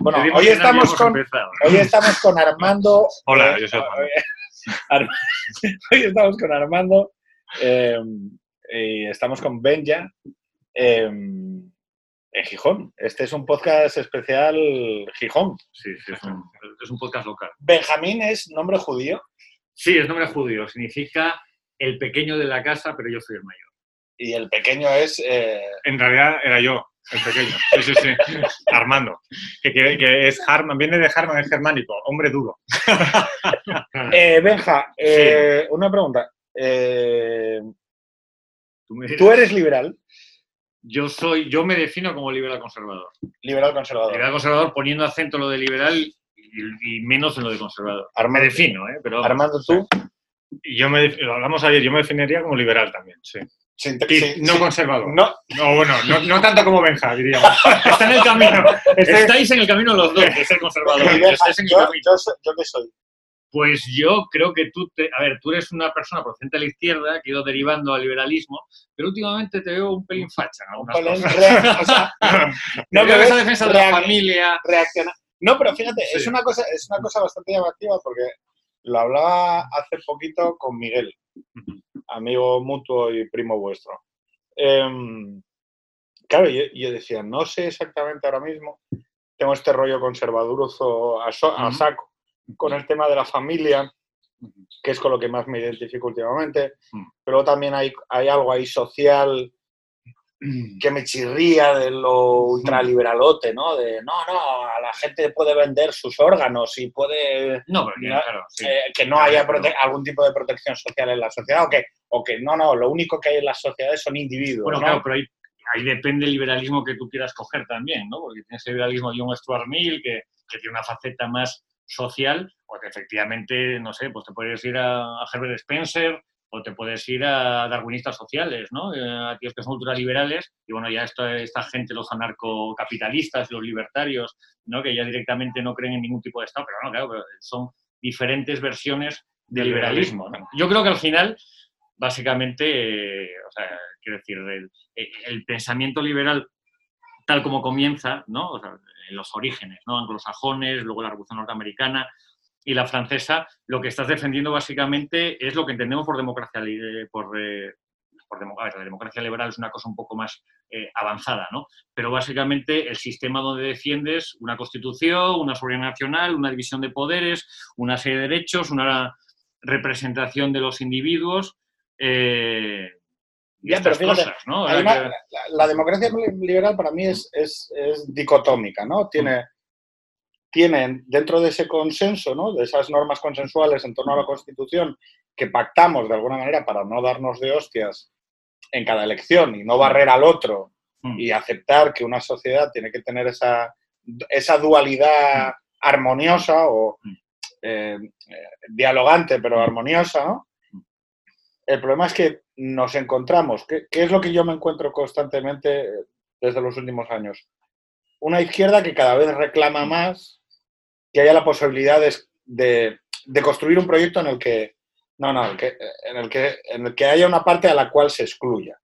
Bueno, Pedimos hoy que no estamos habíamos con, empezado. hoy estamos con Armando. Hola, yo soy Armando. Hoy estamos con Armando y estamos con Benja en Gijón. Este es un podcast especial Gijón. Sí, es un podcast local. Benjamín es nombre judío. Sí, es nombre judío. Significa el pequeño de la casa, pero yo soy el mayor. Y el pequeño es... En realidad era yo, el pequeño. Sí. Armando. Que es Harman, viene de Harman, es germánico, hombre duro. Benja, Sí. una pregunta. me ¿Tú eres liberal? Yo me defino como liberal conservador. Liberal conservador. Liberal conservador poniendo acento en lo de liberal y menos en lo de conservador. Armando, me defino, pero... Armando, ¿tú? Lo hablamos ayer, yo me definiría como liberal también, sí. No conservador. No tanto como Benja, diríamos. Está en el camino. Estáis en el camino los dos, de ser conservador. Estáis en el camino. ¿Yo qué soy? Pues yo creo que tú eres una persona procedente de la izquierda que ha ido derivando al liberalismo, pero últimamente te veo un pelín facha en algunas cosas. No me ves a defensa de la familia. Reacciona. No, pero fíjate, Sí. es una cosa bastante llamativa porque lo hablaba hace poquito con Miguel, amigo mutuo y primo vuestro. Claro, yo decía, no sé exactamente ahora mismo, tengo este rollo conservaduroso a saco con el tema de la familia, que es con lo que más me identifico últimamente, pero también hay algo ahí social que me chirría de lo ultraliberalote, ¿no? De, no, a la gente puede vender sus órganos y puede... que no haya algún tipo de protección social en la sociedad, o que no, lo único que hay en las sociedades son individuos. Bueno, ¿no? claro, pero ahí depende el liberalismo que tú quieras coger también, ¿no? Porque tienes el liberalismo de John Stuart Mill, que tiene una faceta más social, o que efectivamente, no sé, pues te puedes ir a Herbert Spencer, o te puedes ir a darwinistas sociales, ¿no? A tíos que son ultraliberales, y bueno, ya esta gente, los anarcocapitalistas, los libertarios, ¿no? Que ya directamente no creen en ningún tipo de Estado, pero no, claro, pero son diferentes versiones de liberalismo, ¿no? Yo creo que al final, básicamente, quiero decir, el pensamiento liberal, tal como comienza, ¿no? O sea, en los orígenes, ¿no? Anglosajones, luego la Revolución Norteamericana y la francesa, lo que estás defendiendo básicamente es lo que entendemos por democracia la democracia liberal es una cosa un poco más avanzada, ¿no? Pero básicamente el sistema donde defiendes una constitución, una soberanía nacional, una división de poderes, una serie de derechos, una representación de los individuos. Ya, pero fíjate, cosas, ¿no? La democracia liberal para mí es dicotómica, ¿no? Tienen dentro de ese consenso, ¿no? De esas normas consensuales en torno a la Constitución que pactamos de alguna manera para no darnos de hostias en cada elección y no barrer al otro y aceptar que una sociedad tiene que tener esa dualidad armoniosa o dialogante pero armoniosa, ¿no? El problema es que nos encontramos, ¿qué es lo que yo me encuentro constantemente desde los últimos años? Una izquierda que cada vez reclama más que haya la posibilidad de construir un proyecto en el que haya una parte a la cual se excluya.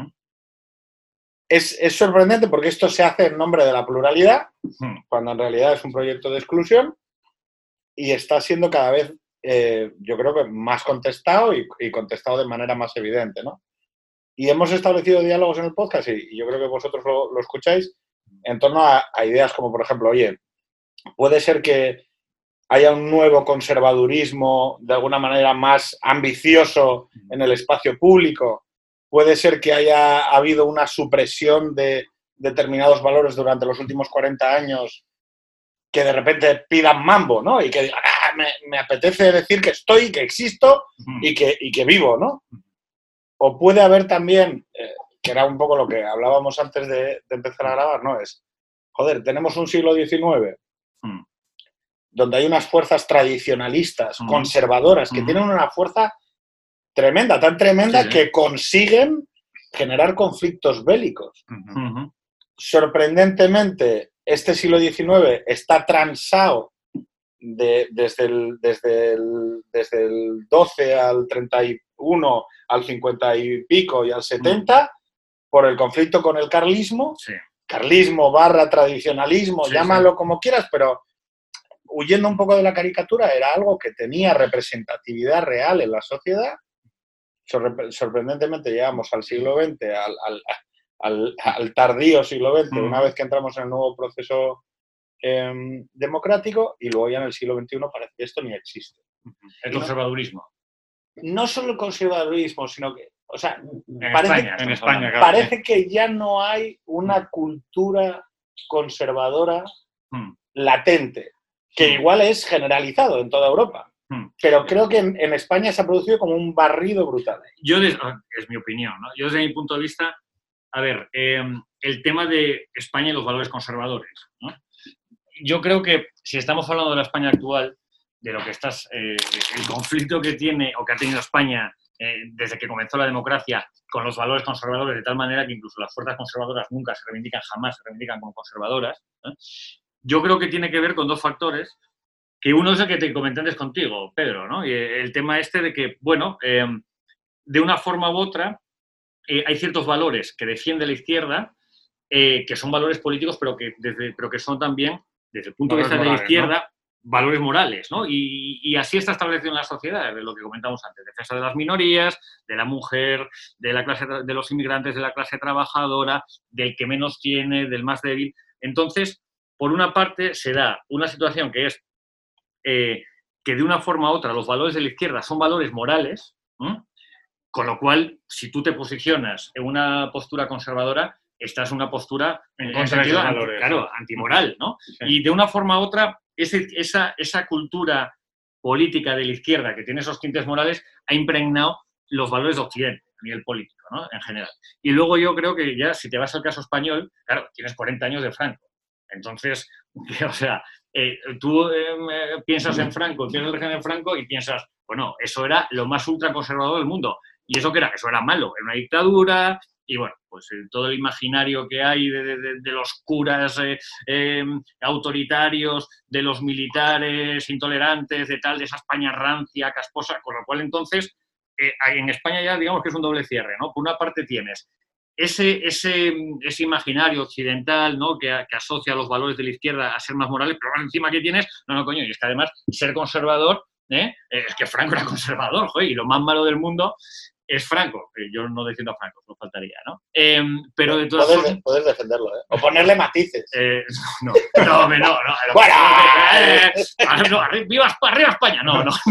Es sorprendente porque esto se hace en nombre de la pluralidad, cuando en realidad es un proyecto de exclusión, y está siendo cada vez, yo creo que más contestado y contestado de manera más evidente, ¿no? Y hemos establecido diálogos en el podcast, y yo creo que vosotros lo escucháis, en torno a ideas como, por ejemplo, oye, puede ser que haya un nuevo conservadurismo de alguna manera más ambicioso en el espacio público. Puede ser que haya habido una supresión de determinados valores durante los últimos 40 años que de repente pidan mambo, ¿no? Y que digan, me apetece decir que estoy, que existo y que vivo, ¿no? O puede haber también, que era un poco lo que hablábamos antes de empezar a grabar, ¿no? Es, joder, tenemos un siglo XIX donde hay unas fuerzas tradicionalistas, conservadoras, que tienen una fuerza tremenda, tan tremenda que consiguen generar conflictos bélicos. Sorprendentemente, este siglo XIX está transado desde el 12 al 31, al 50 y pico y al 70, por el conflicto con el carlismo, carlismo / tradicionalismo, sí, llámalo como quieras, pero huyendo un poco de la caricatura, era algo que tenía representatividad real en la sociedad. Sorprendentemente llegamos al siglo XX, al tardío siglo XX, una vez que entramos en el nuevo proceso democrático, y luego ya en el siglo XXI parece que esto ni existe. El conservadurismo. No solo el conservadurismo, sino que, o sea, en España, claro, parece que ya no hay una cultura conservadora latente, que igual es generalizado en toda Europa. Pero creo que en España se ha producido como un barrido brutal. Es mi opinión, ¿no? Yo desde mi punto de vista, a ver, el tema de España y los valores conservadores, ¿no? Yo creo que si estamos hablando de la España actual, de lo que el conflicto que tiene o que ha tenido España desde que comenzó la democracia con los valores conservadores, de tal manera que incluso las fuerzas conservadoras nunca jamás se reivindican como conservadoras, ¿eh? Yo creo que tiene que ver con dos factores, que uno es el que te comenté antes contigo, Pedro, ¿no? Y el tema de que, bueno, de una forma u otra, hay ciertos valores que defiende la izquierda, que son valores políticos, pero que son también, desde el punto de vista de la izquierda, ¿no? Valores morales, ¿no? Y así está establecido en la sociedad, de lo que comentamos antes, defensa de las minorías, de la mujer, de los inmigrantes, de la clase trabajadora, del que menos tiene, del más débil. Entonces, por una parte, se da una situación que es que de una forma u otra los valores de la izquierda son valores morales, con lo cual, si tú te posicionas en una postura conservadora, estás en una postura en contra de esos valores, claro, antimoral, ¿no? Sí. Y de una forma u otra, esa cultura política de la izquierda que tiene esos tintes morales ha impregnado los valores de Occidente a nivel político, ¿no? En general. Y luego yo creo que ya, si te vas al caso español, claro, tienes 40 años de Franco. Entonces, o sea, tú piensas en Franco, piensas en el régimen de Franco y piensas, bueno, eso era lo más ultraconservador del mundo. ¿Y eso qué era? Eso era malo, era una dictadura. Y bueno, pues todo el imaginario que hay de los curas autoritarios, de los militares intolerantes, de esa España rancia, casposa, con lo cual entonces en España ya digamos que es un doble cierre, ¿no? Por una parte tienes ese imaginario occidental, ¿no? que asocia los valores de la izquierda a ser más morales, pero encima que tienes, coño, y es que además ser conservador, es que Franco era conservador, joder, y lo más malo del mundo es Franco. Yo no defiendo a Franco, no faltaría, ¿no? Pero de todas formas... Puedes defenderlo, ¿eh? O ponerle matices. No. Bueno, ¡Viva arriba España!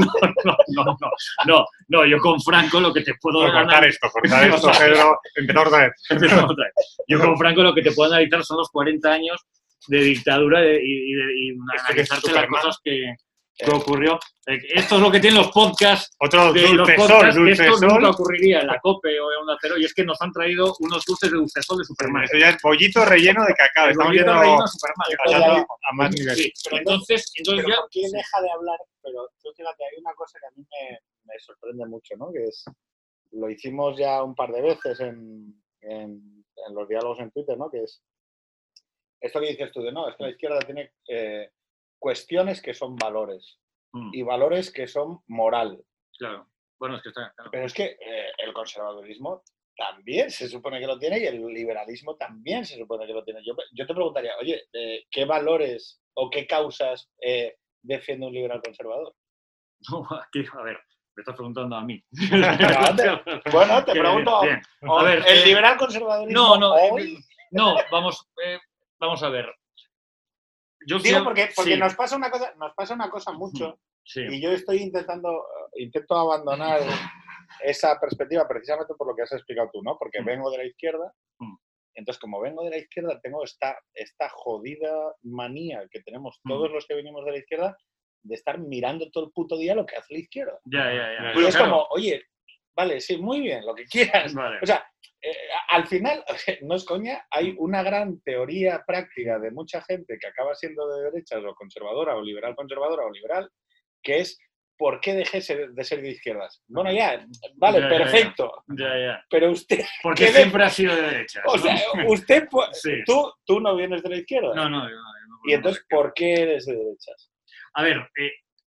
No, yo con Franco lo que te puedo... Cortar esto, Pedro, empezamos otra vez. Yo con Franco lo que te puedo analizar son los 40 años de dictadura y analizarte las cosas que ocurrió. Esto es lo que tienen los podcasts. Otro dulce esto sol. Nunca ocurriría en la COPE o en Onda Cero, y es que nos han traído unos dulces de dulce sol de Superman. Esto ya es pollito relleno de cacao. Estamos yendo a más niveles. Sí, pero entonces pero ya... ¿por qué deja de hablar? Pero tú fíjate, hay una cosa que a mí me sorprende mucho, ¿no? Que es, lo hicimos ya un par de veces en los diálogos en Twitter, ¿no? Que es esto que dices tú de, no, es que la izquierda tiene... cuestiones que son valores y valores que son moral. Claro. Bueno, es que está... Claro. Pero es que el conservadurismo también se supone que lo tiene y el liberalismo también se supone que lo tiene. Yo te preguntaría, oye, ¿qué valores o qué causas defiende un liberal conservador? No, aquí, a ver, me estás preguntando a mí. Bueno, te pregunto. Bien. A ver, ¿el liberal conservadurismo No, vamos a ver. Yo digo porque nos pasa una cosa mucho, y yo intento abandonar esa perspectiva precisamente por lo que has explicado tú, ¿no? Porque vengo de la izquierda, entonces como vengo de la izquierda tengo esta jodida manía que tenemos todos los que venimos de la izquierda de estar mirando todo el puto día lo que hace la izquierda. Ya. Y es como, oye, vale, sí, muy bien, lo que quieras. Vale. O sea, al final, no es coña, hay una gran teoría práctica de mucha gente que acaba siendo de derechas o conservadora o liberal conservadora o liberal, que es ¿por qué dejé de ser de izquierdas? Bueno, ya, vale, perfecto. Ya. Pero usted... Porque siempre ha sido de derechas. O sea, usted, sí. tú no vienes de la izquierda. No. Y entonces, ¿por qué eres de derechas? A ver,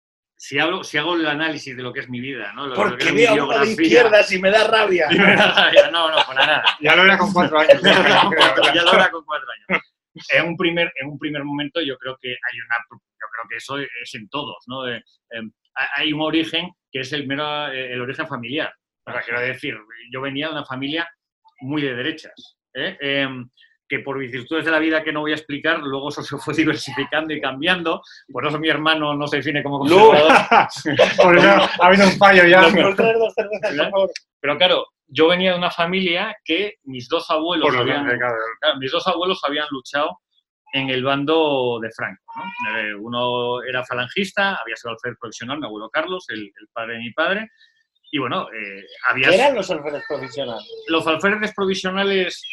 si hago el análisis de lo que es mi vida, ¿no? Porque veo algo de izquierdas y me da rabia. No, para nada. Ya lo era con 4 años. Ya lo era con 4 años. En un primer momento yo creo que eso es en todos, ¿no? Hay un origen que es el origen familiar. O sea, quiero decir, yo venía de una familia muy de derechas, que por vicisitudes de la vida que no voy a explicar, luego eso se fue diversificando y cambiando. Por eso mi hermano no se define como conservador. Por eso ha habido un fallo ya. Pero claro, yo venía de una familia que mis dos abuelos habían luchado en el bando de Franco, ¿no? Uno era falangista, había sido alférez provisional, mi abuelo Carlos, el padre de mi padre. Y bueno, ¿qué eran los alféreces provisionales? Los alféreces provisionales,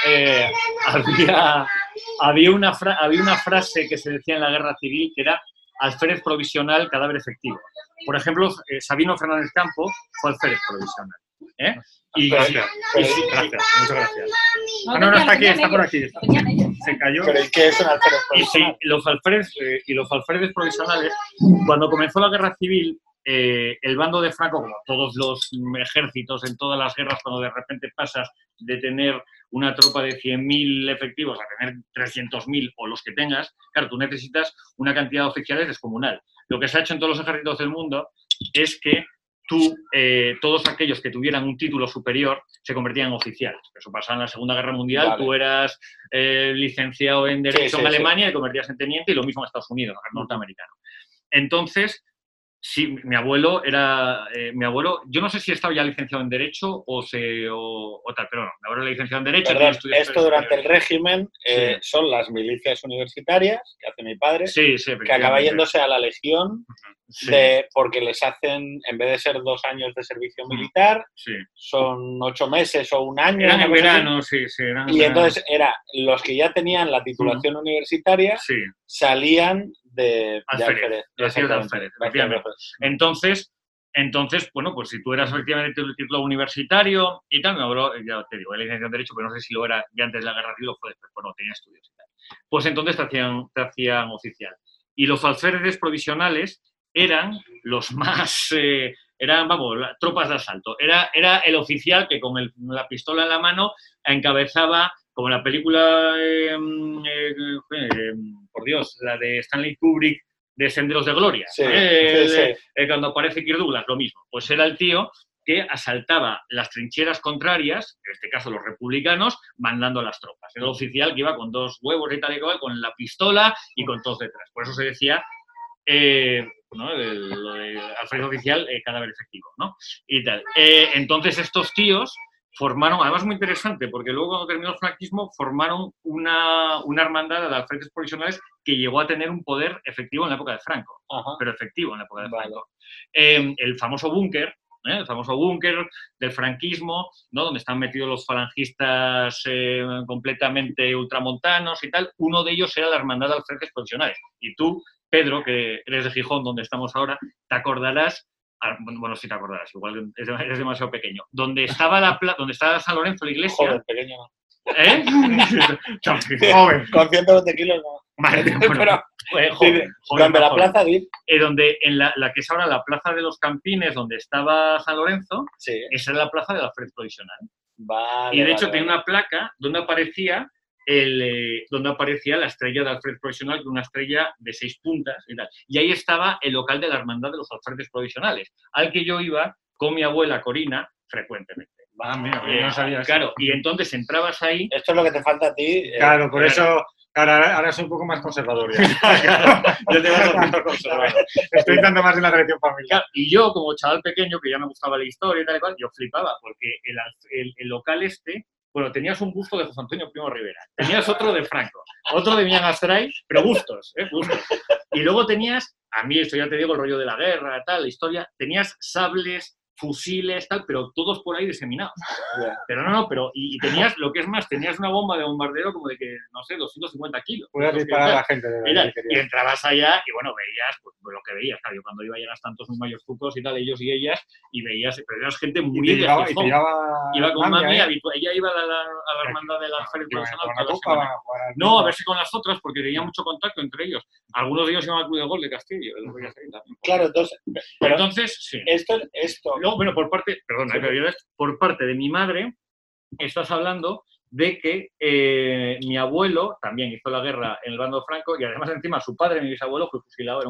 había una frase que se decía en la Guerra Civil que era alférez provisional, cadáver efectivo. Por ejemplo, Sabino Fernández Campo fue alférez provisional. Gracias, muchas gracias. No, está aquí, está por aquí. Se cayó. Pero ¿y qué es un alférez provisional? Y los alféreces provisionales, cuando comenzó la Guerra Civil, el bando de Franco, como todos los ejércitos en todas las guerras, cuando de repente pasas de tener una tropa de 100.000 efectivos a tener 300.000 o los que tengas, claro, tú necesitas una cantidad de oficiales descomunal. Lo que se ha hecho en todos los ejércitos del mundo es que todos aquellos que tuvieran un título superior se convertían en oficiales. Eso pasaba en la Segunda Guerra Mundial, vale. Tú eras licenciado en Derecho en Alemania y convertías en teniente, y lo mismo en Estados Unidos, norteamericano. Entonces, sí, mi abuelo, yo no sé si estaba ya licenciado en Derecho o tal, pero no, mi abuelo era licenciado en Derecho. Perdón, esto durante el régimen son las milicias universitarias que hace mi padre, que acaba yéndose a la Legión, porque les hacen, en vez de ser 2 años de servicio militar, son 8 meses o 1 año. Eran en verano, y entonces los que ya tenían la titulación universitaria salían de alférez. Entonces, bueno, pues si tú eras efectivamente el título universitario y tal, ya te digo, era licenciado en Derecho, pero no sé si lo era ya antes de la Guerra Civil o fue después, bueno, tenía estudios y tal. Pues entonces te hacían oficial. Y los alféreces provisionales eran los más, tropas de asalto. Era el oficial que con la pistola en la mano encabezaba, como la película, por Dios, la de Stanley Kubrick, de Senderos de Gloria. Cuando aparece Kirk Douglas, lo mismo. Pues era el tío que asaltaba las trincheras contrarias, en este caso los republicanos, mandando a las tropas. Era el oficial que iba con 2 huevos y tal y cual, con la pistola y con todos detrás. Por eso se decía lo de alférez oficial, cadáver efectivo, ¿no? Y tal. Entonces estos tíos formaron, además muy interesante, porque luego cuando terminó el franquismo formaron una hermandad de alféreces provisionales que llegó a tener un poder efectivo en la época de Franco. Ajá. Pero efectivo en la época de Franco. El famoso búnker del franquismo, ¿no? Donde están metidos los falangistas completamente ultramontanos y tal, uno de ellos era la hermandad de alféreces provisionales. Y tú, Pedro, que eres de Gijón, donde estamos ahora, te acordarás. Bueno, sí te acordarás, igual es demasiado pequeño. Donde estaba San Lorenzo, la iglesia. Joder, pequeño no. Joven. Con 120 kilos no. Vale, bueno, joven, donde la plaza donde en la que es ahora la plaza de los Campines, donde estaba San Lorenzo, esa era la plaza de la alférez provisional. Vale, y de hecho tenía una placa donde aparecía la estrella de alférez provisional, que una estrella de 6 puntas y tal. Y ahí estaba el local de la hermandad de los alféreces provisionales, al que yo iba con mi abuela Corina frecuentemente. Mira, no sabía eso. Claro, y entonces entrabas ahí. Esto es lo que te falta a ti. Claro, por eso. Ahora soy un poco más conservador. Claro, yo te voy a ser conservador. Estoy dando más en la tradición familiar. Claro, y yo, como chaval pequeño, que ya me gustaba la historia y tal y cual, yo flipaba, porque el local bueno, tenías un busto de José Antonio Primo Rivera, tenías otro de Franco, otro de Millán Astray, pero bustos. Y luego tenías, a mí esto ya te digo, el rollo de la guerra, tal, la historia, tenías sables fusiles, tal, pero todos por ahí diseminados. Pero y tenías, lo que es más, tenías una bomba de bombardeo como de que, no sé, 250 kilos. Puedes disparar a la gente. Y entrabas allá y, bueno, veías pues, lo que veías. Claro, yo cuando iba llegas tantos muy mayorzucos y tal, ellos y ellas, y veías, pero eras gente muy de Gijón. Iba con mami, ella iba a la hermandad de la Feria Internacional. No, a ver si con las otras, porque tenía mucho contacto entre ellos. Algunos de ellos iban al Club de Gol de Castillo. Claro, entonces, sí. Esto. No, bueno, por parte de mi madre, estás hablando de que mi abuelo también hizo la guerra en el bando de Franco y además encima su padre, mi bisabuelo, fue fusilado. Era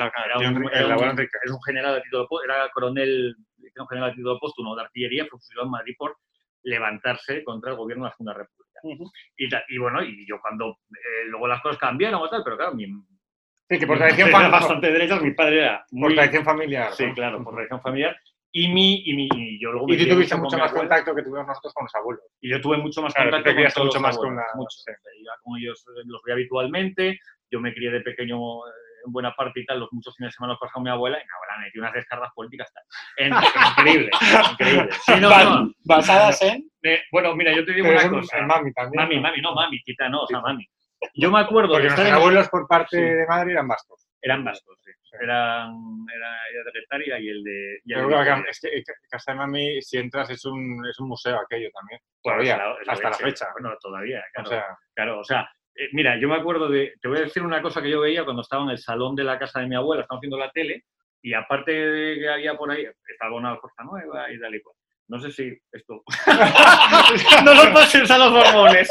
un general de título póstumo, era coronel, un general de título póstumo de artillería, fue fusilado en Madrid por levantarse contra el gobierno de la Segunda República. Y bueno, y yo cuando luego las cosas cambiaron o tal, pero claro, sí, que por tradición era bastante derecha, mi padre era por tradición familiar. Sí, claro, por tradición familiar. Y yo luego y tú tuviste mucho más contacto que tuvimos nosotros con los abuelos. Y yo tuve mucho más contacto con todos mucho más abuelos. Iba con ellos, los veía habitualmente. Yo me crié de pequeño en buena parte y tal. Los muchos fines de semana los pasaba con mi abuela y mi abuela me metió unas descargas políticas increíble. Sí, ¿Basadas en? Bueno, mira, yo te digo una cosa. Mami también. Mami, quita, no, o sea, mami. Yo me acuerdo porque nuestros abuelos por parte de madre eran vascos. Eran vascos, sí. Era de Getaria y el de... Pero claro, Casa de Mami, si entras, es un museo aquello también. Todavía, hasta la fecha. Bueno, todavía, claro. O sea, mira, yo me acuerdo te voy a decir una cosa que yo veía cuando estaba en el salón de la casa de mi abuela, estaba haciendo la tele, y aparte de que había por ahí, estaba una Fuerza Nueva y tal y cual. No sé si esto... no lo pases a los hormones.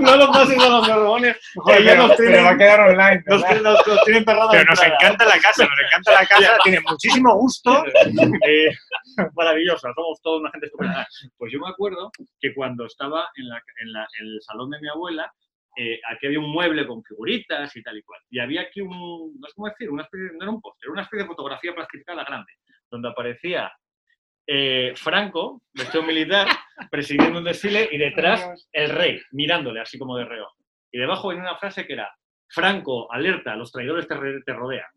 Pero va a quedar online. Nos tienen cerrado. Pero nos encanta la casa, tiene muchísimo gusto. Maravillosa, somos toda una gente estupenda. Pues yo me acuerdo que cuando estaba en el salón de mi abuela, aquí había un mueble con figuritas y tal y cual. Y había aquí no sé cómo decir, no era un póster, era una especie de fotografía plastificada grande, donde aparecía Franco, vestido militar, presidiendo un desfile y detrás el rey, mirándole así como de reojo. Y debajo venía una frase que era: Franco, alerta, los traidores te rodean.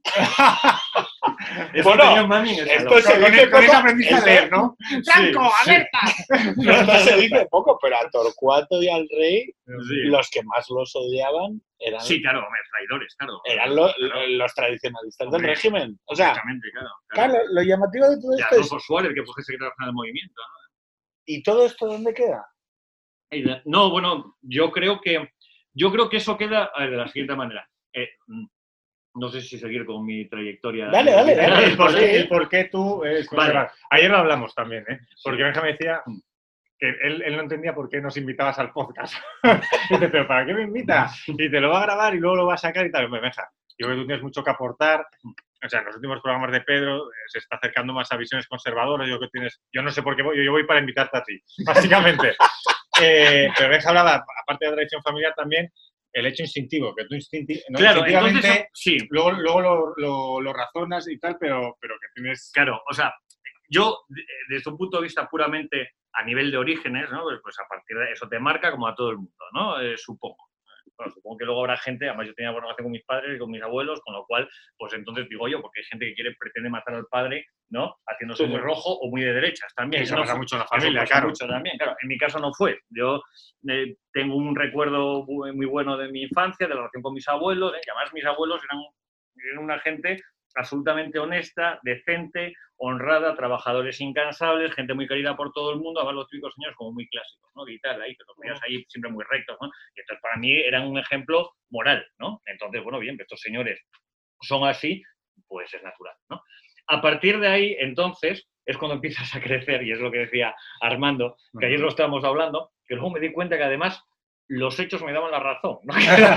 Bueno, mami esto se dice poco, con aprendiste a leer, ¿no? Franco, alerta. Esto se dice poco, pero a Torcuato y al rey, los que más los odiaban eran... Sí, claro, traidores, claro. Eran los tradicionalistas del régimen. O sea, claro. Lo llamativo de todo esto es... por Suárez, que fue secretario general del movimiento, ¿no? ¿Y todo esto dónde queda? No, bueno, yo creo que eso queda de la siguiente manera. No sé si seguir con mi trayectoria. Dale. El por qué tú... Vale. Ayer lo hablamos también, porque Benja me decía que él no entendía por qué nos invitabas al podcast. Dice, pero ¿para qué me invitas? Y te lo va a grabar y luego lo va a sacar y tal. Benja, yo creo que tú tienes mucho que aportar. O sea, en los últimos programas de Pedro se está acercando más a visiones conservadoras. Yo no sé por qué voy, yo voy para invitarte a ti, básicamente. Pero Benja hablaba, aparte de la tradición familiar también, el hecho instintivo, que tú instintivamente entonces, sí. luego lo razonas y tal, pero que tienes... Claro, o sea, yo, desde un punto de vista puramente a nivel de orígenes, ¿no? Pues a partir de eso te marca como a todo el mundo, ¿no? Supongo. Bueno, supongo que luego habrá gente, además yo tenía buena relación con mis padres y con mis abuelos, con lo cual, pues entonces digo yo, porque hay gente que pretende matar al padre, ¿no? Haciéndose muy rojo o muy de derechas también. Eso pasa mucho en la familia, claro. Mucho también. Claro, en mi caso no fue. Yo tengo un recuerdo muy bueno de mi infancia, de la relación con mis abuelos, que además mis abuelos eran una gente absolutamente honesta, decente, honrada, trabajadores incansables, gente muy querida por todo el mundo, además los típicos señores como muy clásicos, ¿no? Y tal, ahí, que los veías ahí siempre muy rectos, ¿no? Y entonces para mí eran un ejemplo moral, ¿no? Entonces, bueno, bien, estos señores son así, pues es natural, ¿no? A partir de ahí, entonces, es cuando empiezas a crecer, y es lo que decía Armando, que ayer lo estábamos hablando, que luego me di cuenta que además los hechos me daban la razón, ¿no?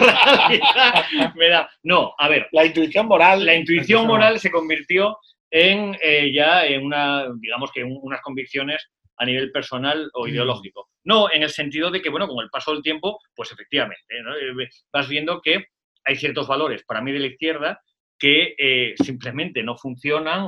No, a ver. La intuición moral. La intuición moral se convirtió en digamos que unas convicciones a nivel personal o ideológico. No, en el sentido de que, bueno, con el paso del tiempo, pues efectivamente, ¿no? Vas viendo que hay ciertos valores, para mí de la izquierda, que simplemente no funcionan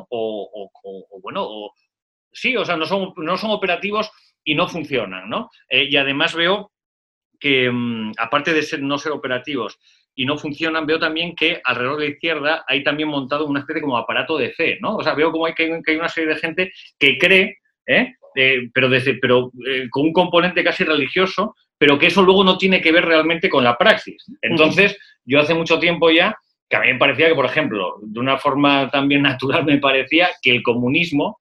sí, o sea, no son operativos y no funcionan, ¿no? Y además veo que, aparte de no ser operativos y no funcionan, veo también que alrededor de la izquierda hay también montado una especie como aparato de fe, ¿no? O sea, veo como que hay una serie de gente que cree pero con un componente casi religioso, pero que eso luego no tiene que ver realmente con la praxis. Entonces, yo hace mucho tiempo ya, que a mí me parecía que, por ejemplo, de una forma también natural me parecía que el comunismo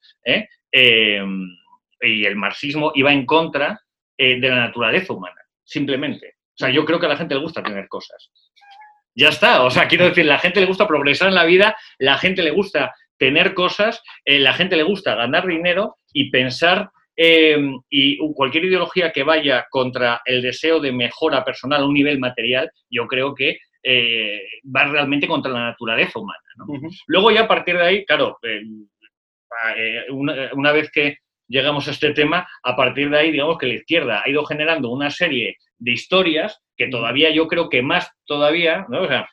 y el marxismo iba en contra de la naturaleza humana, simplemente. O sea, yo creo que a la gente le gusta tener cosas. Ya está, o sea, quiero decir, la gente le gusta progresar en la vida, la gente le gusta tener cosas, la gente le gusta ganar dinero y pensar, y cualquier ideología que vaya contra el deseo de mejora personal a un nivel material, yo creo que va realmente contra la naturaleza humana, ¿no? Luego ya a partir de ahí, claro, una vez que llegamos a este tema, a partir de ahí, digamos que la izquierda ha ido generando una serie de historias que todavía yo creo que más todavía, ¿no? O sea,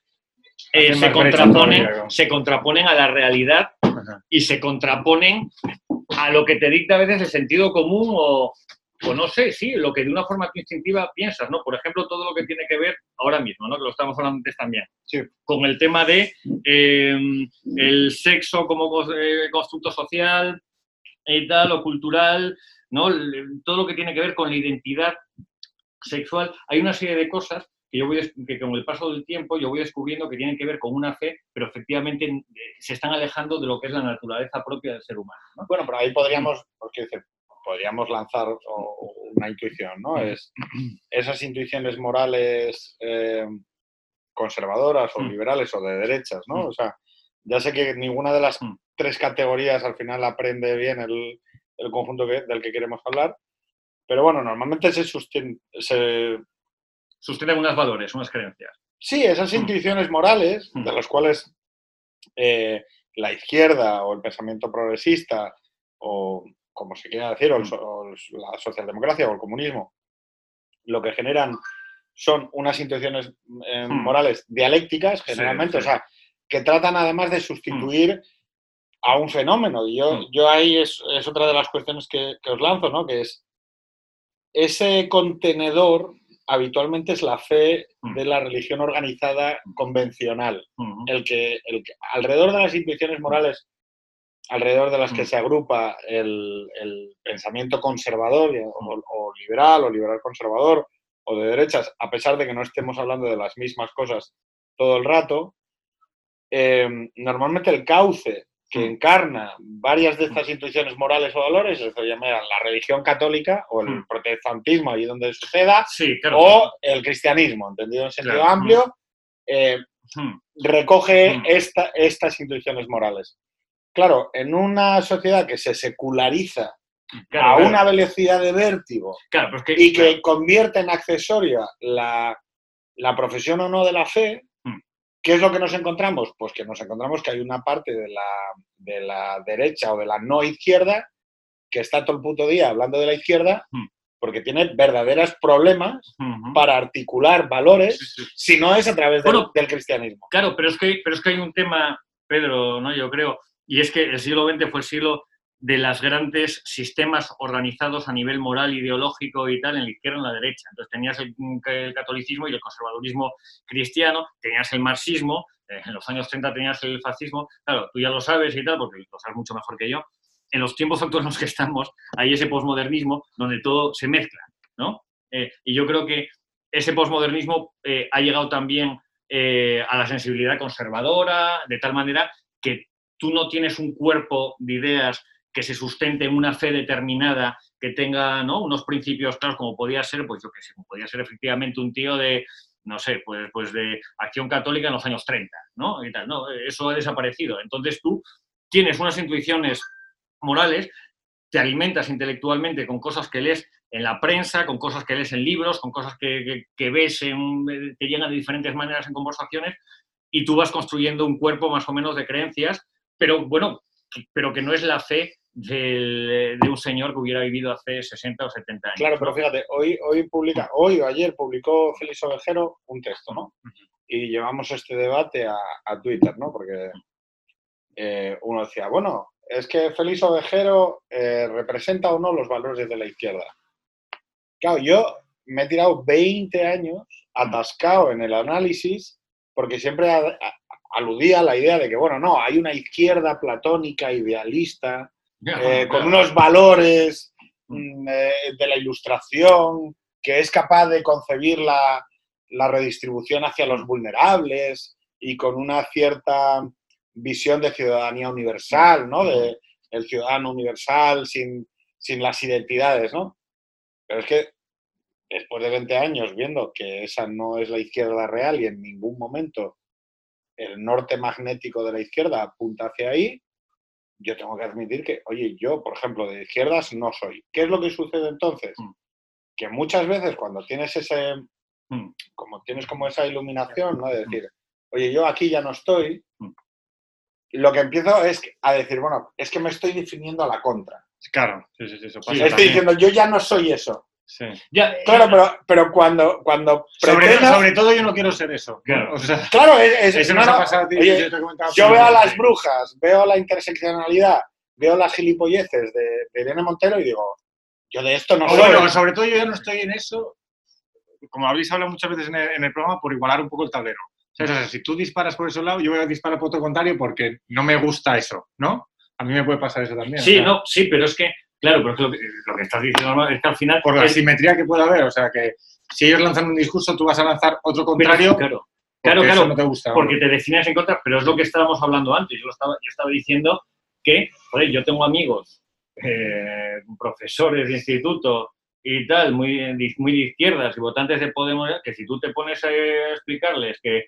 se contraponen a la realidad y se contraponen a lo que te dicta a veces el sentido común o no sé, sí, lo que de una forma instintiva piensas, ¿no? Por ejemplo, todo lo que tiene que ver ahora mismo, ¿no? Que lo estamos hablando antes también, sí, con el tema de el sexo como constructo social y tal, o cultural, ¿no? Todo lo que tiene que ver con la identidad sexual. Hay una serie de cosas que con el paso del tiempo yo voy descubriendo que tienen que ver con una fe, pero efectivamente se están alejando de lo que es la naturaleza propia del ser humano, ¿no? Bueno, pero ahí podríamos lanzar una intuición, ¿no? Es esas intuiciones morales conservadoras o liberales o de derechas, ¿no? O sea, ya sé que ninguna de las tres categorías al final aprende bien el conjunto del que queremos hablar, pero bueno, normalmente se sostienen unos valores, unas creencias. Sí, esas intuiciones morales, de las cuales la izquierda o el pensamiento progresista o como se quiera decir, o la socialdemocracia o el comunismo, lo que generan son unas intuiciones morales dialécticas, generalmente, o sea, que tratan además de sustituir a un fenómeno. Y yo ahí es otra de las cuestiones que os lanzo, ¿no? Que es ese contenedor habitualmente es la fe de la religión organizada convencional, el que alrededor de las intuiciones morales, alrededor de las que se agrupa el pensamiento conservador o liberal conservador o de derechas, a pesar de que no estemos hablando de las mismas cosas todo el rato, normalmente el cauce que encarna varias de estas intuiciones morales o valores, se llama la religión católica o el protestantismo, ahí donde suceda, o el cristianismo, entendido en sentido amplio, recoge estas intuiciones morales. Claro, en una sociedad que se seculariza a una velocidad de vértigo y que convierte en accesoria la profesión o no de la fe, ¿qué es lo que nos encontramos? Pues que nos encontramos que hay una parte de la derecha o de la no izquierda que está todo el puto día hablando de la izquierda porque tiene verdaderos problemas para articular valores, si no es a través del cristianismo. Claro, pero es que hay un tema, Pedro, ¿no? Yo creo, y es que el siglo XX fue el siglo de los grandes sistemas organizados a nivel moral, ideológico y tal, en la izquierda y en la derecha. Entonces tenías el catolicismo y el conservadurismo cristiano, tenías el marxismo, en los años 30 tenías el fascismo. Claro, tú ya lo sabes y tal, porque lo sabes mucho mejor que yo. En los tiempos actuales en los que estamos, hay ese posmodernismo donde todo se mezcla, ¿no? Y yo creo que ese posmodernismo ha llegado también a la sensibilidad conservadora, de tal manera que tú no tienes un cuerpo de ideas que se sustente en una fe determinada, que tenga, ¿no?, unos principios claros, como podía ser, pues yo qué sé, como podía ser efectivamente un tío de, no sé, pues de Acción Católica en los años 30, ¿no? Y tal, no, eso ha desaparecido. Entonces tú tienes unas intuiciones morales, te alimentas intelectualmente con cosas que lees en la prensa, con cosas que lees en libros, con cosas que ves, te llegan de diferentes maneras en conversaciones, y tú vas construyendo un cuerpo más o menos de creencias, pero bueno, pero que no es la fe de un señor que hubiera vivido hace 60 o 70 años. Claro, pero fíjate, hoy o ayer publicó Félix Ovejero un texto, ¿no? Y llevamos este debate a Twitter, ¿no? Porque uno decía, bueno, es que Félix Ovejero representa o no los valores de la izquierda. Claro, yo me he tirado 20 años atascado en el análisis porque siempre aludía a la idea de que, bueno, no, hay una izquierda platónica, idealista, con unos valores de la Ilustración, que es capaz de concebir la redistribución hacia los vulnerables y con una cierta visión de ciudadanía universal, ¿no? De el ciudadano universal sin las identidades, ¿no? Pero es que después de 20 años viendo que esa no es la izquierda real y en ningún momento el norte magnético de la izquierda apunta hacia ahí, yo tengo que admitir que, oye, yo, por ejemplo, de izquierdas no soy. ¿Qué es lo que sucede entonces? Que muchas veces cuando tienes tienes como esa iluminación, ¿no? De decir, oye, yo aquí ya no estoy, lo que empiezo es a decir, bueno, es que me estoy definiendo a la contra. Claro, sí, eso pasa. Estoy diciendo, yo ya no soy eso. Sí. Claro, pero cuando sobre todo yo no quiero ser eso. Claro, o sea, claro eso nos ha pasado a ti. Oye, yo veo a las brujas, veo la interseccionalidad, veo las gilipolleces de Irene Montero y digo, yo de esto no soy. Bueno, sobre todo yo ya no estoy en eso, como habéis hablado muchas veces en el programa, por igualar un poco el tablero. O sea, si tú disparas por ese lado, yo voy a disparar por otro contrario porque no me gusta eso, ¿no? A mí me puede pasar eso también. Sí, sí, pero es que, claro, pero lo que estás diciendo es que al final... Por la simetría que puede haber, o sea, que si ellos lanzan un discurso, tú vas a lanzar otro contrario. Claro, eso no te gusta, porque te defines en contra, pero es lo que estábos hablando antes. Yo estaba diciendo que, joder, yo tengo amigos, profesores de instituto y tal, muy de izquierdas y votantes de Podemos, que si tú te pones a explicarles que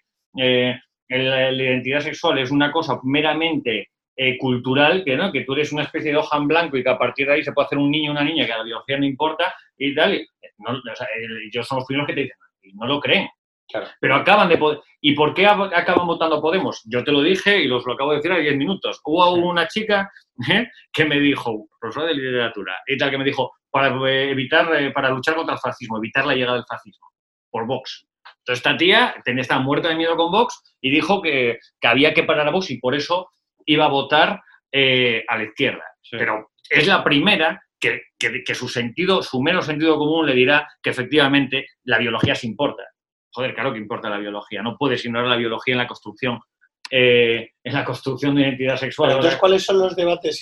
la identidad sexual es una cosa meramente cultural, que tú eres una especie de hoja en blanco y que a partir de ahí se puede hacer un niño o una niña, que la biología no importa y tal, ellos son los primeros que te dicen, no lo creen. Claro. Pero acaban de poder. ¿Y por qué acaban votando Podemos? Yo te lo dije y os lo acabo de decir a 10 minutos. Hubo una chica que me dijo, profesora de literatura, y tal, que me dijo, para luchar contra el fascismo, evitar la llegada del fascismo, por Vox. Entonces esta tía estaba muerta de miedo con Vox y dijo que había que parar a Vox y por eso iba a votar a la izquierda. Sí. Pero es la primera que su mero sentido común le dirá que efectivamente la biología se importa. Joder, claro que importa la biología. No puedes ignorar la biología en la construcción de identidad sexual. Pero entonces, ¿cuáles son los debates?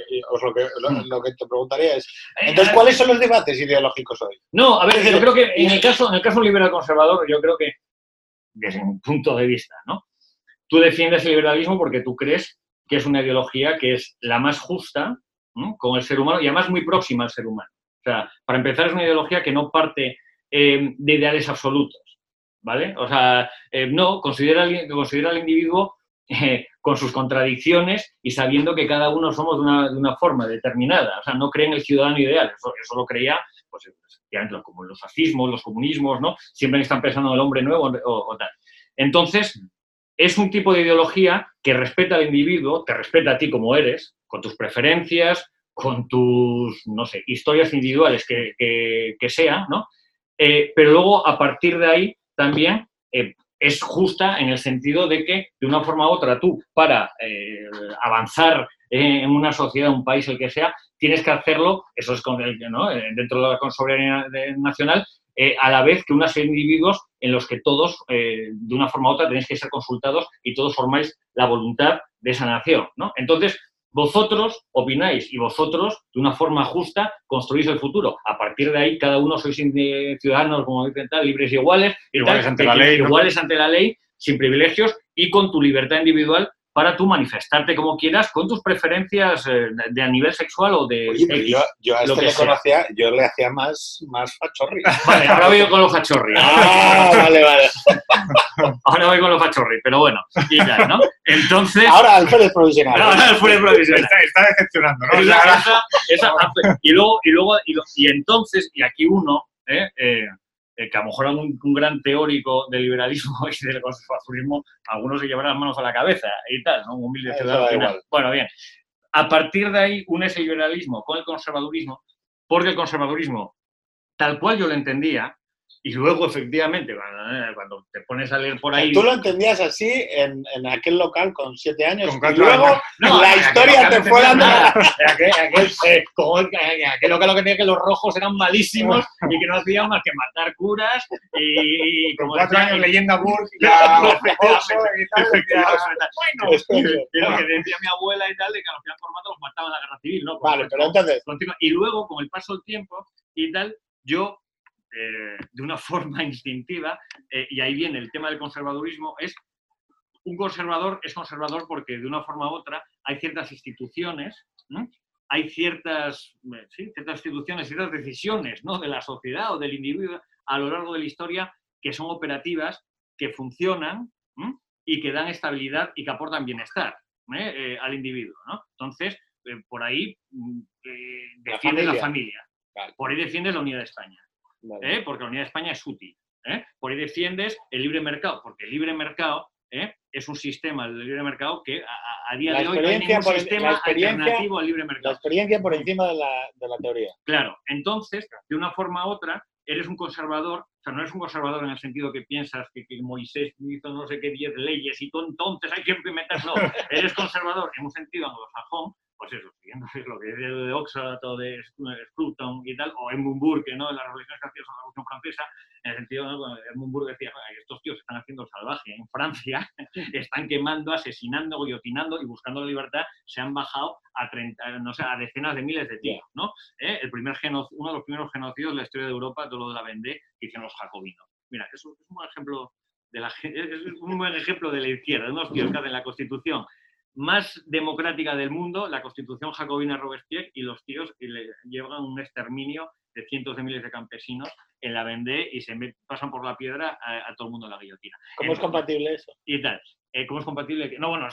Lo que te preguntaría es, entonces, ¿cuáles son los debates ideológicos hoy? No, a ver, yo creo que en el caso liberal conservador, yo creo que, desde mi punto de vista, ¿no? Tú defiendes el liberalismo porque tú crees que es una ideología que es la más justa, ¿no?, con el ser humano y además muy próxima al ser humano. O sea, para empezar, es una ideología que no parte de ideales absolutos. ¿Vale? O sea, no, considera al individuo con sus contradicciones y sabiendo que cada uno somos de una forma determinada. O sea, no cree en el ciudadano ideal. Eso lo creía, pues, efectivamente, como los fascismos, los comunismos, ¿no? Siempre están pensando en el hombre nuevo o tal. Entonces, es un tipo de ideología que respeta al individuo, te respeta a ti como eres, con tus preferencias, con tus, no sé, historias individuales que sean, ¿no? Pero luego, a partir de ahí, también es justa en el sentido de que, de una forma u otra, tú, para avanzar en una sociedad, un país, el que sea, tienes que hacerlo, eso es ¿no?, dentro de la soberanía nacional, a la vez que una serie de individuos en los que todos, de una forma u otra, tenéis que ser consultados y todos formáis la voluntad de esa nación, ¿no? Entonces, vosotros opináis y vosotros, de una forma justa, construís el futuro. A partir de ahí, cada uno sois ciudadanos, como dicen, libres y iguales. Iguales ante la ley, ¿no? Iguales ante la ley, sin privilegios y con tu libertad individual para tú manifestarte como quieras, con tus preferencias de a nivel sexual o de... Oye, yo a este le conocía, yo le hacía más fachorri. Vale, ahora voy con los fachorri. Vale. Ahora voy con los fachorri, pero bueno, y ya, ¿no? Entonces... Ahora Alfred provisional. Está decepcionando, ¿no? Y entonces, y aquí uno, que a lo mejor un gran teórico del liberalismo y del conservadurismo, algunos se llevarán las manos a la cabeza y tal, ¿no? Un humilde ciudadano. Bueno, bien. A partir de ahí, unes el liberalismo con el conservadurismo, porque el conservadurismo, tal cual yo lo entendía, Y luego, efectivamente, cuando te pones a leer por ahí... Tú lo entendías así en aquel local con 7 años Con y luego la historia te fue dando... Aquel local lo que tenía que los rojos eran malísimos y que no hacían más que matar curas y con como 4 decía, años leyendo a Burke y lo que decía mi abuela y tal, de que a los que han formado los mataban en la guerra civil, ¿no? Vale, pero entonces... Y luego, con el paso del tiempo y tal, yo... de una forma instintiva, y ahí viene el tema del conservadurismo, un conservador es conservador porque de una forma u otra hay ciertas instituciones, ¿no? Hay ciertas instituciones, ciertas decisiones, ¿no? De la sociedad o del individuo a lo largo de la historia que son operativas, que funcionan, ¿no? Y que dan estabilidad y que aportan bienestar al individuo, ¿no? Entonces, por ahí defiendes la familia. Vale. Por ahí defiendes la unidad de España. Vale. Porque la unidad de España es útil. Por ahí defiendes el libre mercado, porque el libre mercado es un sistema, el libre mercado, que a día de hoy no hay ningún sistema alternativo al libre mercado. La experiencia por encima de la teoría. Claro, entonces, de una forma u otra, eres un conservador, o sea, no eres un conservador en el sentido que piensas que Moisés hizo no sé qué 10 leyes y tú entonces hay que implementar, no, eres conservador en un sentido anglosajón, pues eso, siguiendo lo que dice de Oxford o de Scruton y tal, o Edmund Burke, ¿no? En las revoluciones que hacía la Revolución Francesa, en el sentido, ¿no? Cuando Edmund Burke decía, estos tíos están haciendo salvaje en Francia, están quemando, asesinando, guillotinando y buscando la libertad, se han bajado a decenas de miles de tíos, ¿no? Uno de los primeros genocidios de la historia de Europa, todo lo de la Vendée, que hicieron los jacobinos. Mira, eso es un buen ejemplo de la izquierda, de unos tíos que hacen la Constitución más democrática del mundo, la Constitución jacobina Robespierre, y los tíos le llevan un exterminio de cientos de miles de campesinos en la Vendée y pasan por la piedra a todo el mundo en la guillotina. ¿Cómo es compatible eso? Y tal. ¿Cómo es compatible?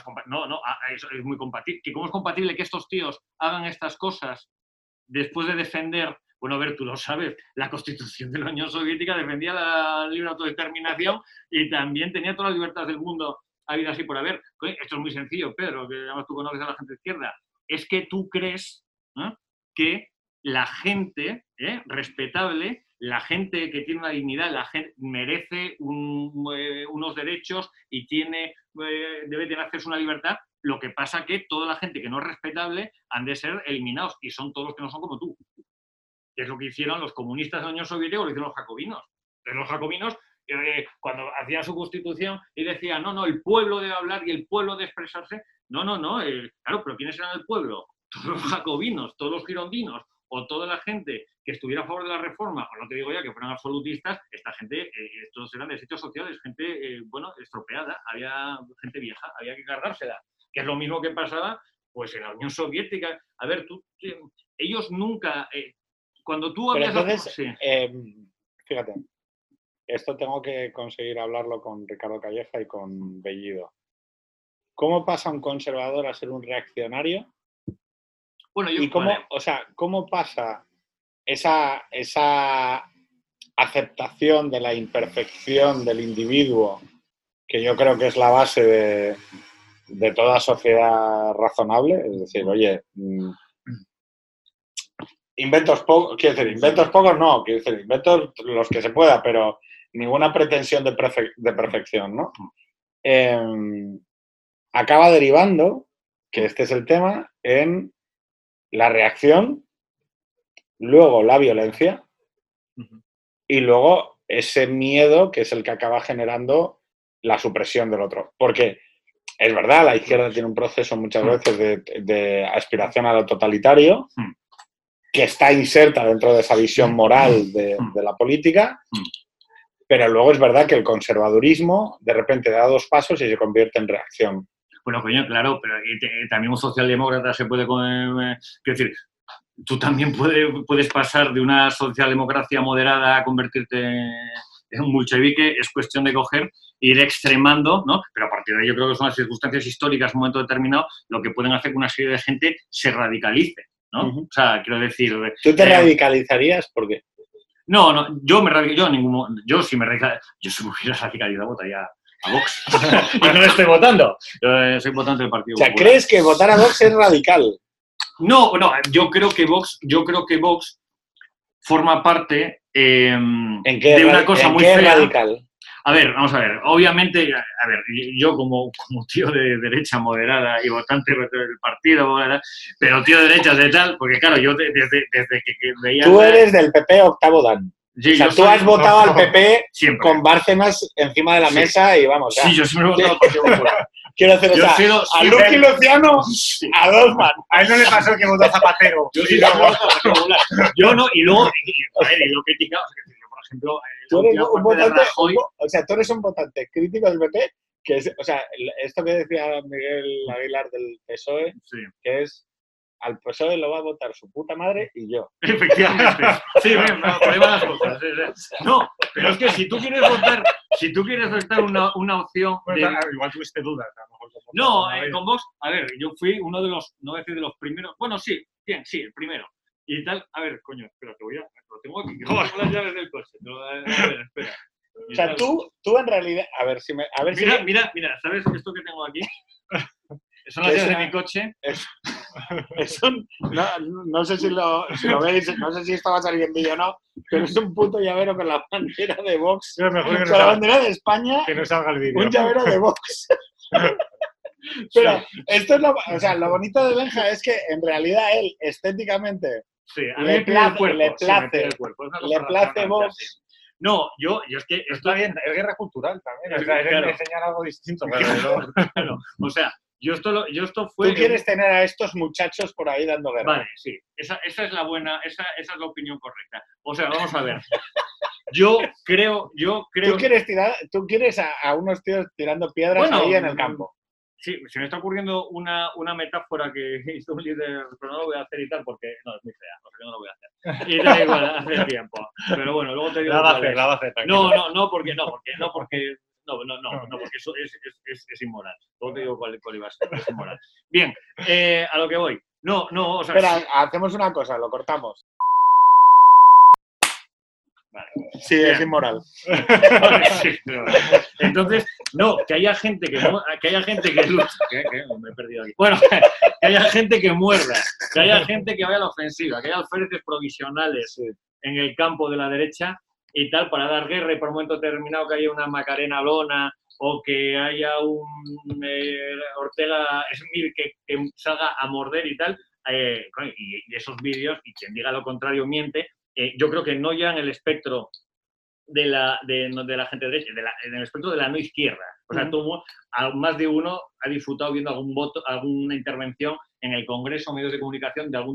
Eso es muy compatible. ¿Cómo es compatible que estos tíos hagan estas cosas después de defender? Bueno, a ver, tú lo sabes, la Constitución de la Unión Soviética defendía la libre autodeterminación y también tenía todas las libertades del mundo habido así por haber. Esto es muy sencillo, Pedro, que además tú conoces a la gente de izquierda. Es que tú crees que la gente respetable, la gente que tiene una dignidad, la gente merece unos derechos y debe tener acceso a una libertad. Lo que pasa que toda la gente que no es respetable han de ser eliminados y son todos los que no son como tú. Que es lo que hicieron los comunistas de la Unión Soviética o lo hicieron los jacobinos. Entonces los jacobinos cuando hacían su constitución y decían, no, el pueblo debe hablar y el pueblo debe expresarse. No, claro, pero ¿quiénes eran el pueblo? Todos los jacobinos, todos los girondinos o toda la gente que estuviera a favor de la reforma, o no te digo ya que fueran absolutistas, esta gente, estos eran de sitios sociales, gente, estropeada, había gente vieja, había que cargársela. Que es lo mismo que pasaba pues en la Unión Soviética. A ver, ellos nunca... cuando tú habías... Pero entonces, fíjate, esto tengo que conseguir hablarlo con Ricardo Calleja y con Bellido. ¿Cómo pasa un conservador a ser un reaccionario? Bueno, ¿cómo pasa esa aceptación de la imperfección del individuo, que yo creo que es la base de toda sociedad razonable? Es decir, oye... inventos pocos no, quiero decir, inventos los que se pueda, pero ninguna pretensión de perfección, ¿no? Acaba derivando, que este es el tema, en la reacción, luego la violencia y luego ese miedo que es el que acaba generando la supresión del otro. Porque es verdad, la izquierda tiene un proceso muchas veces de aspiración a lo totalitario, que está inserta dentro de esa visión moral de la política, pero luego es verdad que el conservadurismo de repente da 2 pasos y se convierte en reacción. Bueno, coño, claro, pero también un socialdemócrata se puede... quiero decir, tú también puedes pasar de una socialdemocracia moderada a convertirte en un bolchevique, es cuestión de coger, ir extremando, ¿no? Pero a partir de ahí yo creo que son las circunstancias históricas en un momento determinado lo que pueden hacer que una serie de gente se radicalice, ¿no? O sea, quiero decir... ¿Tú te radicalizarías? ¿Por qué? No, yo si me hubiera radicalizado, votaría a Vox. Y no le estoy votando. Yo soy votante del Partido Popular. O sea, ¿crees que votar a Vox es radical? No, yo creo que Vox forma parte ¿En de una cosa muy qué fea. radical? A ver, vamos a ver. Obviamente, yo como tío de derecha moderada y votante del partido, pero tío de derecha de tal, porque claro, yo desde que veía... Tú eres del PP octavo dan. Sí, o sea, tú has votado al PP siempre, con Bárcenas encima de la mesa y vamos. Sí, yo siempre he votado al Partido Popular. Quiero hacer a Lucky Luciano, a Dolman. A él no le pasó que votó a Zapatero. Yo no, y luego, y lo criticaba, por ejemplo, tú eres un votante, o sea, tú eres un votante crítico del PP, que es, o sea, esto que decía Miguel Aguilar del PSOE, que es al PSOE lo va a votar su puta madre y yo. Efectivamente. Sí, bueno, por ahí van las cosas. No, pero es que si tú quieres votar una opción... Bueno, igual tuviste dudas. A lo mejor no, con Vox, a ver, yo fui uno de los, no voy a decir de los primeros, bueno, sí, bien, sí, el primero. Y tal, a ver, coño, espera, lo tengo aquí, que no tengo las llaves del coche. A ver, espera. O sea, tú en realidad, a ver si... Mira, ¿sabes esto que tengo aquí? Son las llaves de mi coche. Eso, no sé si lo veis, no sé si esto va a salir en vídeo o no, pero es un puto llavero con la bandera de Vox. Pero mejor con la bandera de España. Que no salga el vídeo. Un llavero de Vox. Pero esto es lo bonito de Benja es que en realidad él estéticamente le place Vox. No, yo es que está bien, es guerra cultural también. O sea, es enseñar algo distinto. Claro. O sea, yo esto fue... Tú quieres tener a estos muchachos por ahí dando guerra. Vale, sí. Esa es la buena, esa es la opinión correcta. O sea, vamos a ver. Yo creo... Tú quieres a unos tíos tirando piedras ahí en el campo. Sí, se me está ocurriendo una metáfora que hizo un líder, pero no lo voy a hacer y tal, porque no, es muy fea, o sea que no lo voy a hacer. Y da igual, hace tiempo. Pero bueno, luego te digo... La va a hacer, tranquilo. No, porque eso es inmoral. Luego te digo cuál iba a ser, es inmoral. Bien, a lo que voy. No, o sea... Espera, hacemos una cosa, lo cortamos. Vale. Sí, bien. Es inmoral. Sí, entonces, no, que haya gente que lucha. Me he perdido aquí. Bueno, que haya gente que muerda, que haya gente que vaya a la ofensiva, que haya alféreces provisionales en el campo de la derecha y tal, para dar guerra y por un momento determinado que haya una Macarena Olona o que haya un Ortega Smith que salga a morder y tal, y esos vídeos, y quien diga lo contrario miente. Yo creo que no ya en el espectro de la gente derecha, en el espectro de la no izquierda. O sea, más de uno ha disfrutado viendo alguna intervención en el Congreso, medios de comunicación, de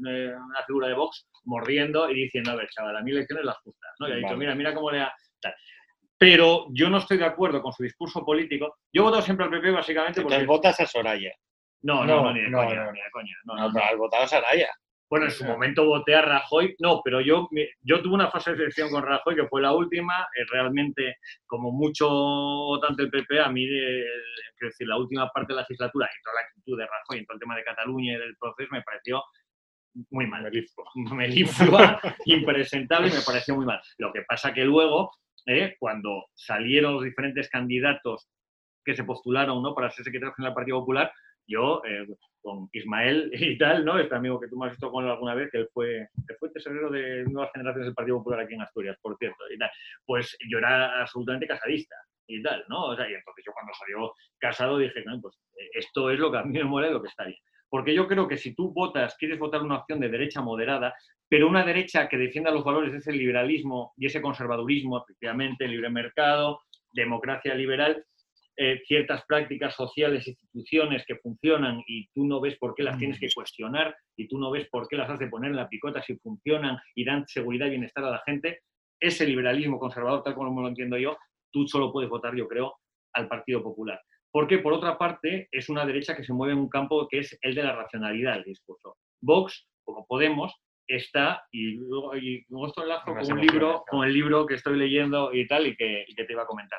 una figura de Vox mordiendo y diciendo, a ver, chaval, a mí elecciones las justas, ¿no? Y ha dicho, mira cómo le ha... Tal. Pero yo no estoy de acuerdo con su discurso político. Yo voto siempre al PP básicamente porque... Entonces votas a Soraya. No, ni de coña. No, pero has votado a Soraya. Bueno, en su momento voté a Rajoy, no, pero yo tuve una fase de selección con Rajoy que fue la última, realmente, como mucho votante del PP, a mí, quiero decir, la última parte de la legislatura y toda la actitud de Rajoy en todo el tema de Cataluña y del proceso me pareció muy mal. Meliflua, impresentable, me pareció muy mal. Lo que pasa que luego, cuando salieron los diferentes candidatos que se postularon, ¿no?, para ser secretario general del Partido Popular, yo, con Ismael y tal, ¿no? Este amigo que tú me has visto con él alguna vez, que él fue tesorero de Nuevas Generaciones del Partido Popular aquí en Asturias, por cierto, y tal. Pues yo era absolutamente casadista y tal, ¿no? O sea, y entonces yo cuando salió casado dije, no, pues esto es lo que a mí me mola y lo que está bien. Porque yo creo que si tú quieres votar una opción de derecha moderada, pero una derecha que defienda los valores de ese liberalismo y ese conservadurismo, efectivamente, libre mercado, democracia liberal, ciertas prácticas sociales, instituciones que funcionan y tú no ves por qué las tienes que cuestionar y tú no ves por qué las has de poner en la picota si funcionan y dan seguridad y bienestar a la gente, ese liberalismo conservador, tal como lo entiendo yo, tú solo puedes votar, yo creo, al Partido Popular. Porque, por otra parte, es una derecha que se mueve en un campo que es el de la racionalidad del discurso. Vox, como Podemos, está, y luego esto enlazo con el libro que estoy leyendo y tal, y que te iba a comentar.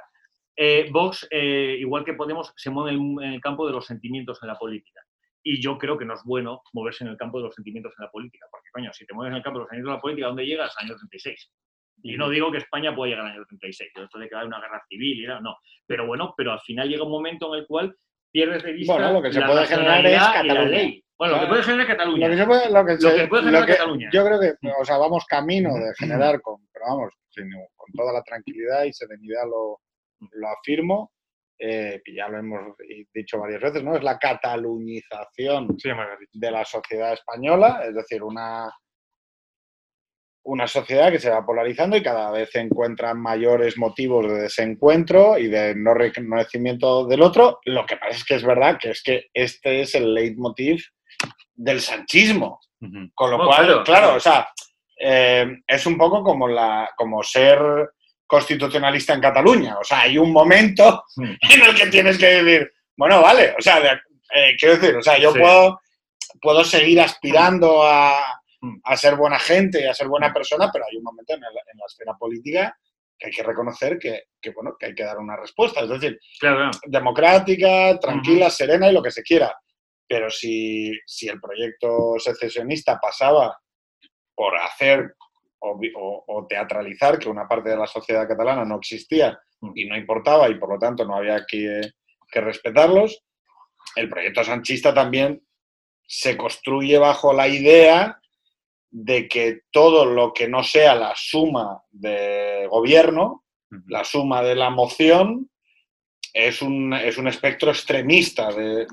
Vox, igual que Podemos, se mueve en el campo de los sentimientos en la política. Y yo creo que no es bueno moverse en el campo de los sentimientos en la política. Porque, coño, si te mueves en el campo de los sentimientos en la política, ¿a dónde llegas? Año 36. Y no digo que España pueda llegar al año 36. Esto de que haya una guerra civil y no. Pero bueno, al final llega un momento en el cual pierdes de vista lo que se puede generar es Cataluña. Bueno, lo que puede generar Cataluña. Lo que puede generar Cataluña. Yo creo que, o sea, vamos camino de generar con vamos, con toda la tranquilidad y serenidad lo afirmo, que ya lo hemos dicho varias veces, ¿no? Es la catalunización de la sociedad española, es decir, una sociedad que se va polarizando y cada vez encuentra mayores motivos de desencuentro y de no reconocimiento del otro. Lo que pasa es que es verdad que este es el leitmotiv del sanchismo. Con lo cual, claro, o sea, es un poco como ser constitucionalista en Cataluña. O sea, hay un momento en el que tienes que decir, bueno, vale, o sea, quiero decir, o sea, yo puedo seguir aspirando a ser buena gente y a ser buena persona, pero hay un momento en la esfera política que hay que reconocer que hay que dar una respuesta. Es decir, democrática, tranquila, serena y lo que se quiera. Pero si el proyecto secesionista pasaba por hacer o teatralizar que una parte de la sociedad catalana no existía y no importaba y por lo tanto no había que respetarlos, el proyecto sanchista también se construye bajo la idea de que todo lo que no sea la suma de gobierno, la suma de la moción, es un espectro extremista de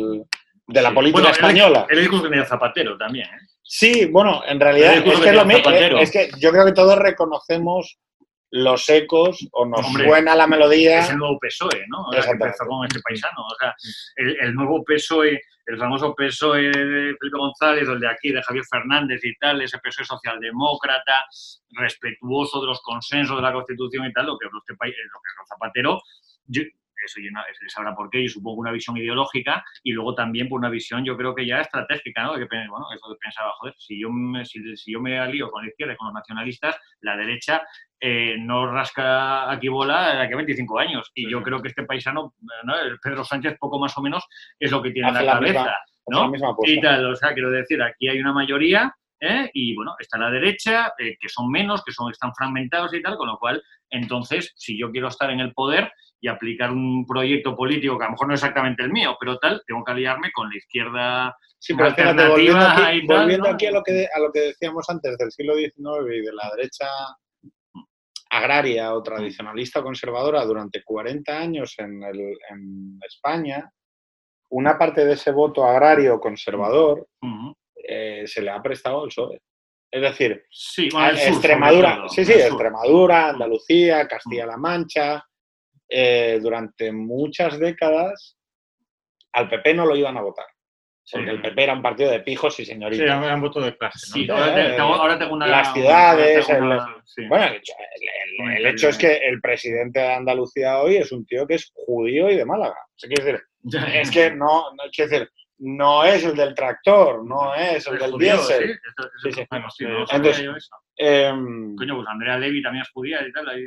la política española. El discurso que tenía Zapatero también, ¿eh? Sí, bueno, en realidad es lo mismo. Es que yo creo que todos reconocemos los ecos o nos suena la melodía. Es el nuevo PSOE, ¿no? Ahora que empezó con este paisano. O sea, el nuevo PSOE, el famoso PSOE de Felipe González, el de aquí, de Javier Fernández y tal, ese PSOE socialdemócrata, respetuoso de los consensos de la Constitución y tal, lo que es Zapatero. Eso se sabrá por qué, y supongo una visión ideológica y luego también por una visión, yo creo que ya estratégica, ¿no? Bueno, eso de pensar, joder, si yo me alío con la izquierda y con los nacionalistas, la derecha no rasca aquí bola de aquí a 25 años. Y yo creo que este paisano, ¿no? El Pedro Sánchez, poco más o menos, es lo que tiene en la cabeza, ¿no? Y tal, o sea, quiero decir, aquí hay una mayoría, y bueno, está la derecha, que son menos, están fragmentados y tal, con lo cual, entonces, si yo quiero estar en el poder y aplicar un proyecto político que a lo mejor no es exactamente el mío, pero tal, tengo que aliarme con la izquierda alternativa. Volviendo aquí a lo que decíamos antes del siglo XIX y de la derecha agraria o tradicionalista conservadora durante 40 años en España, una parte de ese voto agrario conservador se le ha prestado al PSOE. Es decir, Extremadura, Extremadura, Andalucía, Castilla-La Mancha, durante muchas décadas al PP no lo iban a votar. Porque el PP era un partido de pijos y señoritas. Sí, era un voto de clase, ¿no? Sí, ahora tengo una... Las ciudades... Bueno, el hecho es que el presidente de Andalucía hoy es un tío que es judío y de Málaga. Es que no es el del tractor, no es el del diésel. Entonces, coño, pues Andrea Levy también es judía y tal.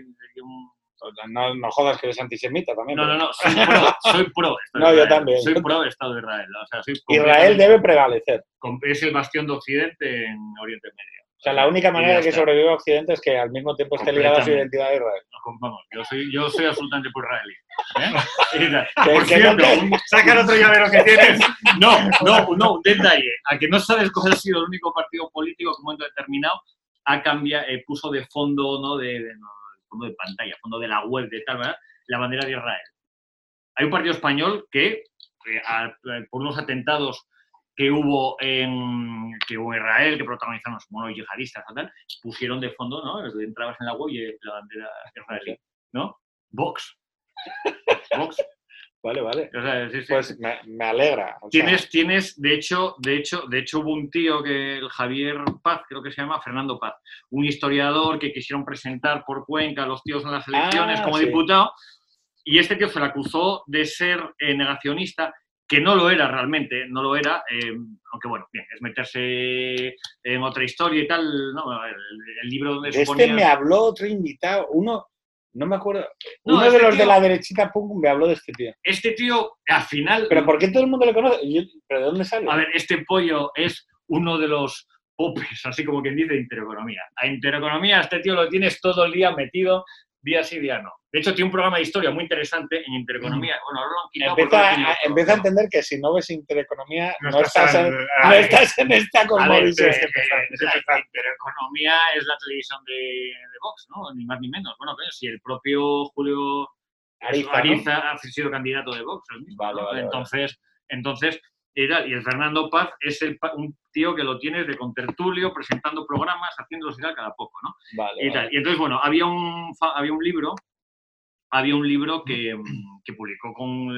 No jodas que eres antisemita también. No, soy pro. No, yo también. Soy pro Estado de Israel. O sea, Israel debe prevalecer. Es el bastión de Occidente en Oriente Medio. O sea, la única manera de que sobreviva Occidente es que al mismo tiempo esté ligada a su identidad de Israel. Vamos, yo soy absolutamente pro-israelí. Por cierto, sacar otro llavero que tienes. No, un detalle. A que no sabes cuál ha sido el único partido político que en un momento determinado puso de fondo, ¿no? Fondo de pantalla, fondo de la web, de tal, ¿verdad? La bandera de Israel. Hay un partido español que, por unos atentados que hubo en Israel, que protagonizaron los monos yihadistas, tal, pusieron de fondo, ¿no? Entrabas en la web y la bandera israelí, ¿no? Vox. Vale. O sea, sí. Pues me alegra. Tienes, de hecho, hubo un tío el Javier Paz, creo que se llama, Fernando Paz, un historiador que quisieron presentar por Cuenca a los tíos en las elecciones como diputado, y este tío se le acusó de ser negacionista, que no lo era realmente, aunque bueno, bien, es meterse en otra historia y tal, ¿no? El libro donde suponía... me habló otro invitado, no me acuerdo. Uno de los de la derechita punk me habló de este tío. Este tío, al final... ¿Pero por qué todo el mundo le conoce? ¿Pero de dónde sale? A ver, este pollo es uno de los popes, así como quien dice, Intereconomía. A Intereconomía, este tío lo tienes todo el día metido día sí, día no. De hecho, tiene un programa de historia muy interesante en Intereconomía. Bueno, ahora lo han quitado. Empieza a entender que si no ves Intereconomía, no estás en esta cosmovisión. Intereconomía es la televisión de Vox, ¿no? Ni más ni menos. Bueno, pero si el propio Julio Ariza, ¿no? Ha sido candidato de Vox, el mismo, ¿no? Entonces, y el Fernando Paz es un tío que lo tienes de contertulio, presentando programas, haciéndolos y tal cada poco, ¿no? Y entonces, bueno, había un libro que publicó con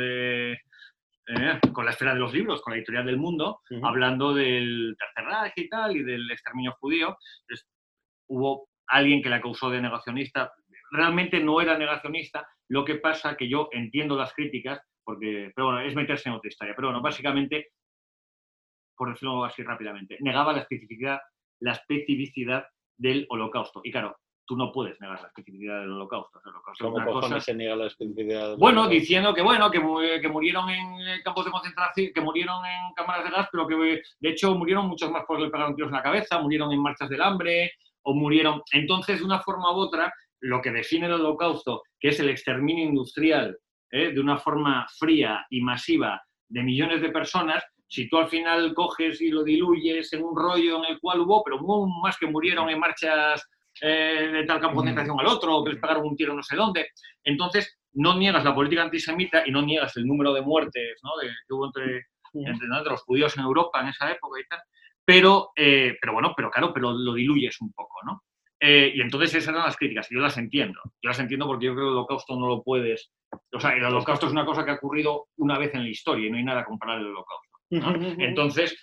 la Esfera de los Libros, con la Editorial del Mundo, hablando del Tercer Reich y tal, y del exterminio judío. Entonces, hubo alguien que la acusó de negacionista. Realmente no era negacionista, lo que pasa que yo entiendo las críticas, pero bueno, es meterse en otra historia. Pero bueno, básicamente, por decirlo así rápidamente, negaba la especificidad del Holocausto. Y claro, tú no puedes negar la especificidad del Holocausto. ¿Cómo cojones se niega la especificidad del Holocausto? Diciendo que murieron en campos de concentración, que murieron en cámaras de gas, pero que de hecho murieron muchos más porque le pegaron tiros en la cabeza, murieron en marchas del hambre, o murieron... Entonces, de una forma u otra, lo que define el Holocausto, que es el exterminio industrial, de una forma fría y masiva de millones de personas, si tú al final coges y lo diluyes en un rollo en el cual hubo más que murieron en marchas de tal campo de concentración al otro, o que les pegaron un tiro no sé dónde, entonces no niegas la política antisemita y no niegas el número de muertes, ¿no? que hubo entre los judíos en Europa en esa época y tal, pero lo diluyes un poco, ¿no? Y entonces esas eran las críticas, y yo las entiendo porque yo creo que el Holocausto no lo puedes... O sea, el Holocausto es una cosa que ha ocurrido una vez en la historia y no hay nada comparable al Holocausto, ¿no? Entonces,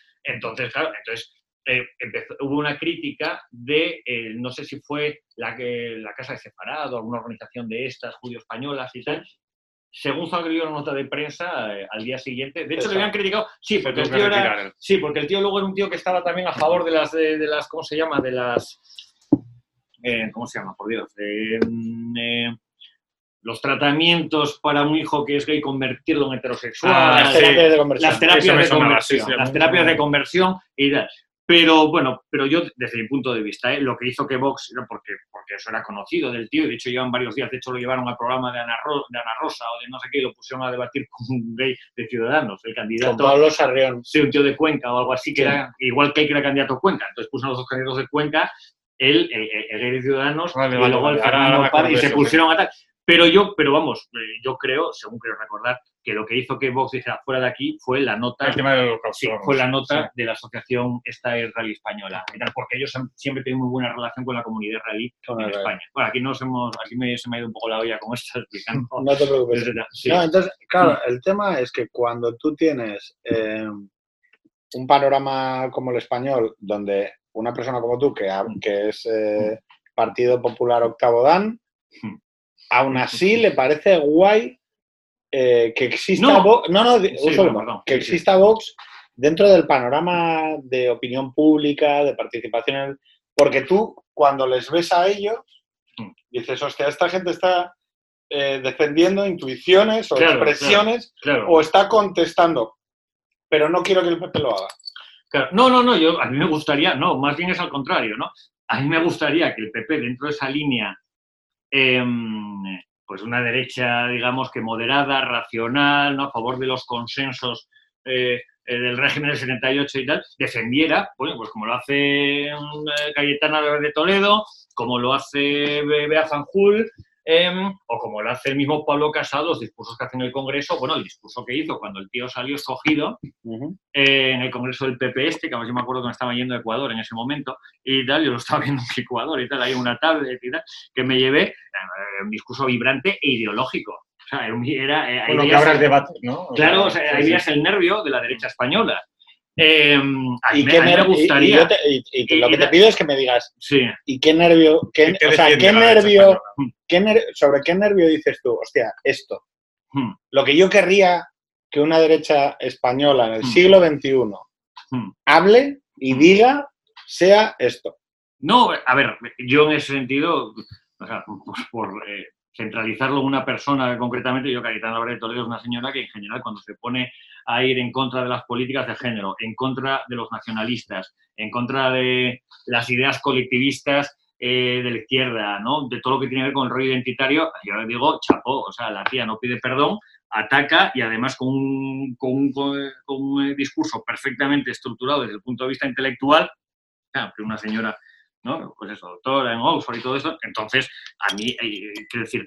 hubo una crítica de, no sé si fue la Casa de Sefarad o alguna organización de estas, judío-españolas y tal, según salió la nota de prensa al día siguiente. De hecho, le habían criticado, porque el tío luego era un tío que estaba también a favor de las ¿cómo se llama? ¿Cómo se llama? Por Dios. Los tratamientos para un hijo que es gay, convertirlo en heterosexual. Las terapias de conversión. Las terapias de conversión y tal. Pero yo, desde mi punto de vista, lo que hizo que Vox, porque eso era conocido del tío, y de hecho llevan varios días, de hecho lo llevaron al programa de Ana Rosa o de no sé qué, y lo pusieron a debatir con un gay de Ciudadanos, el candidato... Con Pablo Sarrión. Sí, un tío de Cuenca o algo así, que era igual que era candidato a Cuenca. Entonces puso a los dos candidatos de Cuenca, el gay de Ciudadanos, y luego el Fernando Paz, y se pusieron a tal... Pero yo creo, según creo recordar, que lo que hizo que Vox dijera fuera de aquí fue la nota... El tema del Holocausto. Sí, fue la nota de la asociación esta israelí española. Porque ellos siempre tienen muy buena relación con la comunidad israelí en España. Bueno, aquí se me ha ido un poco la olla con esto explicando. No te preocupes. Sí. No, entonces, claro, el tema es que cuando tú tienes un panorama como el español, donde una persona como tú, que es Partido Popular Octavo Dan, aún así le parece guay que exista Vox. Que exista Vox dentro del panorama de opinión pública, de participación. Porque tú, cuando les ves a ellos, dices, hostia, esta gente está defendiendo intuiciones o expresiones o está contestando, pero no quiero que el PP lo haga. Claro. No, a mí me gustaría, más bien es al contrario, ¿no? A mí me gustaría que el PP, dentro de esa línea, pues una derecha, digamos, que moderada, racional, ¿no? A favor de los consensos del régimen del 78 y tal, defendiera, pues como lo hace Cayetana de Toledo, como lo hace Bea Fanjul, o como lo hace el mismo Pablo Casado, los discursos que hace en el Congreso, el discurso que hizo cuando el tío salió escogido en el Congreso del PP que a ver si me acuerdo que me estaba yendo a Ecuador en ese momento, y tal, yo lo estaba viendo en Ecuador y tal, hay una tablet y tal, que me llevé, un discurso vibrante e ideológico. O sea, que habrá el debate, ¿no? Claro, o sea, ahí veías el nervio de la derecha española. A mí me gustaría. Lo que te pido es que me digas, ¿y qué nervio? ¿Sobre qué nervio dices tú? Hostia, esto. Lo que yo querría que una derecha española en el siglo XXI hable y diga sea esto. No, a ver, yo en ese sentido, o sea, por centralizarlo en una persona concretamente, yo, Cayetana de Toledo, es una señora que en general cuando se pone a ir en contra de las políticas de género, en contra de los nacionalistas, en contra de las ideas colectivistas, de la izquierda, ¿no? De todo lo que tiene que ver con el rollo identitario, yo le digo, chapó, o sea, la tía no pide perdón, ataca y además con un discurso perfectamente estructurado desde el punto de vista intelectual, claro, que una señora, ¿no? Pues eso, doctora en Oxford y todo eso, entonces, a mí, quiero decir,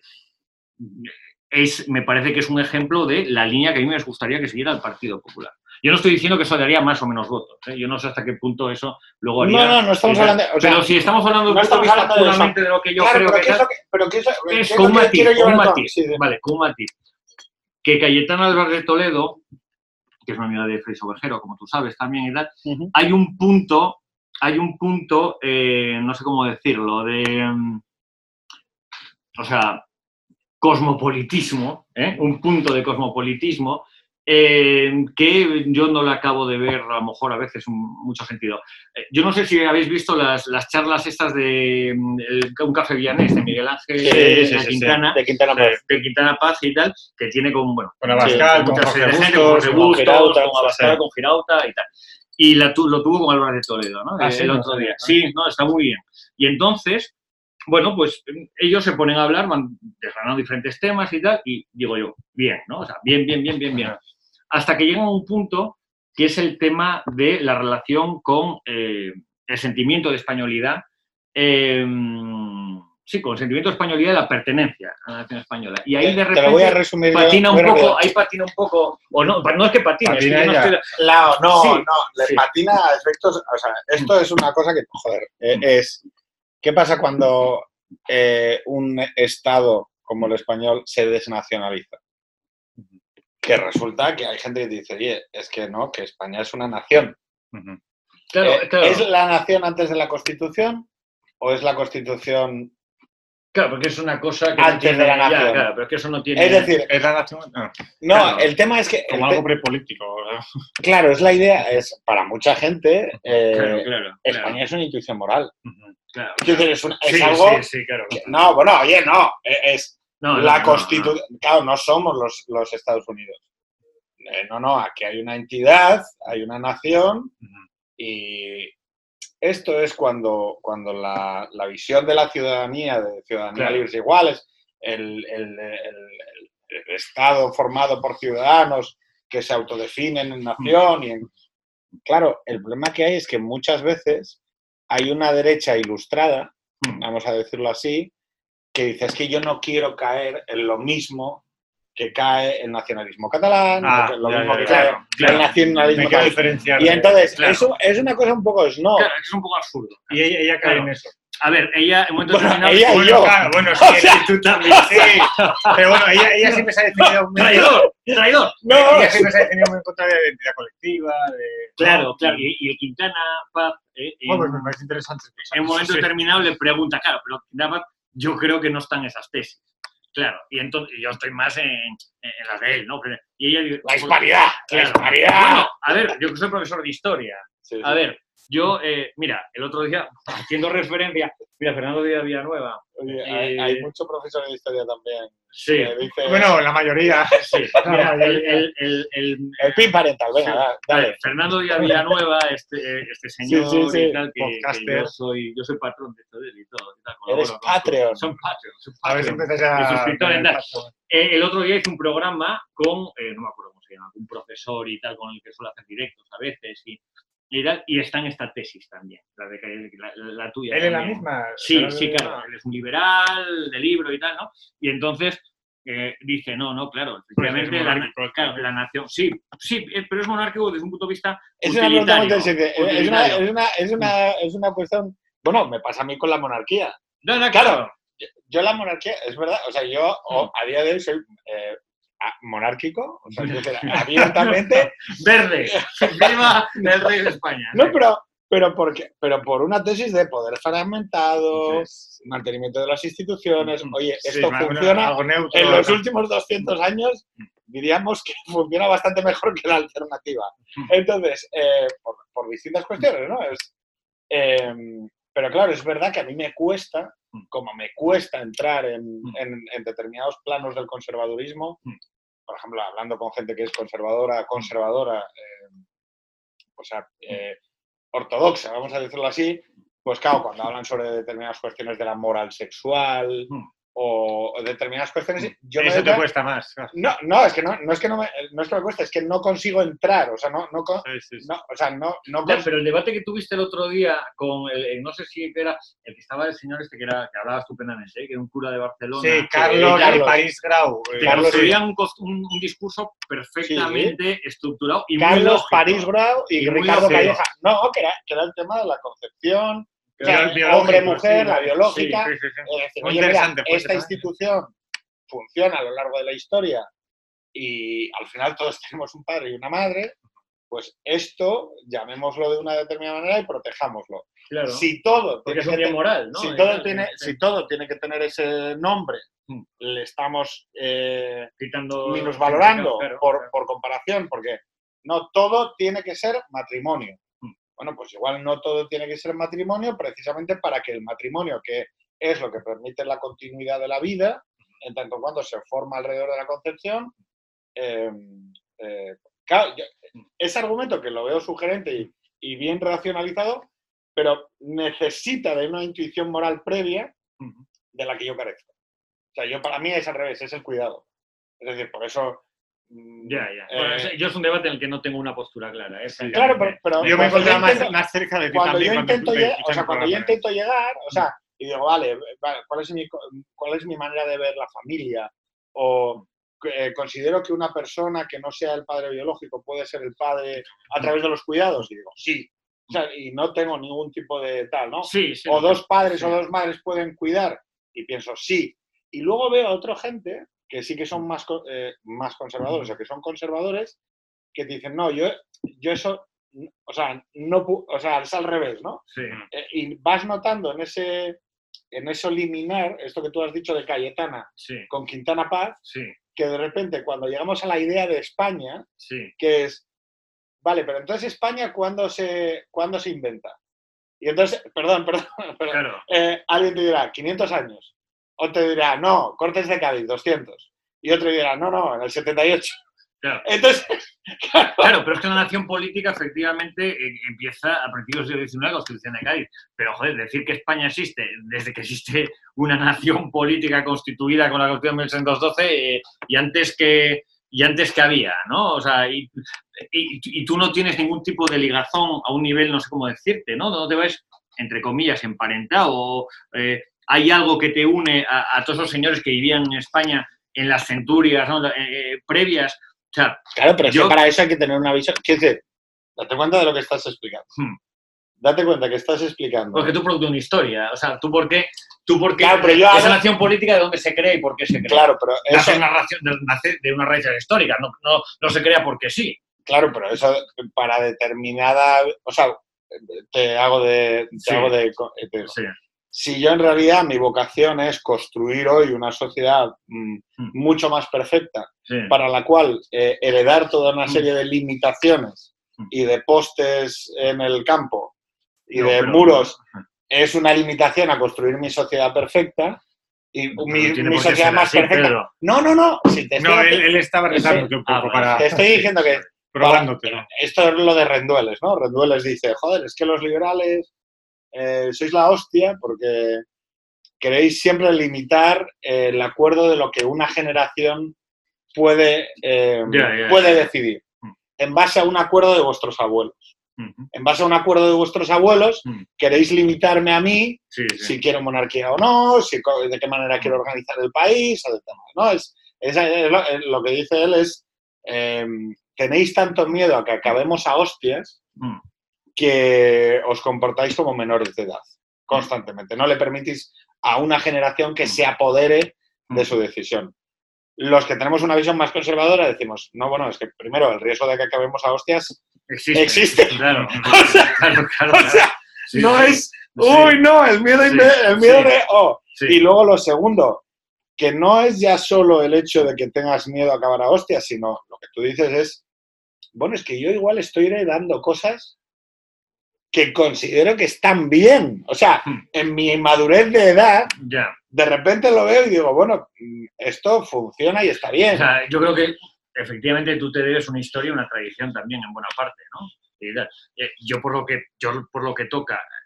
me parece que es un ejemplo de la línea que a mí me gustaría que siguiera el Partido Popular. Yo no estoy diciendo que eso daría más o menos votos, ¿eh? Yo no sé hasta qué punto eso luego haría... No estamos hablando... O sea, pero si estamos hablando no estamos hablando puramente de lo que yo creo que es con un matiz, vale, con un matiz. Que Cayetana Álvarez de Toledo, que es una amiga de Félix Ovejero, como tú sabes también y tal, hay un punto, no sé cómo decirlo, o sea, cosmopolitismo, un punto de cosmopolitismo que yo no le acabo de ver, a lo mejor a veces, mucho sentido. Yo no sé si habéis visto las charlas estas de Un café villanés de Miguel Ángel Quintana, de Quintana Paz y tal, que tiene con Abascal, con Jorge Bustos, con Abascal, con Girauta y tal. Y lo tuvo con Álvarez de Toledo, ¿no? El otro día. Sí, no, está muy bien. Y entonces, bueno, pues ellos se ponen a hablar, van desgranando diferentes temas y tal, y digo yo, bien, ¿no? O sea, bien. Hasta que llegan a un punto que es el tema de la relación con el sentimiento de españolidad, sí, con el sentimiento de españolidad y la pertenencia a la nación española. Y ahí de repente te lo voy a resumir patina un poco, o no es que patine, es que yo no estoy... le patina a efectos, o sea, esto es una cosa que, joder, ¿qué pasa cuando un Estado como el español se desnacionaliza? Que resulta que hay gente que dice, oye, es que no, que España es una nación. Claro. ¿Es la nación antes de la Constitución o es la Constitución? Claro, porque es una cosa que antes de la nación. Ya, claro, pero es que eso no tiene... Es decir, ¿es la nación? No, claro, el tema es que... Como algo prepolítico. Claro, es la idea, es para mucha gente, claro. España es una intuición moral. Claro. Es algo... Sí, claro. No, bueno, oye, no, es... la Constitución... No. Claro, no somos los Estados Unidos. No, aquí hay una entidad, hay una nación y esto es cuando la visión de la ciudadanía, de ciudadanía libres e iguales, el Estado formado por ciudadanos que se autodefinen en nación y Claro, el problema que hay es que muchas veces hay una derecha ilustrada, vamos a decirlo así, que dice, es que yo no quiero caer en lo mismo que cae el nacionalismo catalán, lo mismo que cae el nacionalismo catalán. Y entonces, eso es una cosa un poco snob. Claro, es un poco absurdo. Y ella cae en eso. A ver, ella en un momento determinado... Ella y yo. Claro, bueno, sí, tú también, sí. Pero bueno, ella siempre se ha definido... ¡Traidor! No, ella siempre se ha definido muy en contra de la identidad colectiva, Claro. Y el Quintana Paz... pues me parece interesante. En un momento determinado le pregunta, claro, pero Quintana Paz, yo creo que no están esas tesis. Claro, y entonces yo estoy más en las de él, ¿no? Y ella dice... La hispanidad, claro. La hispanidad. Bueno, a ver, yo que soy profesor de historia. Sí. A ver, yo, mira, el otro día, haciendo referencia, mira, Fernando Díaz Villanueva. Oye, hay mucho profesor de historia también. Sí. Dice, bueno, la mayoría. Sí. Mira, el PIN parental, venga, dale. Fernando Díaz Villanueva, este señor y tal, que yo soy patrón de todo él y todo. Y tal, eres Patreon. Son Patreon. A ver si empiezas a... El otro día hice un programa con, no me acuerdo cómo se llama, un profesor y tal, con el que suelo hacer directos a veces y está en esta tesis también, la tuya. ¿Él es la misma? Sí, claro. Él es un liberal de libro y tal, ¿no? Y entonces dice, no, claro, efectivamente, la nación... Sí, pero es monárquico desde un punto de vista utilitario. Es una cuestión... Bueno, me pasa a mí con la monarquía. No, claro. Yo la monarquía, es verdad, o sea, yo a día de hoy soy... monárquico, o sea, abiertamente verde, viva el rey de España. No, pero por una tesis de poder fragmentado, mantenimiento de las instituciones. Oye, esto funciona en los últimos 200 años, diríamos que funciona bastante mejor que la alternativa. Entonces, por distintas cuestiones, ¿no? Pero claro, es verdad que a mí me cuesta, como me cuesta entrar en determinados planos del conservadurismo, por ejemplo, hablando con gente que es conservadora, o sea, ortodoxa, vamos a decirlo así, pues claro, cuando hablan sobre determinadas cuestiones de la moral sexual o determinadas cuestiones, yo eso te cuesta más. No, es que no es que me cueste, es que no consigo entrar, o sea, no, o sea, no pero el debate que tuviste el otro día con no sé si era el que estaba el señor este que hablaba estupendamente, que era un cura de Barcelona. Sí, Carlos París Grau. Que construía un discurso perfectamente estructurado y Carlos muy lógico. París Grau y Ricardo Calleja. No, que era el tema de la concepción. O sea, hombre-mujer, la biológica. Sí. Es decir, muy oye, interesante. Mira, esta institución funciona a lo largo de la historia y al final todos tenemos un padre y una madre, pues esto llamémoslo de una determinada manera y protejámoslo. Claro. Si todo porque es un bien moral, ¿no? Si todo tiene que tener ese nombre, le estamos minusvalorando por comparación, porque no todo tiene que ser matrimonio. Bueno, pues igual no todo tiene que ser matrimonio precisamente para que el matrimonio, que es lo que permite la continuidad de la vida, en tanto cuanto se forma alrededor de la concepción, claro, ese argumento que lo veo sugerente y bien racionalizado, pero necesita de una intuición moral previa de la que yo carezco. O sea, para mí es al revés, es el cuidado. Es decir, por eso... Ya. Bueno, yo es un debate en el que no tengo una postura clara. Claro, pero yo me encuentro más cerca de ti también. Cuando yo intento llegar, o sea, y digo, vale, ¿cuál es mi manera de ver la familia? O considero que una persona que no sea el padre biológico puede ser el padre a través de los cuidados. Y digo, sí. O sea, y no tengo ningún tipo de tal, ¿no? Sí, o dos padres o dos madres pueden cuidar. Y pienso, sí. Y luego veo a otra gente que sí que son más conservadores o que son conservadores, que te dicen, no, yo eso, o sea, es al revés, ¿no? Sí. Y vas notando en eso liminar, esto que tú has dicho de Cayetana con Quintana Paz, que de repente cuando llegamos a la idea de España, que es, vale, pero entonces España, ¿cuándo se inventa? Y entonces, perdón, claro. Alguien te dirá, 500 años. Otro dirá, no, Cortes de Cádiz, 200. Y otro dirá, no, en el 78. Claro. Entonces, claro, pero es que la nación política efectivamente empieza a principios del XIX la Constitución de Cádiz. Pero, joder, decir que España existe desde que existe una nación política constituida con la Constitución de 1612 y antes que había, ¿no? O sea, y tú no tienes ningún tipo de ligazón a un nivel, no sé cómo decirte, ¿no? No te ves, entre comillas, emparentado. Hay algo que te une a todos esos señores que vivían en España en las centurias, ¿no? Previas. O sea, claro, pero es que para eso hay que tener una visión. Quiero decir, date cuenta de lo que estás explicando. Date cuenta que estás explicando. Porque tú producto una historia. O sea, ¿tú por qué? Claro, pero esa nación política, ¿de dónde se crea y por qué se crea? Claro, pero eso... Nace de una raíz histórica, no se crea porque sí. Claro, pero eso para determinada... O sea, te hago de... Sí. Si yo en realidad mi vocación es construir hoy una sociedad mucho más perfecta, para la cual heredar toda una serie de limitaciones y de postes en el campo y muros es una limitación a construir mi sociedad perfecta y mi sociedad más perfecta. Pedro. No. Si él estaba rezando un poco para... Te estoy diciendo que... Probándote, ¿no? Esto es lo de Rendueles, ¿no? Rendueles dice, joder, es que los liberales... sois la hostia porque queréis siempre limitar el acuerdo de lo que una generación puede decidir en base a un acuerdo de vuestros abuelos. En base a un acuerdo de vuestros abuelos, queréis limitarme a mí si quiero monarquía o no, de qué manera quiero organizar el país, ¿no? Lo que dice él es tenéis tanto miedo a que acabemos a hostias que os comportáis como menores de edad, constantemente. No le permitís a una generación que se apodere de su decisión. Los que tenemos una visión más conservadora decimos, no, bueno, es que primero el riesgo de que acabemos a hostias existe. Claro. O sea, no es, no, el miedo de, Y luego lo segundo, que no es ya solo el hecho de que tengas miedo a acabar a hostias, sino lo que tú dices es, bueno, es que yo igual estoy heredando cosas que considero que están bien. O sea, en mi madurez de edad, de repente lo veo y digo, bueno, esto funciona y está bien. O sea, yo creo que efectivamente tú te debes una historia y una tradición también en buena parte, ¿no? Yo por lo que toca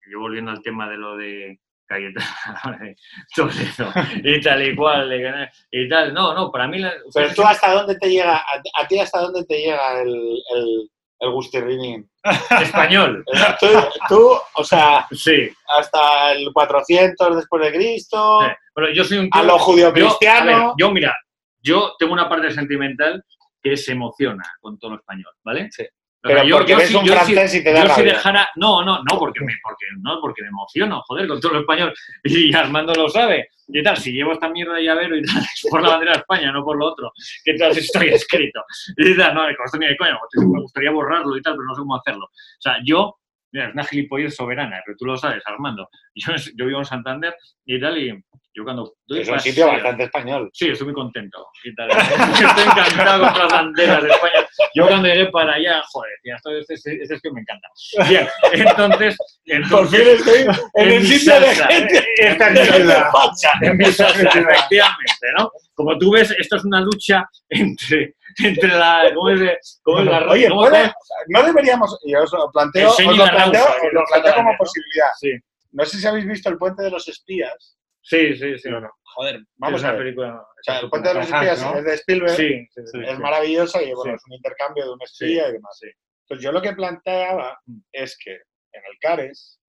yo volviendo al tema de lo de Cayetano, todo eso, y tal y cual, y tal, no, para mí... Pero tú, ¿hasta dónde te llega, a ti hasta dónde te llega el Gustirrinín? Español. Tú, o sea, sí. Hasta el 400 después de Cristo, pero yo soy un tío, a lo judio-cristiano... Yo tengo una parte sentimental que se emociona con todo lo español, ¿vale? Sí. Pero porque eres un francés y te da rabia. No, porque me emociono, joder, con todo lo español. Y Armando lo sabe. Y tal, si llevo esta mierda de llavero y tal, es por la bandera de España, no por lo otro. Que tal, estoy escrito. Y tal, no, con esto ni de coña, me gustaría borrarlo y tal, pero no sé cómo hacerlo. O sea, mira, es una gilipollez soberana, pero tú lo sabes, Armando. Yo vivo en Santander y tal, y yo cuando... Es un sitio bastante español. Sí, estoy muy contento. Y tal. Estoy encantado con las banderas de España. Yo cuando llegué para allá, joder, este sitio me encanta. Bien, entonces por fin estoy en el sitio de gente. En mi salsa, efectivamente, ¿no? Como tú ves, esto es una lucha entre la... ¿Cómo es la Oye, no deberíamos... Yo os lo planteo como posibilidad. Sí. No sé si habéis visto El puente de los espías. Sí. No. Joder, vamos a ver. Película, o sea, El puente de los espías, ¿no? Es de Spielberg. Sí, es maravillosa y bueno, es un intercambio de un espía y demás. Sí. Entonces yo lo que planteaba es que en el CARES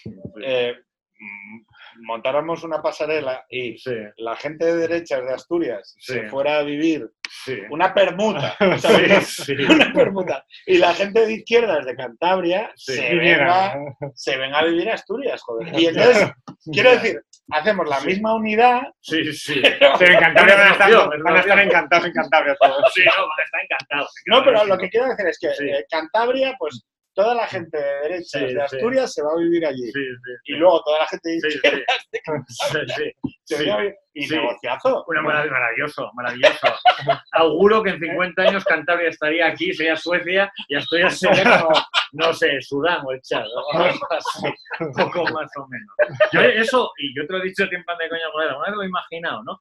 montáramos una pasarela y la gente de derechas de Asturias se fuera a vivir una permuta, una permuta, y la gente de izquierdas de Cantabria se venga a vivir a Asturias, joder. Y entonces, quiero decir, hacemos la misma unidad. Pero en Cantabria van a estar encantados en Cantabria todos. Sí, no, van a estar encantados. No, pero lo que quiero decir es que Cantabria, pues, toda la gente de derechas de Asturias se va a vivir allí. Y luego toda la gente de izquierdas de Cantabria se viene a vivir. Y negociazo. Maravilloso. Auguro que en 50 años Cantabria estaría aquí, sería Suecia, y Asturias sería como, no sé, Sudán o el Chad, un poco más o menos. Yo te lo he dicho tiempo de coña, una vez lo he imaginado, ¿no?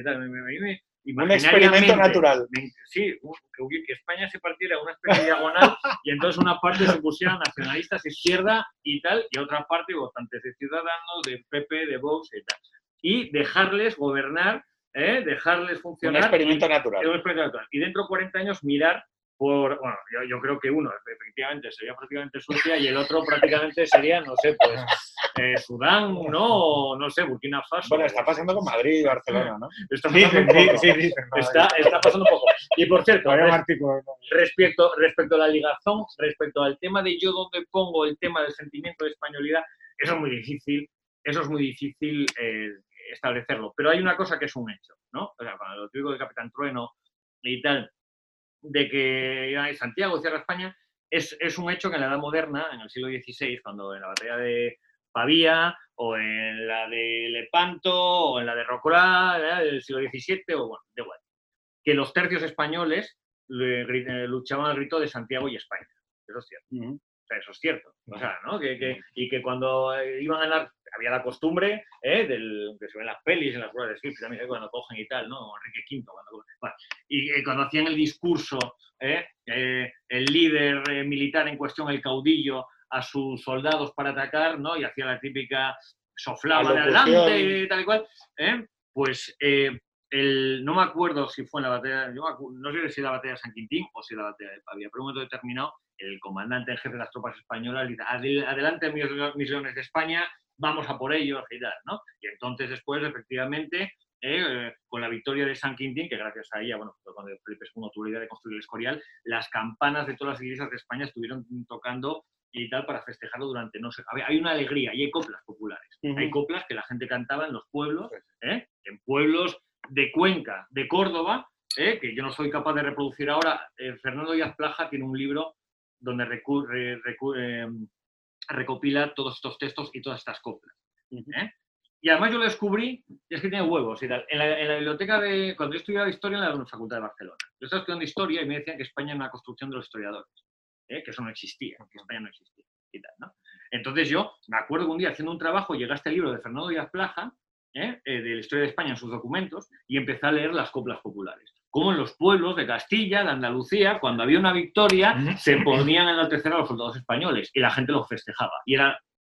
Un experimento natural. Que España se partiera una especie de diagonal y entonces una parte se pusieran nacionalistas, izquierda y tal, y otra parte votantes de Ciudadanos, de PP, de Vox y tal. Y dejarles gobernar, dejarles funcionar. Un experimento natural. Y dentro de 40 años mirar por... Bueno, yo creo que uno efectivamente sería prácticamente Suecia y el otro prácticamente sería, no sé, pues Sudán, ¿no? O, no sé, Burkina Faso. Bueno, está pasando con Madrid y Barcelona, ¿no? Está pasando un poco. Y por cierto, respecto a la ligazón, respecto al tema de yo dónde pongo el tema del sentimiento de españolidad, eso es muy difícil establecerlo. Pero hay una cosa que es un hecho, ¿no? O sea, cuando lo digo de Capitán Trueno y tal, de que Santiago cierra España, es un hecho que en la Edad Moderna, en el siglo XVI, cuando en la batalla de Pavía, o en la de Lepanto, o en la de Rocorá, del siglo XVII, o bueno, de igual, que los tercios españoles luchaban al grito de Santiago y España. Eso es cierto. O sea, eso es cierto. O sea, ¿no? Y que cuando iban a ganar, había la costumbre que se ven en las pelis, en las ruedas de Shakespeare, también cuando cogen y tal, ¿no? Enrique V. Y cuando hacían el discurso, el líder militar en cuestión, el caudillo, a sus soldados para atacar, ¿no? Y hacía la típica soflama de adelante y tal y cual, pues no me acuerdo si fue en la batalla, no sé si la batalla de San Quintín o si la batalla de Pavía, pero en un momento determinado el comandante en jefe de las tropas españolas dice: adelante mis leones de España, vamos a por ellos y tal, ¿no? Y entonces después, efectivamente, con la victoria de San Quintín, que gracias a ella, bueno, cuando Felipe II tuvo la idea de construir el Escorial, las campanas de todas las iglesias de España estuvieron tocando y tal para festejarlo durante, no sé, hay una alegría y hay coplas populares. Hay coplas que la gente cantaba en los pueblos, en pueblos de Cuenca, de Córdoba, que yo no soy capaz de reproducir ahora. Fernando Díaz Plaja tiene un libro donde recopila todos estos textos y todas estas coplas. Y además yo lo descubrí, y es que tiene huevos y tal. En la biblioteca cuando yo estudiaba Historia en la Facultad de Barcelona. Yo estaba estudiando Historia y me decían que España era una construcción de los historiadores, que eso no existía, que España no existía y tal, ¿no? Entonces yo me acuerdo que un día haciendo un trabajo llegué a este libro de Fernando Díaz Plaja, de la historia de España en sus documentos, y empecé a leer las coplas populares. Como en los pueblos de Castilla, de Andalucía, cuando había una victoria, se ponían en la tercera a los soldados españoles y la gente los festejaba. Y era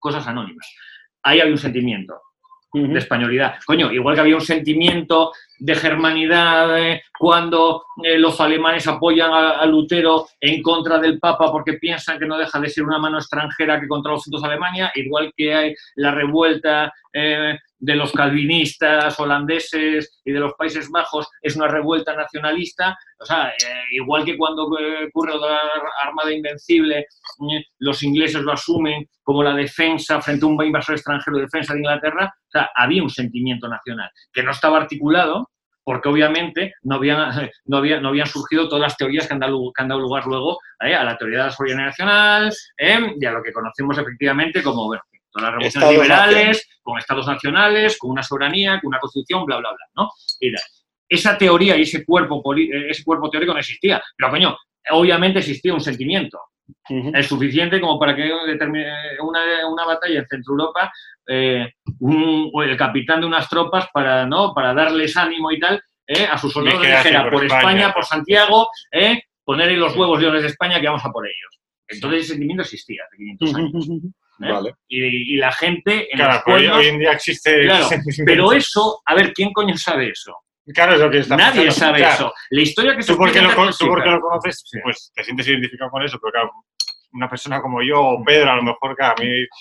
cosas anónimas. Ahí había un sentimiento de españolidad. Coño, igual que había un sentimiento de germanidad cuando los alemanes apoyan a Lutero en contra del Papa porque piensan que no deja de ser una mano extranjera que controla los asuntos de Alemania, igual que hay la revuelta de los calvinistas holandeses y de los Países Bajos, es una revuelta nacionalista. O sea, igual que cuando ocurre la Armada Invencible, los ingleses lo asumen como la defensa frente a un invasor extranjero, defensa de Inglaterra. O sea, había un sentimiento nacional que no estaba articulado porque obviamente no habían surgido todas las teorías que han dado lugar luego a la teoría de la soberanía nacional y a lo que conocemos efectivamente como, bueno, todas las revoluciones Estados liberales, nacionales. con estados nacionales, con una soberanía, con una constitución, bla, bla, bla, ¿no? Mira, esa teoría y ese cuerpo teórico no existía, pero coño, obviamente existía un sentimiento. Es suficiente como para que una batalla en Centro Europa, el capitán de unas tropas para darles ánimo y tal, a sus soldados dijera por España, por Santiago, poner en los huevos leones de España que vamos a por ellos. Entonces ese sentimiento existía hace 500 años. Vale. Y la gente en Claro, los pueblos, hoy en día existe... Claro, pero eso, a ver, ¿quién coño sabe eso? Claro, es lo que está Nadie pasando. sabe Claro. eso. La historia que se Tú porque explica- lo conoces, pues te sientes identificado con eso, pero claro, una persona como yo o Pedro, a lo mejor, claro, a mí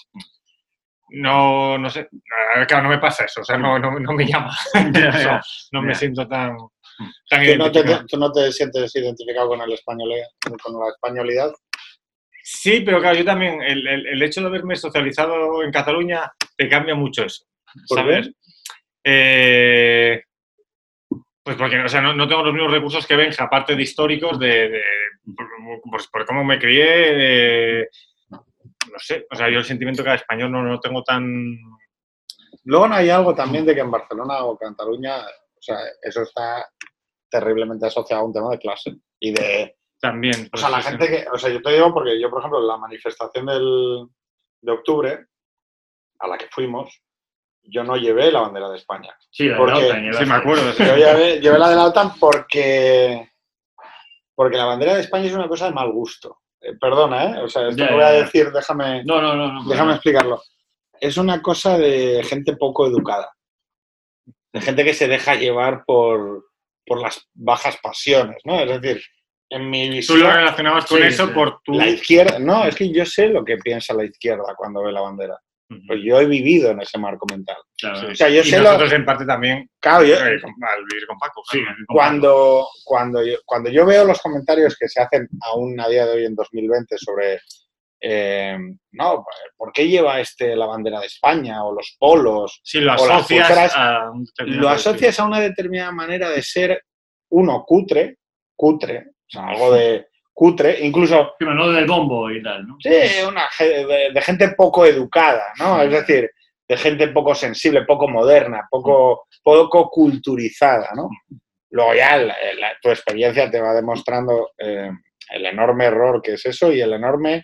no sé, claro, no me pasa eso, o sea, no me llama. Ya. No me siento tan ¿Tú identificado. no te sientes identificado con el con la españolidad? Sí, pero claro, yo también, el hecho de haberme socializado en Cataluña te cambia mucho eso, ¿sabes? Pues porque, o sea, no tengo los mismos recursos que Benja, aparte de históricos, por cómo me crié, no sé, o sea, yo el sentimiento que era español no lo tengo tan... Luego no hay algo también de que en Barcelona o Cataluña, o sea, eso está terriblemente asociado a un tema de clase y de... También. O sea, la gente que... O sea, yo te digo porque yo, por ejemplo, la manifestación de octubre a la que fuimos, yo no llevé la bandera de España. Sí, la Porque- de la OTAN, Sí, me acuerdo. Yo llevé la de la OTAN porque la bandera de España es una cosa de mal gusto. Perdona, ¿eh? O sea, esto Ya, que voy a ya. decir, déjame No. explicarlo. Es una cosa de gente poco educada. De gente que se deja llevar por las bajas pasiones, ¿no? Es decir, en mi Tú visión... lo relacionabas con Sí, eso sí. por tu... La izquierda... No, es que yo sé lo que piensa la izquierda cuando ve la bandera. Ujú. Pues yo he vivido en ese marco mental. Claro. O sea, yo y sé nosotros en parte también, Claro, yo- al vivir con Paco. Sí. Claro, cuando yo veo los comentarios que se hacen aún a día de hoy en 2020 sobre no, ¿por qué lleva la bandera de España o los polos? sí, lo o las asocias pulseras, a un determinado lo asocias a una determinada manera de ser uno cutre, o sea, algo de cutre, incluso Sí, pero no del bombo y tal, ¿no? sí, de gente poco educada, ¿no? Es decir, de gente poco sensible, poco moderna, poco culturizada, ¿no? Luego ya tu experiencia te va demostrando el enorme error que es eso y el enorme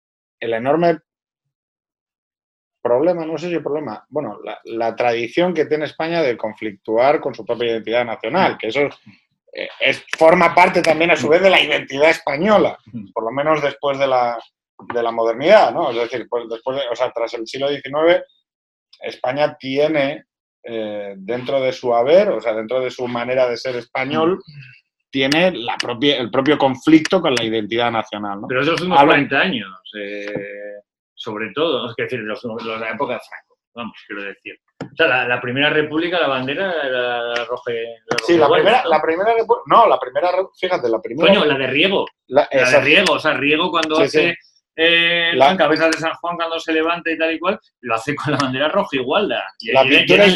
problema, no sé si problema, bueno, la tradición que tiene España de conflictuar con su propia identidad nacional, que eso forma parte también a su vez de la identidad española, por lo menos después de la modernidad, ¿no? Es decir, pues tras el siglo XIX, España tiene dentro de su haber, o sea, dentro de su manera de ser español, tiene el propio conflicto con la identidad nacional, ¿no? Pero esos son unos 40 años, sobre todo, es decir, los de la época de Franco, vamos, quiero decir. O sea, la primera república, la bandera era roja. Sí, la primera república, no, la primera, fíjate, la primera... Coño, la de Riego. La de Riego, o sea, Riego cuando hace... en Cabezas de San Juan, cuando se levanta y tal y cual, lo hace con la bandera roja igualdad. La pintura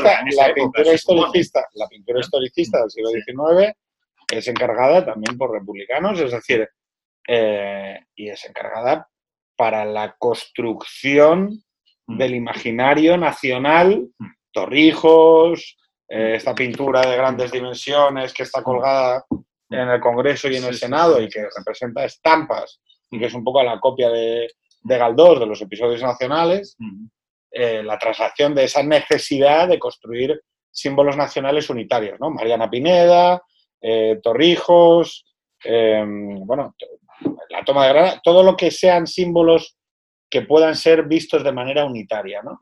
historicista del siglo XIX es encargada también por republicanos, es decir, y es encargada para la construcción del imaginario nacional, Torrijos, esta pintura de grandes dimensiones que está colgada en el Congreso y en el Senado y que representa estampas y que es un poco la copia de Galdós de los episodios nacionales, la traslación de esa necesidad de construir símbolos nacionales unitarios, ¿no? Mariana Pineda, Torrijos, bueno, la toma de Granada, todo lo que sean símbolos que puedan ser vistos de manera unitaria, ¿no?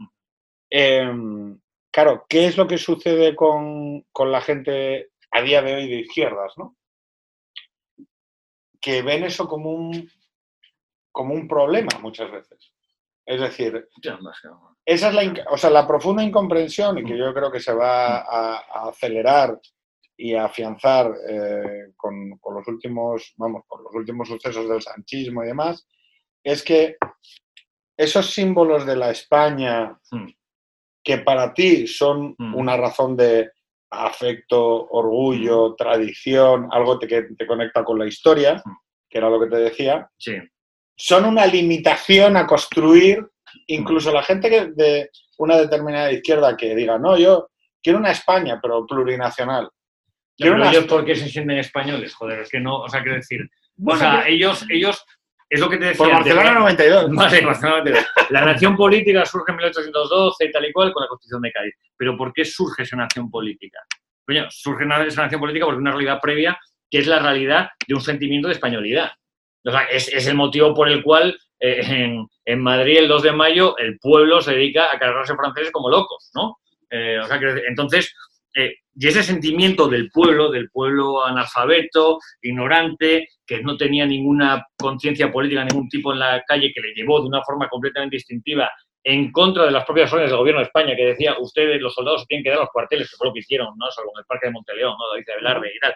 Claro, ¿qué es lo que sucede con la gente a día de hoy de izquierdas, ¿no? Que ven eso como un problema muchas veces. Es decir, esa es la profunda incomprensión, y que yo creo que se va a acelerar y a afianzar con los últimos sucesos del sanchismo y demás, es que esos símbolos de la España que para ti son una razón de afecto, orgullo, tradición, algo que te conecta con la historia, que era lo que te decía, son una limitación a construir. Incluso la gente de una determinada izquierda que diga, no, yo quiero una España, pero plurinacional. Pero ellos, ¿por qué se sienten españoles? Joder, es que no, o sea, quiero decir, bueno, o sea, ellos, es lo que te decía. Por Barcelona 92. Vale, Barcelona 92. La nación política surge en 1812 y tal y cual con la Constitución de Cádiz. Pero ¿por qué surge esa nación política? Coño, surge esa nación política porque es una realidad previa que es la realidad de un sentimiento de españolidad. O sea, es el motivo por el cual en Madrid, el 2 de mayo, el pueblo se dedica a cargarse franceses como locos, ¿no? O sea, entonces, y ese sentimiento del pueblo analfabeto, ignorante, que no tenía ninguna conciencia política, ningún tipo en la calle, que le llevó de una forma completamente distintiva en contra de las propias órdenes del gobierno de España, que decía, ustedes, los soldados, se tienen que dar a los cuarteles, que fue lo que hicieron, ¿no? Salvo en el Parque de Monteleón, ¿no? David de Velarde y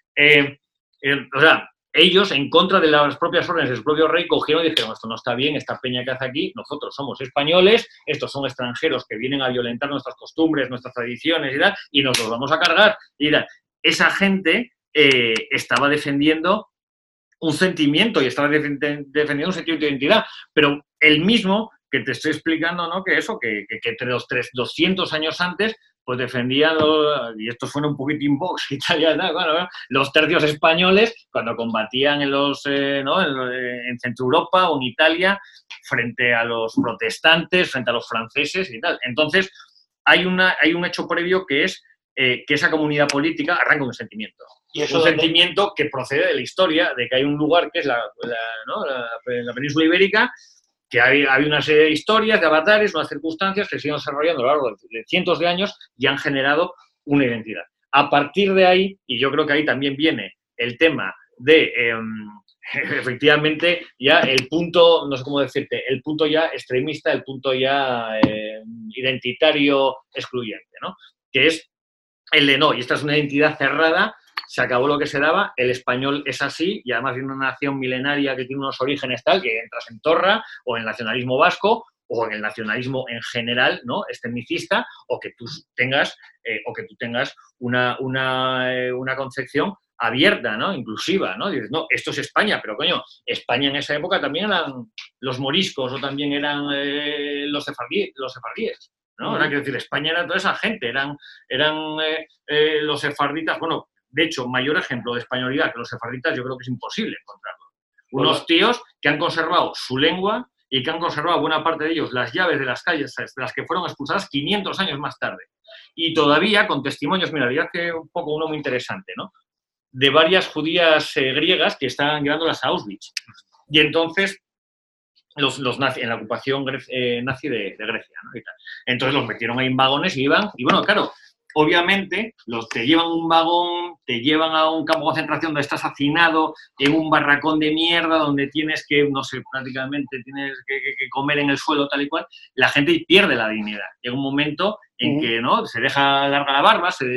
tal. O sea, ellos, en contra de las propias órdenes del propio rey, cogieron y dijeron, esto no está bien, esta peña que hace aquí, nosotros somos españoles, estos son extranjeros que vienen a violentar nuestras costumbres, nuestras tradiciones y tal, y nos los vamos a cargar. Y tal. Esa gente estaba defendiendo un sentimiento y estaba defendiendo un sentido de identidad, pero el mismo que te estoy explicando, ¿no? Que eso, que entre los 200 años antes, pues defendían, y estos fueron un poquitín Vox y tal, bueno, los tercios españoles cuando combatían en Centro Europa o en Italia frente a los protestantes, frente a los franceses y tal. Entonces, hay un hecho previo que es que esa comunidad política arranca un sentimiento. Y es un sentimiento que procede de la historia, de que hay un lugar que es la península ibérica, que había una serie de historias, de avatares, unas circunstancias que se han desarrollando a lo largo de cientos de años y han generado una identidad. A partir de ahí, y yo creo que ahí también viene el tema de, efectivamente, ya el punto, no sé cómo decirte, el punto ya extremista, el punto ya identitario excluyente, ¿no? Que es el de no, y esta es una identidad cerrada, se acabó lo que se daba, el español es así, y además viene una nación milenaria que tiene unos orígenes tal, que entras en Torra, o en el nacionalismo vasco, o en el nacionalismo en general, ¿no? Estemicista, o que tú tengas una concepción abierta, ¿no? Inclusiva, ¿no? Dices, no, esto es España, pero coño, España en esa época también eran los moriscos, o también eran los sefardíes, ¿no? Ahora quiero decir, España era toda esa gente, eran los sefarditas, bueno, de hecho, mayor ejemplo de españolidad que los sefarditas yo creo que es imposible encontrarlo. Unos tíos que han conservado su lengua y que han conservado buena parte de ellos las llaves de las calles de las que fueron expulsadas 500 años más tarde. Y todavía con testimonios, mira, ya que un poco uno muy interesante, ¿no? De varias judías griegas que estaban llevándolas a Auschwitz. Y entonces los nazis, en la ocupación nazi de Grecia, ¿no? Y tal. Entonces los metieron ahí en vagones y iban, y bueno, claro, obviamente, te llevan un vagón, te llevan a un campo de concentración donde estás hacinado, en un barracón de mierda, donde tienes que, no sé, prácticamente tienes que comer en el suelo, tal y cual. La gente pierde la dignidad. Llega un momento en que, ¿no? Se deja larga la barba, se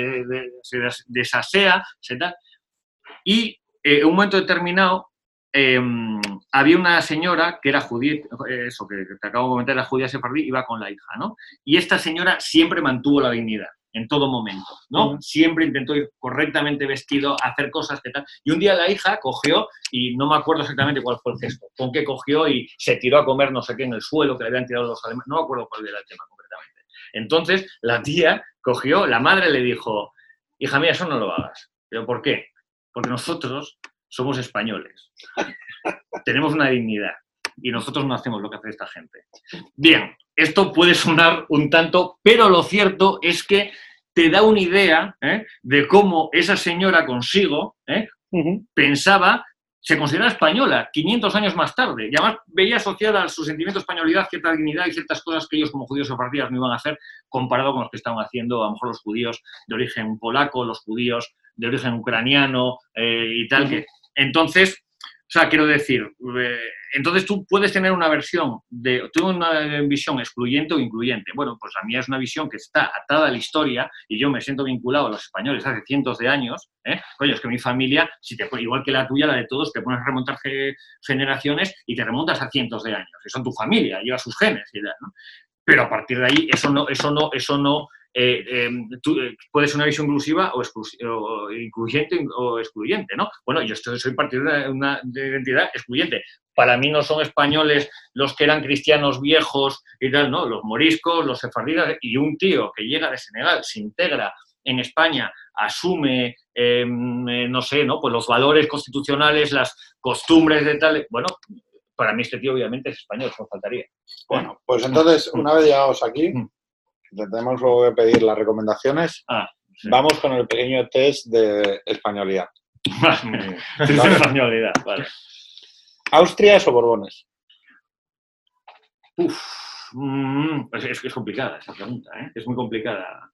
desasea, se tal. Y en un momento determinado, había una señora que era judía, eso que te acabo de comentar, era judía sefardí, iba con la hija, ¿no? Y esta señora siempre mantuvo la dignidad, en todo momento, ¿no? Siempre intentó ir correctamente vestido, hacer cosas que tal. Y un día la hija cogió, y no me acuerdo exactamente cuál fue el gesto, con qué cogió y se tiró a comer no sé qué en el suelo, que le habían tirado los alemanes, no me acuerdo cuál era el tema concretamente. Entonces, la tía cogió, la madre le dijo, hija mía, eso no lo hagas. ¿Pero por qué? Porque nosotros somos españoles. Tenemos una dignidad y nosotros no hacemos lo que hace esta gente. Bien, esto puede sonar un tanto, pero lo cierto es que te da una idea de cómo esa señora consigo pensaba se considera española 500 años más tarde, y además veía asociada a su sentimiento de españolidad cierta dignidad y ciertas cosas que ellos como judíos sefarditas no iban a hacer comparado con los que estaban haciendo a lo mejor los judíos de origen polaco, los judíos de origen ucraniano y tal. Que, entonces, o sea, quiero decir, entonces tú puedes tener una visión excluyente o incluyente. Bueno, pues a mí es una visión que está atada a la historia y yo me siento vinculado a los españoles hace cientos de años. Coño, es que mi familia, igual que la tuya, la de todos, te pones a remontar generaciones y te remontas a cientos de años. Que son tu familia, lleva sus genes y tal, ¿no? Pero a partir de ahí, eso no puede ser una visión inclusiva o incluyente o excluyente, ¿no? Bueno, yo soy partidario de una identidad excluyente. Para mí no son españoles los que eran cristianos viejos y tal, ¿no? Los moriscos, los sefarditas, y un tío que llega de Senegal, se integra en España, asume, no sé, ¿no? Pues los valores constitucionales, las costumbres de tal. Bueno, para mí este tío obviamente es español, eso me faltaría. Bueno, pues entonces, una vez llegados aquí, tenemos luego que pedir las recomendaciones. Sí. Vamos con el pequeño test de españolidad. Españolidad, vale. ¿Austrias o Borbones? Es complicada esa pregunta, ¿eh? Es muy complicada.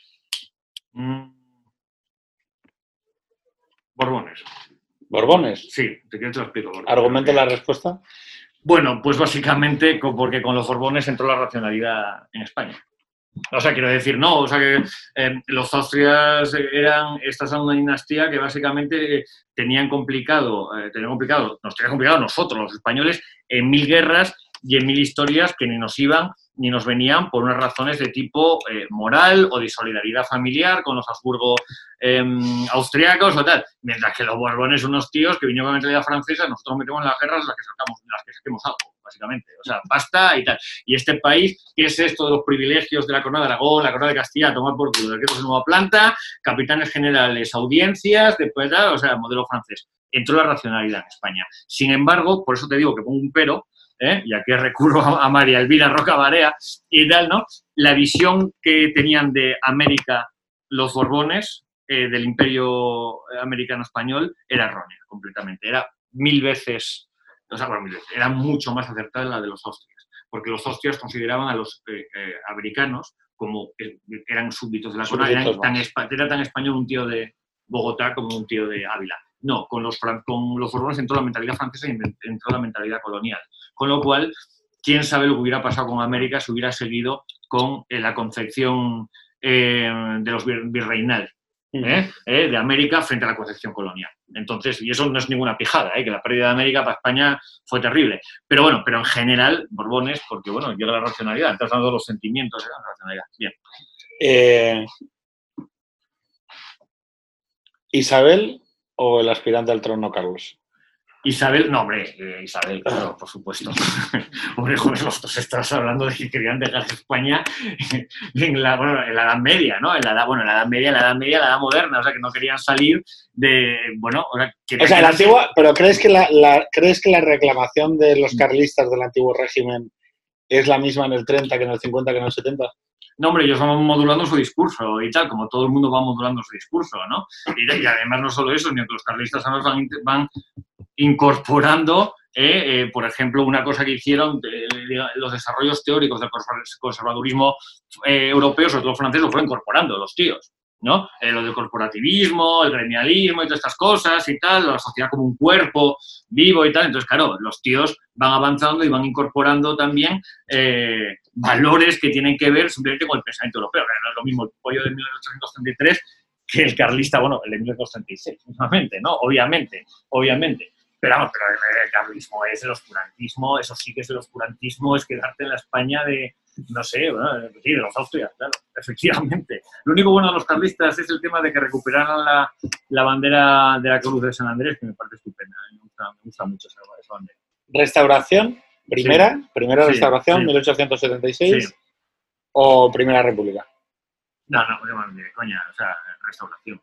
Borbones. ¿Borbones? Sí, te lo explico. ¿Argumente la respuesta? Bueno, pues básicamente porque con los Borbones entró la racionalidad en España. O sea, quiero decir, no, o sea que los Austrias esta es una dinastía que básicamente nos tenía complicado a nosotros, los españoles, en 1000 guerras y en 1000 historias que ni nos iban ni nos venían por unas razones de tipo moral o de solidaridad familiar con los Habsburgo austriacos o tal. Mientras que los Borbones son unos tíos que vinieron con la mentalidad francesa, nosotros metemos en las guerras las que saquemos algo, básicamente. O sea, basta y tal. Y este país, ¿qué es esto de los privilegios de la Corona de Aragón, la Corona de Castilla, tomar por culo, de nueva planta, capitanes generales, audiencias, después, o sea, modelo francés? Entró la racionalidad en España. Sin embargo, por eso te digo que pongo un pero, y aquí recurro a María Elvira Roca Barea y tal, ¿no? La visión que tenían de América los Borbones, del imperio americano español, era errónea completamente. Era 1000 veces, o sea, bueno, 1000 veces, era mucho más acertada la de los Austrias, porque los Austrias consideraban a los americanos como eran súbditos de la corona, era tan español un tío de Bogotá como un tío de Ávila. No, con los Borbones entró la mentalidad francesa y entró la mentalidad colonial. Con lo cual, quién sabe lo que hubiera pasado con América si hubiera seguido con la concepción de los virreinal de América frente a la concepción colonial. Entonces, y eso no es ninguna pijada, que la pérdida de América para España fue terrible. Pero bueno, pero en general, Borbones, porque bueno, llega la racionalidad, estás dando los sentimientos de la racionalidad. Bien. ¿Isabel o el aspirante al trono Carlos? Isabel, no, hombre, Isabel, claro, por supuesto. Hombre, joder, vosotros estás hablando de que querían dejar España en la Edad Media, ¿no? En la Edad Media, la Edad Moderna, o sea, que no querían salir de, bueno... O sea, la antigua, pero ¿crees que la reclamación de los carlistas del antiguo régimen es la misma en el 30 que en el 50 que en el 70? No, hombre, ellos van modulando su discurso y tal, como todo el mundo va modulando su discurso, ¿no? Y además no solo eso, sino que los carlistas van incorporando, por ejemplo, una cosa que hicieron, los desarrollos teóricos del conservadurismo europeo, sobre todo francés, lo fueron incorporando los tíos, ¿no? Lo del corporativismo, el gremialismo y todas estas cosas y tal, la sociedad como un cuerpo vivo y tal. Entonces, claro, los tíos van avanzando y van incorporando también valores que tienen que ver simplemente con el pensamiento europeo. No es lo mismo el pollo de 1833 que el carlista, bueno, el de 1936, mismamente, ¿no? Obviamente. Pero vamos, el carlismo es el oscurantismo, eso sí que es el oscurantismo, es quedarte en la España de, no sé, bueno, sí, de los Austrias, claro, efectivamente. Lo único bueno de los carlistas es el tema de que recuperaran la bandera de la Cruz de San Andrés, que me parece estupenda, me gusta mucho esa bandera. ¿Restauración? ¿Primera sí, restauración, sí. 1876? Sí. ¿O Primera República? No, coña, o sea, restauración.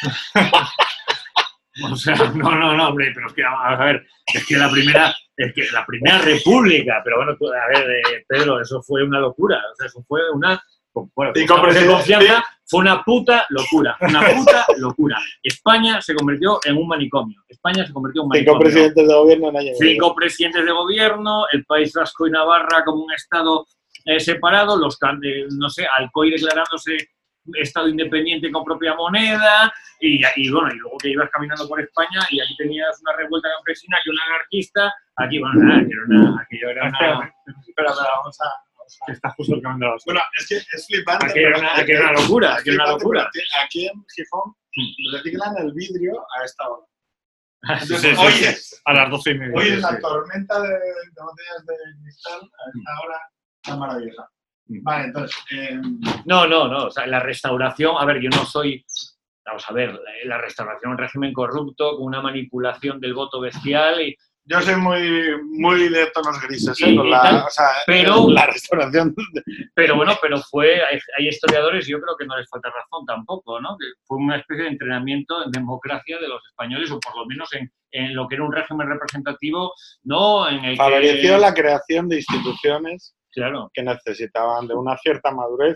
O sea, no, hombre, pero es que, vamos a ver, es que la primera república, pero bueno, a ver, Pedro, eso fue una locura, o sea, eso fue una, bueno, y con confianza, Fue una puta locura, una puta locura. España se convirtió en un manicomio. España se convirtió en un manicomio. 5 presidentes de gobierno en año. 5 presidentes de gobierno, el País Vasco y Navarra como un estado separado, no sé, Alcoy declarándose estado independiente con propia moneda y bueno, y luego que ibas caminando por España y aquí tenías una revuelta campesina, que una anarquista, aquí, bueno, nada, aquello era una... Espera, vamos a... Que está justo el camino de la basura. Bueno, es que es flipante. Aquí era una locura, aquí era una locura. Aquí en Gijón reciclan el vidrio a esta hora. Entonces, Hoy es, a las 12:30. hoy es la tormenta de botellas de cristal a esta hora tan maravillosa. Vale, entonces... No, o sea, la restauración, a ver, yo no soy... Vamos a ver, la restauración, un régimen corrupto, con una manipulación del voto bestial y... Yo soy muy de tonos grises, Sí, con pero- la restauración. Pero bueno, hay historiadores, y yo creo que no les falta razón tampoco, ¿no? Que fue una especie de entrenamiento en democracia de los españoles, o por lo menos en lo que era un régimen representativo, ¿no? En el Favoreció que... la creación de instituciones Claro. que necesitaban de una cierta madurez.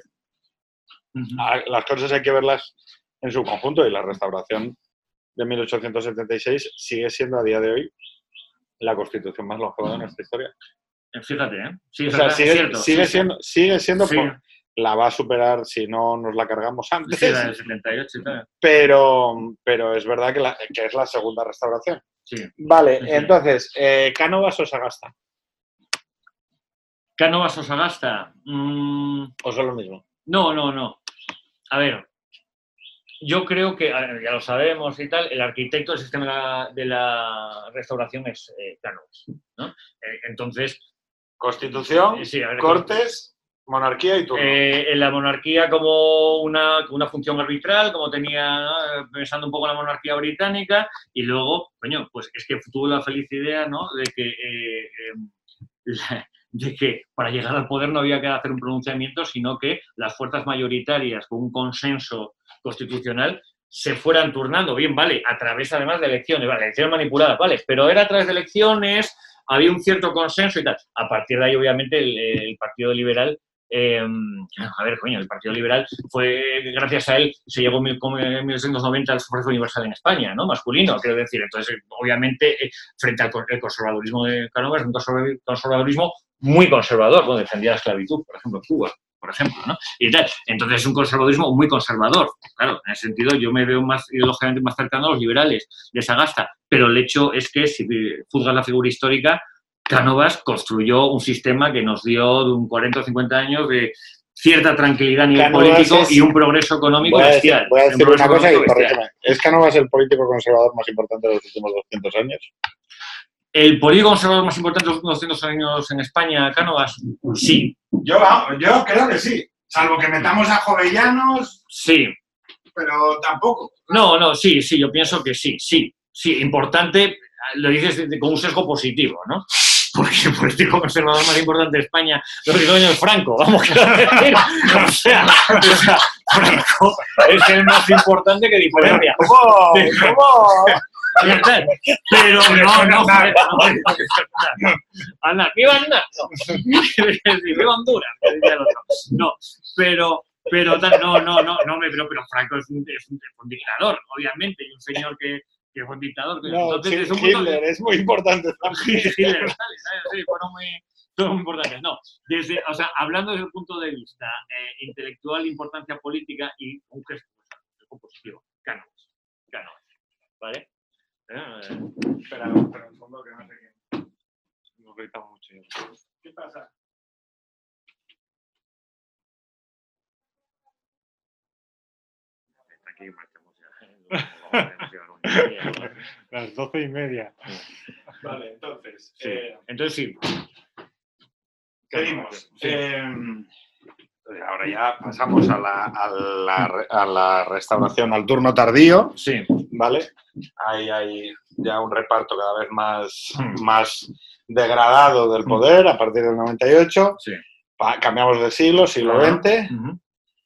Las cosas hay que verlas en su conjunto y la restauración de 1876 sigue siendo a día de hoy la constitución más longeva de nuestra historia. Fíjate, ¿eh? Sí, O sea, es cierto. sigue siendo Sí. la va a superar si no nos la cargamos antes. Sí, la del 78 y tal. Pero es verdad que es la segunda restauración. Sí. Vale, Sí. entonces, ¿Cánovas o Sagasta? ¿Cánovas o Sagasta? ¿O son lo mismo? No. A ver, yo creo que, ya lo sabemos y tal, el arquitecto del sistema de la restauración es Cánovas, ¿no? Entonces... Constitución, Sí, a ver, Cortes, monarquía y turno. en la monarquía como una función arbitral, como tenía, pensando un poco en la monarquía británica, y luego, coño, pues es que tuvo la feliz idea, ¿no?, de que para llegar al poder no había que hacer un pronunciamiento, sino que las fuerzas mayoritarias, con un consenso constitucional, se fueran turnando. Bien, vale, a través además de elecciones, vale, elecciones manipuladas, vale, pero era a través de elecciones, había un cierto consenso y tal. A partir de ahí, obviamente, el Partido Liberal, a ver, coño, el Partido Liberal fue, gracias a él, se llegó en 1990 al sufragio universal en España, ¿no? Masculino, quiero decir. Entonces, obviamente, frente al conservadurismo de Cánovas, un conservadurismo muy conservador, donde defendía la esclavitud, por ejemplo, en Cuba, por ejemplo, ¿no? Y tal. Entonces, es un conservadurismo muy conservador. Claro, en ese sentido, yo me veo más ideológicamente más cercano a los liberales de Sagasta, pero el hecho es que, si juzgas la figura histórica, Cánovas construyó un sistema que nos dio de un 40 o 50 años de cierta tranquilidad a nivel político y un progreso económico bestial. Voy a decir una cosa y corrígeme. ¿Es Cánovas el político conservador más importante de los últimos 200 años? ¿El político conservador más importante de los últimos 200 años en España, Cánovas? Sí. Yo creo que sí. Salvo que metamos a Jovellanos, Sí. pero tampoco. No, sí, yo pienso que sí. Importante, lo dices con un sesgo positivo, ¿no? Porque el político conservador más importante de España, lo que coño es Franco, vamos, quiero decir. O sea, Franco es el más importante que diferencia. ¿Cómo? Pero no. Anda, viva Aznar. Viva Honduras, decía el otro. No, pero Franco es un dictador, obviamente, y un señor que fue un dictador. No, entonces, Hitler es muy importante también. Hitler, sí, fueron muy importantes. No, hablando desde el punto de vista intelectual, importancia política y un gesto positivo, Cánovas, ¿vale? Espera un segundo que no sé quién. Nos gritamos mucho. ¿Qué pasa? Aquí marchamos ya. Las 12:30. Vale, entonces. Sí. Entonces sí. Seguimos. Ahora ya pasamos a la restauración, al turno tardío, Sí. ¿vale? Hay ya un reparto cada vez más degradado del poder a partir del 98. Sí. Cambiamos de siglo XX. Uh-huh.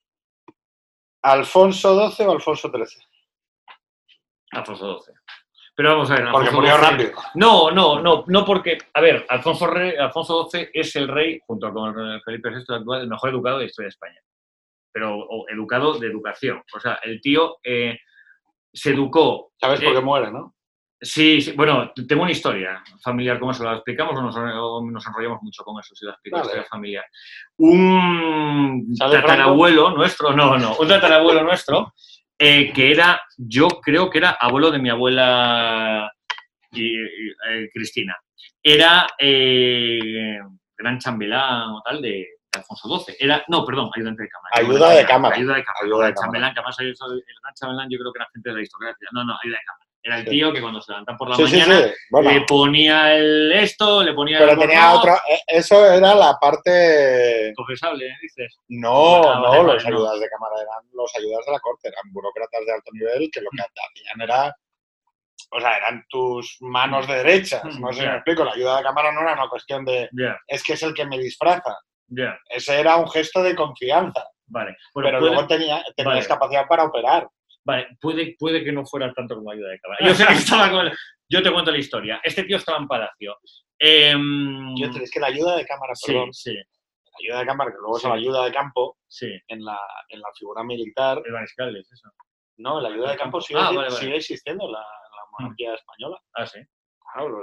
¿Alfonso XII o Alfonso XIII? Alfonso XII. Pero vamos a ver. Porque Alfonso murió XII rápido. No porque, a ver, Alfonso XII es el rey, junto con Felipe VI actual, el mejor educado de la historia de España. pero educado de educación. O sea, el tío se educó... ¿Sabes por qué muere, no? Sí, sí, bueno, tengo una historia familiar, ¿cómo se la explicamos o nos enrollamos mucho con eso si la explico? Vale. Historia familiar. Un ¿Sale tatarabuelo nuestro, un tatarabuelo nuestro, que era, yo creo que era abuelo de mi abuela Cristina. Era gran chambelán o tal de Alfonso XII. Era, no, perdón, ayudante de cámara. Ayuda de cámara. Ayuda de cámara. Ayuda de Chambelán, que además el gran chambelán yo creo que era gente de la historiografía. No, ayuda de cámara. Era el tío que cuando se levantan por la mañana Bueno, le ponía le ponía pero el tenía otro... Eso era la parte... confesable, dices. No, Vale, los ayudas de cámara eran los ayudas de la corte, eran burócratas de alto nivel que lo que hacían era... O sea, eran tus manos derechas, no sé si me explico. La ayuda de cámara no era una cuestión de... Es que es el que me disfraza. Ese era un gesto de confianza. Vale. Bueno, pero luego tenías capacidad para operar. Vale, puede que no fuera tanto como ayuda de cámara. Yo sé que estaba con... Yo te cuento la historia. Este tío estaba en Palacio. Es que la ayuda de cámara, perdón. Sí. La ayuda de cámara, que luego es la ayuda de campo, sí. en la figura militar. El mariscal es eso. No, la ayuda de campo sigue existiendo en la monarquía española. Ah, sí. Claro,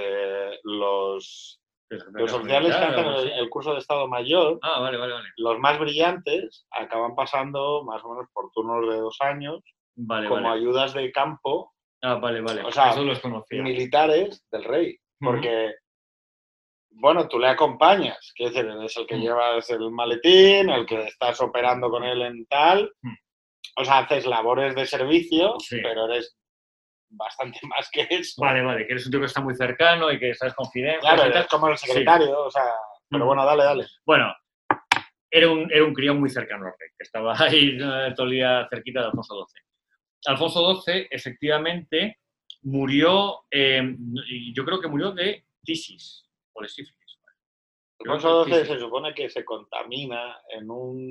los oficiales que hacen el curso de Estado Mayor, vale. los más brillantes, acaban pasando más o menos por turnos de 2 años como ayudas de campo. Vale. O sea, eso los conocía. Militares del rey. Porque, bueno, tú le acompañas, quiero decir, eres el que llevas el maletín, el que estás operando con él en tal. O sea, haces labores de servicio, pero eres bastante más que eso. Vale, que eres un tío que está muy cercano y que sabes confidencia. Claro, eres como el secretario, o sea, pero bueno, dale. Bueno, era un criado muy cercano al rey, que estaba ahí todo el día cerquita de Alfonso XII. Alfonso XII, efectivamente, murió, yo creo que murió de tisis o de sífilis. Alfonso XII se supone que se contamina en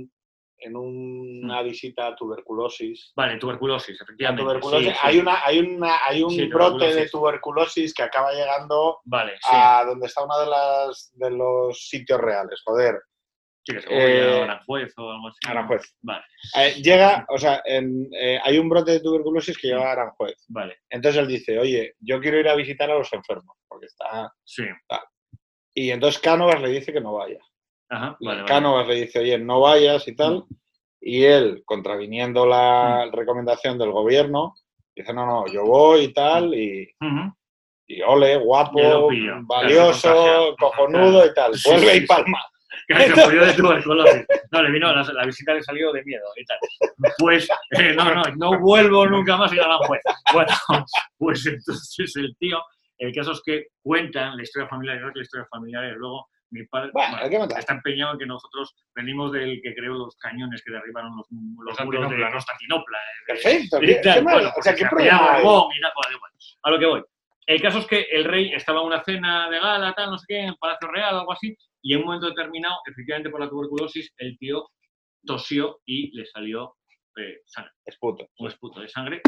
una visita a tuberculosis. Vale, tuberculosis, efectivamente. Tuberculosis. Hay un brote de tuberculosis que acaba llegando a donde está uno de los sitios reales, joder. Sí, que se Aranjuez o algo así. Aranjuez. Vale. Llega, o sea, hay un brote de tuberculosis que llega a Aranjuez. Vale. Entonces él dice, oye, yo quiero ir a visitar a los enfermos, porque está... Sí. Y entonces Cánovas le dice que no vaya. Ajá, Cánovas le dice, oye, no vayas y tal, y él, contraviniendo la recomendación del gobierno, dice, no, yo voy y tal, y ole, guapo, valioso, cojonudo y tal, vuelve y palma. Que se murió de tuberculosis. No, le vino, la visita le salió de miedo y tal. Pues, no vuelvo nunca más a ir a Aranjuez. Bueno, pues entonces el tío, el caso es que cuentan la historia familiar, y luego mi padre está empeñado en que nosotros venimos del que creó los cañones que derribaron los muros de Constantinopla. Perfecto. Bueno, o sea, ¿qué problema hay? A lo que voy. El caso es que el rey estaba en una cena de gala, tal, no sé qué, en el Palacio Real o algo así, y en un momento determinado, efectivamente por la tuberculosis, el tío tosió y le salió sangre. Un esputo de sangre,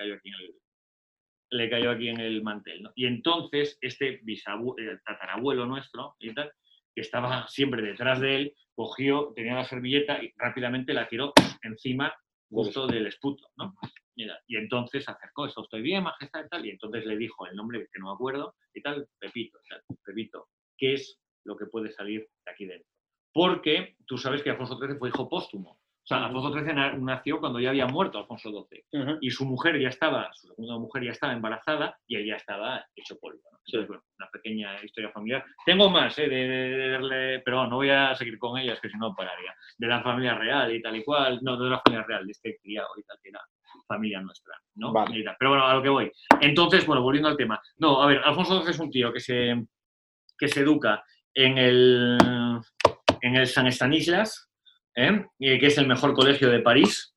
le cayó aquí en el mantel, ¿no? Y entonces este tatarabuelo nuestro y tal, que estaba siempre detrás de él, tenía la servilleta y rápidamente la tiró encima justo del esputo, ¿no? Y entonces se acercó, estoy bien, majestad y tal, y entonces le dijo el nombre que no me acuerdo y tal, Pepito, ¿qué es lo que puede salir de aquí dentro? Porque tú sabes que Alfonso XIII fue hijo póstumo. O sea, Alfonso XIII nació cuando ya había muerto Alfonso XII. Y su segunda mujer ya estaba embarazada y él ya estaba hecho polvo, ¿no? Entonces, bueno, una pequeña historia familiar. Tengo más, pero no voy a seguir con ellas, que si no pararía. De la familia real y tal y cual. No, de la familia real, de este criado y tal, que era familia nuestra, ¿no? Vale. Pero bueno, a lo que voy. Entonces, bueno, volviendo al tema. No, a ver, Alfonso XII es un tío que se educa en el San Stanislas, que es el mejor colegio de París.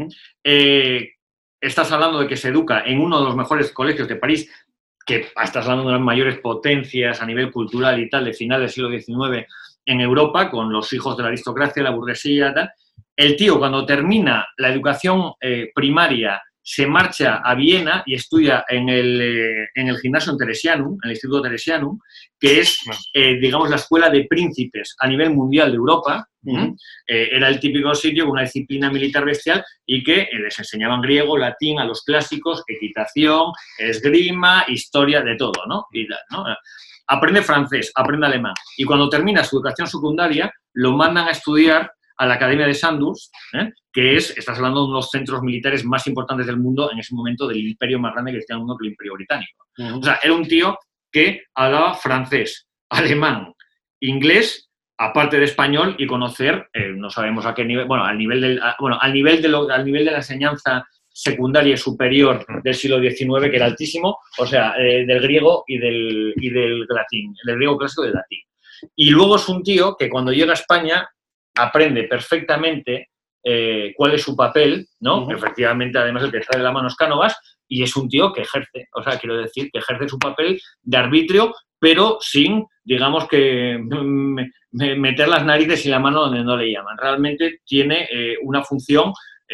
Estás hablando de que se educa en uno de los mejores colegios de París, que estás hablando de las mayores potencias a nivel cultural y tal, de final del siglo XIX en Europa, con los hijos de la aristocracia, la burguesía, tal. El tío, cuando termina la educación primaria, se marcha a Viena y estudia en el Gymnasium Theresianum, en el Instituto Theresianum, que es, digamos, la escuela de príncipes a nivel mundial de Europa. Era el típico sitio con una disciplina militar bestial y que les enseñaban griego, latín, a los clásicos, equitación, esgrima, historia, de todo, ¿no? Y tal, ¿no? Aprende francés, aprende alemán. Y cuando termina su educación secundaria, lo mandan a estudiar a la Academia de Sandhurst, que estás hablando de uno de los centros militares más importantes del mundo en ese momento, del imperio más grande que existía en el mundo, que el Imperio Británico. O sea, era un tío que hablaba francés, alemán, inglés, aparte de español, y conocer, no sabemos a qué nivel, bueno, al nivel de la enseñanza secundaria y superior del siglo XIX, que era altísimo, o sea, del griego y del latín, del griego clásico y del latín. Y luego es un tío que cuando llega a España aprende perfectamente cuál es su papel, ¿no? Efectivamente, además el que trae la mano es Cánovas, y es un tío que ejerce, o sea, quiero decir, que ejerce su papel de arbitrio, pero sin, digamos, que meter las narices y la mano donde no le llaman. Realmente tiene una función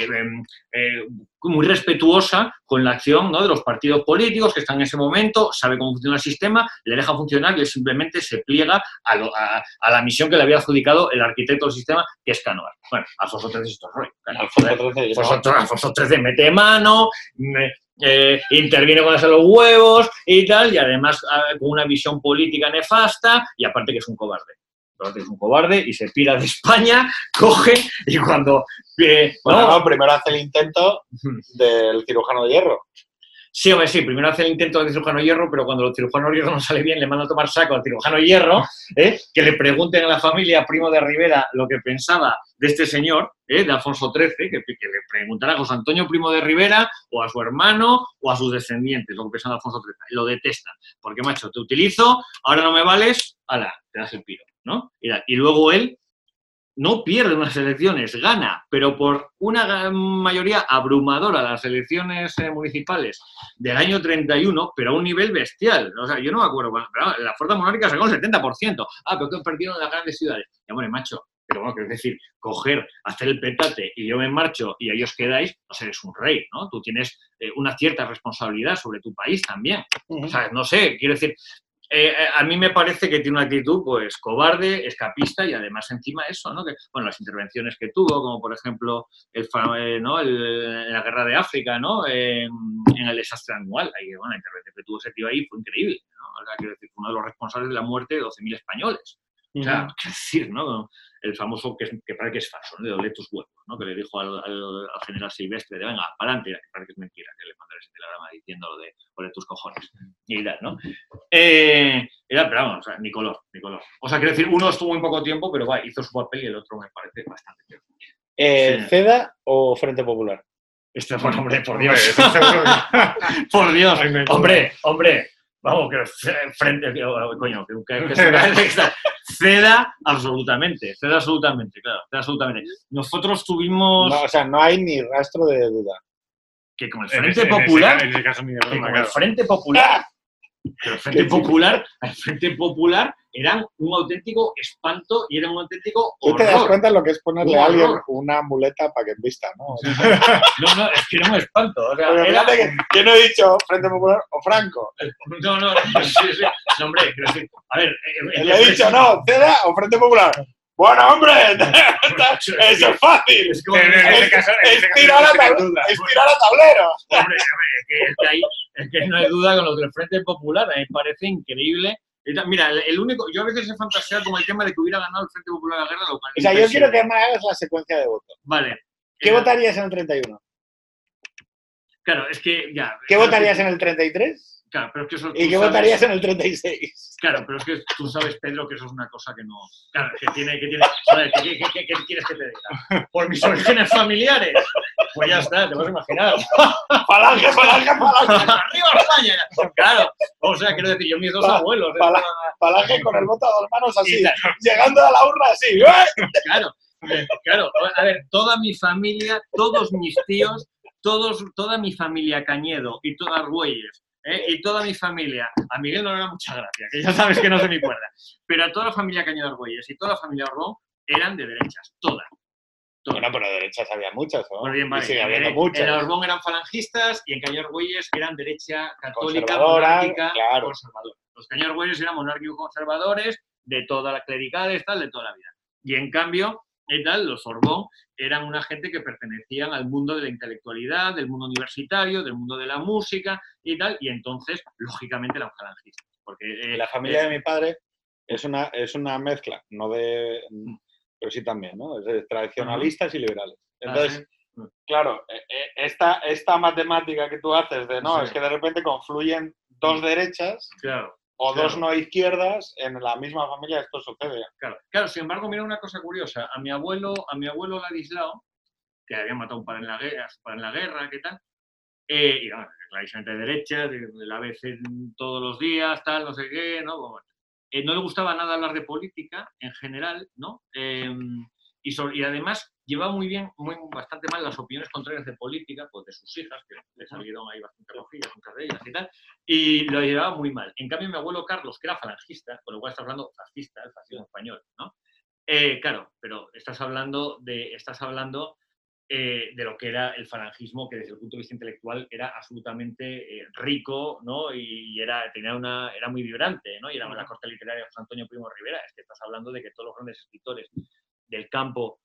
muy respetuosa con la acción, ¿no?, de los partidos políticos que están en ese momento, sabe cómo funciona el sistema, le deja funcionar y él simplemente se pliega a la misión que le había adjudicado el arquitecto del sistema, que es Cánovas. Bueno, Alfonso XIII es esto rollo. Alfonso XIII mete mano, interviene con hacer los huevos y tal, y además con una visión política nefasta, y aparte que es un cobarde. Es un cobarde y se pira de España, coge y cuando... no, primero hace el intento del cirujano de hierro. Sí, hombre, sí, primero hace el intento del cirujano de hierro, pero cuando el cirujano de hierro no sale bien, le manda a tomar saco al cirujano de hierro, que le pregunten a la familia Primo de Rivera lo que pensaba de este señor, de Alfonso XIII, que le preguntara a José Antonio Primo de Rivera, o a su hermano, o a sus descendientes, lo que pensaba de Alfonso XIII. Lo detestan, porque, macho, te utilizo, ahora no me vales, ala, te das el piro, ¿no? Y luego él no pierde unas elecciones, gana, pero por una mayoría abrumadora las elecciones municipales del año 31, pero a un nivel bestial. O sea, yo no me acuerdo, pero la fuerza monárquica sacó el 70%. Ah, pero que perdieron en las grandes ciudades. Y hombre, macho, pero bueno, es decir, coger, hacer el petate y yo me marcho y ahí os quedáis, no sé, eres un rey, ¿no? Tú tienes una cierta responsabilidad sobre tu país también. O sea, no sé, quiero decir... a mí me parece que tiene una actitud, pues, cobarde, escapista y además encima eso, ¿no? Que, bueno, las intervenciones que tuvo, como por ejemplo en la guerra de África, ¿no? En el desastre anual, ahí, bueno, la intervención que tuvo ese tío ahí fue increíble, ¿no? O sea, quiero decir, uno de los responsables de la muerte de 12.000 españoles. O sea, qué decir, ¿no? El famoso, que parece que es falso, ¿no? De ole tus huevos, ¿no? Que le dijo al general Silvestre de venga, para adelante, que parece que es mentira, que le mandara ese telegrama diciendo lo de ole tus cojones. Y tal, ¿no? Pero vamos, o sea, ni color. O sea, quiero decir, uno estuvo muy poco tiempo, pero hizo su papel y el otro me parece bastante peor. ¿CEDA o Frente Popular? Bueno, hombre, por Dios. Por Dios, hombre. Vamos, que frente... Coño, CEDA absolutamente, claro, CEDA absolutamente. Nosotros tuvimos... No, o sea, no hay ni rastro de duda. Que con el Frente Popular... En ese caso, ni de broma, con el Frente Popular... Pero el Frente Popular eran un auténtico espanto y era un auténtico horror. Tú te das cuenta de lo que es ponerle a alguien una muleta para que vista, ¿no? No, es que era un espanto. O sea, fíjate que yo no he dicho Frente Popular o Franco. No, hombre, quiero decir, a ver... Le he dicho, no, CEDA o Frente Popular. Bueno, hombre, eso es fácil. Es tirar a tablero. Hombre, es que no hay duda con los del Frente Popular. A mí me parece increíble. Mira, el único... Yo a veces he fantaseado con el tema de que hubiera ganado el Frente Popular la guerra local. O sea, yo quiero que me hagas la secuencia de votos. Vale. ¿Qué votarías en el 31? Claro, es que ya... ¿Qué votarías en el 33? Claro, pero es que eso... ¿Y qué votarías en el 36? Claro, pero es que tú sabes, Pedro, que eso es una cosa que no... Claro, que tiene... Joder, ¿qué quieres que te diga? Por mis orígenes familiares. Pues ya está, te vas a imaginar. ¡Falange! ¡Arriba España! Claro, o sea, quiero decir, yo mis dos abuelos... Falange con el voto a dos manos así, llegando a la urna así. Claro. A ver, toda mi familia, todos mis tíos, toda mi familia Cañedo y todas Argüelles, y toda mi familia, a Miguel no le da mucha gracia, que ya sabes que no se me cuerda, pero a toda la familia Cañedo Argüelles y toda la familia Orbón eran de derechas, todas. Bueno, pero derechas había muchas, ¿no? Pues bien, vale. Y sigue habiendo muchas. En Orbón eran falangistas y en Cañar-Güelles eran derecha católica, Conservadora, monárquica, claro. conservadora. Los Cañar-Güelles eran monárquicos conservadores de toda la clericales, tal, de toda la vida. Y en cambio, los Orbón eran una gente que pertenecían al mundo de la intelectualidad, del mundo universitario, del mundo de la música y tal, y entonces, lógicamente, eran falangistas. Porque, la familia de mi padre es una mezcla, no de... pero sí también, ¿no? Es de tradicionalistas y liberales. Entonces, claro, esta matemática que tú haces de, no, es que de repente confluyen dos derechas o dos no izquierdas en la misma familia, esto sucede. Claro, sin embargo, mira una cosa curiosa. A mi abuelo Ladislao, que había matado a su padre en la guerra, ¿qué tal? Y bueno, clarísimamente de derecha, de la ABC todos los días, tal, no sé qué, ¿no? Bueno, no le gustaba nada hablar de política en general, ¿no? Y además llevaba bastante mal las opiniones contrarias de política, pues de sus hijas, que le salieron ahí bastante rojillas, muchas de ellas y tal, y lo llevaba muy mal. En cambio, mi abuelo Carlos, que era falangista, con lo cual estás hablando fascista, el fascismo español, ¿no? Claro, pero estás hablando de lo que era el falangismo, que desde el punto de vista intelectual era absolutamente rico, ¿no? Y era muy vibrante, ¿no? Y era la corte literaria de José Antonio Primo de Rivera. Es que estás hablando de que todos los grandes escritores del campo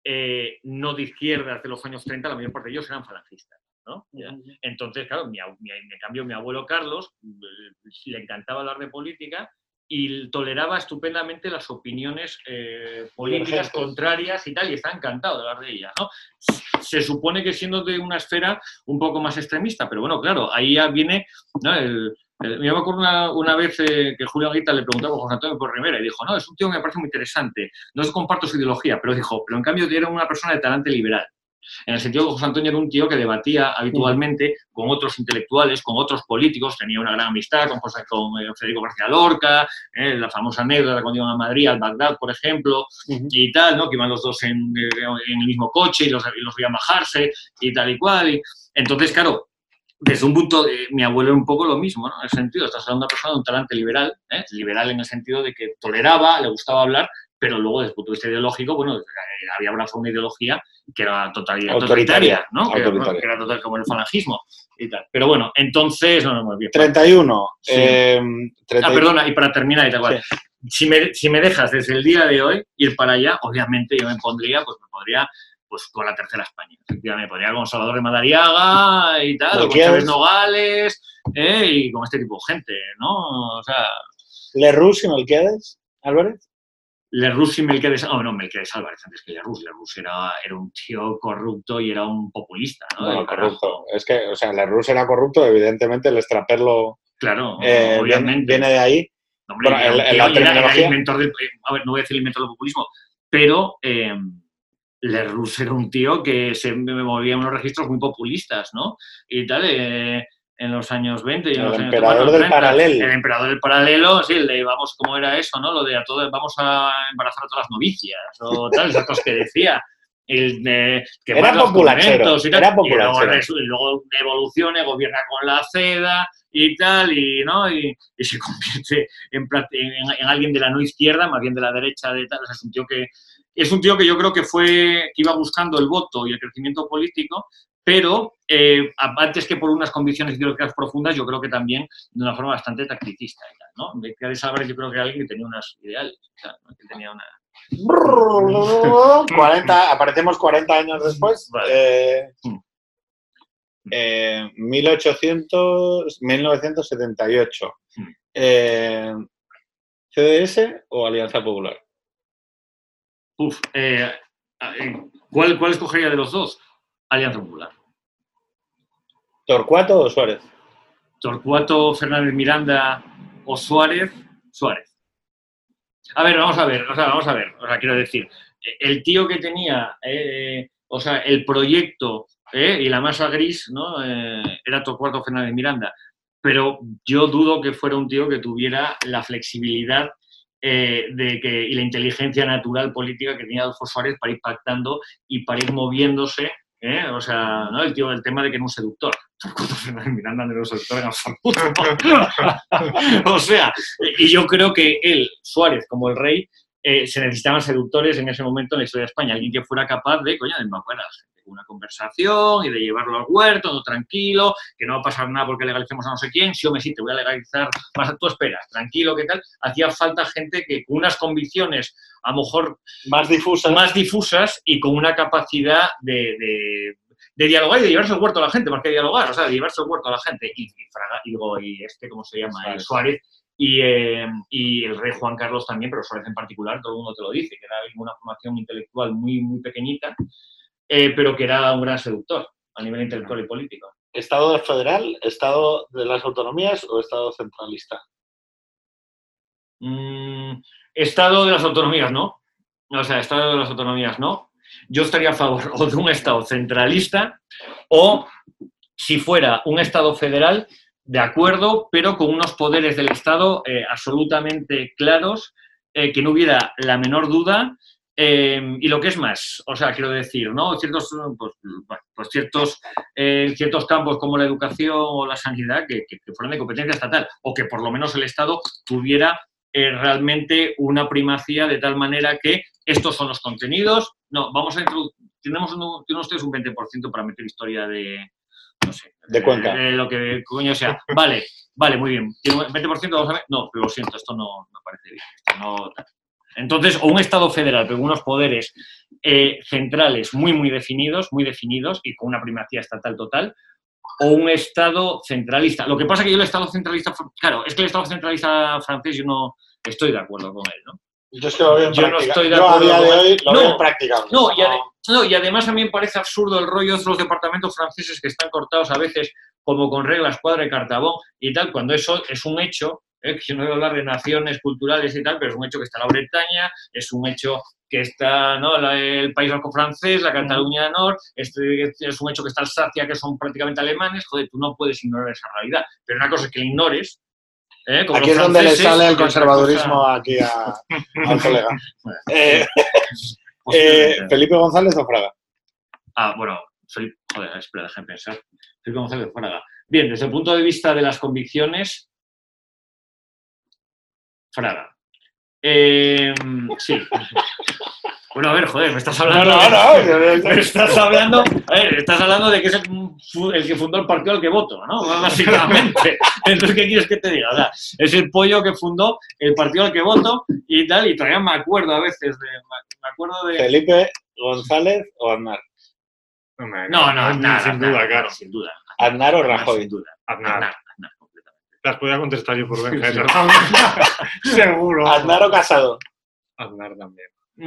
no de izquierdas de los años 30, la mayor parte de ellos eran falangistas, ¿no? Entonces, claro, en cambio, mi abuelo Carlos le encantaba hablar de política y toleraba estupendamente las opiniones políticas contrarias y tal, y está encantado de hablar de ellas, ¿no? Se supone que siendo de una esfera un poco más extremista, pero bueno, claro, ahí ya viene, ¿no? Yo me acuerdo una vez que Julio Anguita le preguntaba a José Antonio por Rivera y dijo, no, es un tío que me parece muy interesante, no comparto su ideología, pero dijo, pero en cambio era una persona de talante liberal. En el sentido que José Antonio era un tío que debatía habitualmente con otros intelectuales, con otros políticos, tenía una gran amistad con Federico García Lorca, la famosa anécdota cuando iban a Madrid, al Bagdad, por ejemplo, y tal, ¿no? Que iban los dos en el mismo coche y los veían bajarse y tal y cual. Entonces, claro, desde un punto, mi abuelo era un poco lo mismo, ¿no? En el sentido, estás hablando de una persona de un talante liberal, liberal en el sentido de que toleraba, le gustaba hablar, pero luego desde el punto de vista ideológico, bueno, había abrazado una ideología que era totalitaria, ¿no? Que era total como el falangismo y tal. Pero bueno, entonces, no, muy bien. 31. Sí. Perdona, y para terminar, sí. Si me dejas desde el día de hoy ir para allá, obviamente yo me podría con la tercera España. Efectivamente, podría con Salvador de Madariaga y tal, o con Chávez Nogales, y con este tipo de gente, ¿no? O sea... ¿Lerroux y Melquiades Álvarez? Lerroux y Melquiades... no, Melquiades Álvarez antes que Lerroux. Lerroux era un tío corrupto y era un populista, ¿no? Bueno, corrupto. Es que, o sea, Lerroux era corrupto, evidentemente el extraperlo... Claro, obviamente. Viene de ahí. Hombre, bueno, era el inventor del... A ver, no voy a decir el inventor del populismo, pero... Lerroux era un tío que se movía en unos registros muy populistas, ¿no? Y tal, en los años 20 y en los años 30. El emperador del paralelo. El emperador del paralelo, sí, ¿cómo era eso, no? Lo de vamos a embarazar a todas las novicias, o tal, esas cosas que decía. Era populachero. Y luego evoluciona, gobierna con la seda y tal, ¿no? Y se convierte en alguien de la no izquierda, más bien de la derecha, de tal. O sea, es un tío que yo creo que iba buscando el voto y el crecimiento político, pero antes que por unas convicciones ideológicas profundas, yo creo que también de una forma bastante tacticista, ¿no? Melquiades Álvarez yo creo que era alguien que tenía unas ideales, ¿no? Que tenía una... 40, aparecemos 40 años después. Vale. 1978. ¿CDS o Alianza Popular? ¿Cuál escogería de los dos? Alianza Popular. ¿Torcuato o Suárez? Torcuato, Fernández Miranda o Suárez. A ver, vamos a ver. O sea, quiero decir, el tío que tenía, el proyecto y la masa gris, ¿no? Era Torcuato Fernández Miranda. Pero yo dudo que fuera un tío que tuviera la flexibilidad y la inteligencia natural política que tenía Adolfo Suárez para ir pactando y para ir moviéndose. O sea, ¿no? El tema de que era un seductor. Miranda no era un seductor en absoluto. O sea, y yo creo que él, Suárez, como el rey, se necesitaban seductores en ese momento en la historia de España. Alguien que fuera capaz de, coño, de evacuar a la gente con una conversación y de llevarlo al huerto, todo tranquilo, que no va a pasar nada porque legalicemos a no sé quién. Sí, hombre, sí, te voy a legalizar, tú esperas, tranquilo, ¿qué tal? Hacía falta gente que con unas convicciones a lo mejor más difusas y con una capacidad de dialogar y de llevarse el huerto a la gente, más que dialogar, o sea, de llevarse el huerto a la gente. Y Fraga, ¿cómo se llama? Suárez. Y el rey Juan Carlos también, pero Suárez en particular, todo el mundo te lo dice, que era una formación intelectual muy, muy pequeñita, pero que era un gran seductor a nivel intelectual y político. ¿Estado federal, Estado de las autonomías o Estado centralista? Estado de las autonomías, ¿no? O sea, Estado de las autonomías, ¿no? Yo estaría a favor o de un Estado centralista o, si fuera un Estado federal, de acuerdo, pero con unos poderes del Estado absolutamente claros, que no hubiera la menor duda. Y lo que es más, o sea, quiero decir, ¿no? Ciertos campos como la educación o la sanidad que fueran de competencia estatal, o que por lo menos el Estado tuviera realmente una primacía de tal manera que estos son los contenidos. No, vamos a introducir, tienen ustedes un 20% para meter historia de, no sé, de Cuenca. Lo que coño sea. Vale, muy bien. ¿Tiene un 20%? Vamos a ver. No, pero lo siento, esto no me parece bien. Esto no... Entonces, o un Estado federal, pero con unos poderes centrales muy definidos y con una primacía estatal total, o un Estado centralista. Lo que pasa es que yo el Estado centralista... Claro, es que el Estado centralista francés yo no estoy de acuerdo con él, ¿no? Yo es que lo veo en práctica. No estoy de acuerdo. Yo a día de hoy lo veo en práctica. Y además a mí me parece absurdo el rollo de los departamentos franceses que están cortados a veces como con reglas, cuadra y cartabón y tal, cuando eso es un hecho, que no voy a hablar de naciones culturales y tal, pero es un hecho que está la Bretaña, es un hecho que está, ¿no?, el País Vasco francés, la Cataluña Nord, es un hecho que está Alsacia, que son prácticamente alemanes. Joder, tú no puedes ignorar esa realidad, pero una cosa es que la ignores. Aquí es donde le sale el conservadurismo aquí al colega. ¿Felipe González o Fraga? Bueno, espera, déjame pensar. Felipe González o Fraga. Bien, desde el punto de vista de las convicciones, Fraga. Sí. Bueno, a ver, joder, me estás hablando... estás hablando de que es el que fundó el partido al que voto, ¿no? Básicamente. Entonces, ¿qué quieres que te diga? O sea, es el pollo que fundó el partido al que voto y tal, y todavía me acuerdo a veces de... ¿Felipe González o Aznar? No, Aznar, sin duda, claro. Sin duda. ¿Aznar o Rajoy? Sin duda. Aznar, completamente. Las podía contestar yo por venganza. Seguro. ¿Aznar o Casado? Aznar también.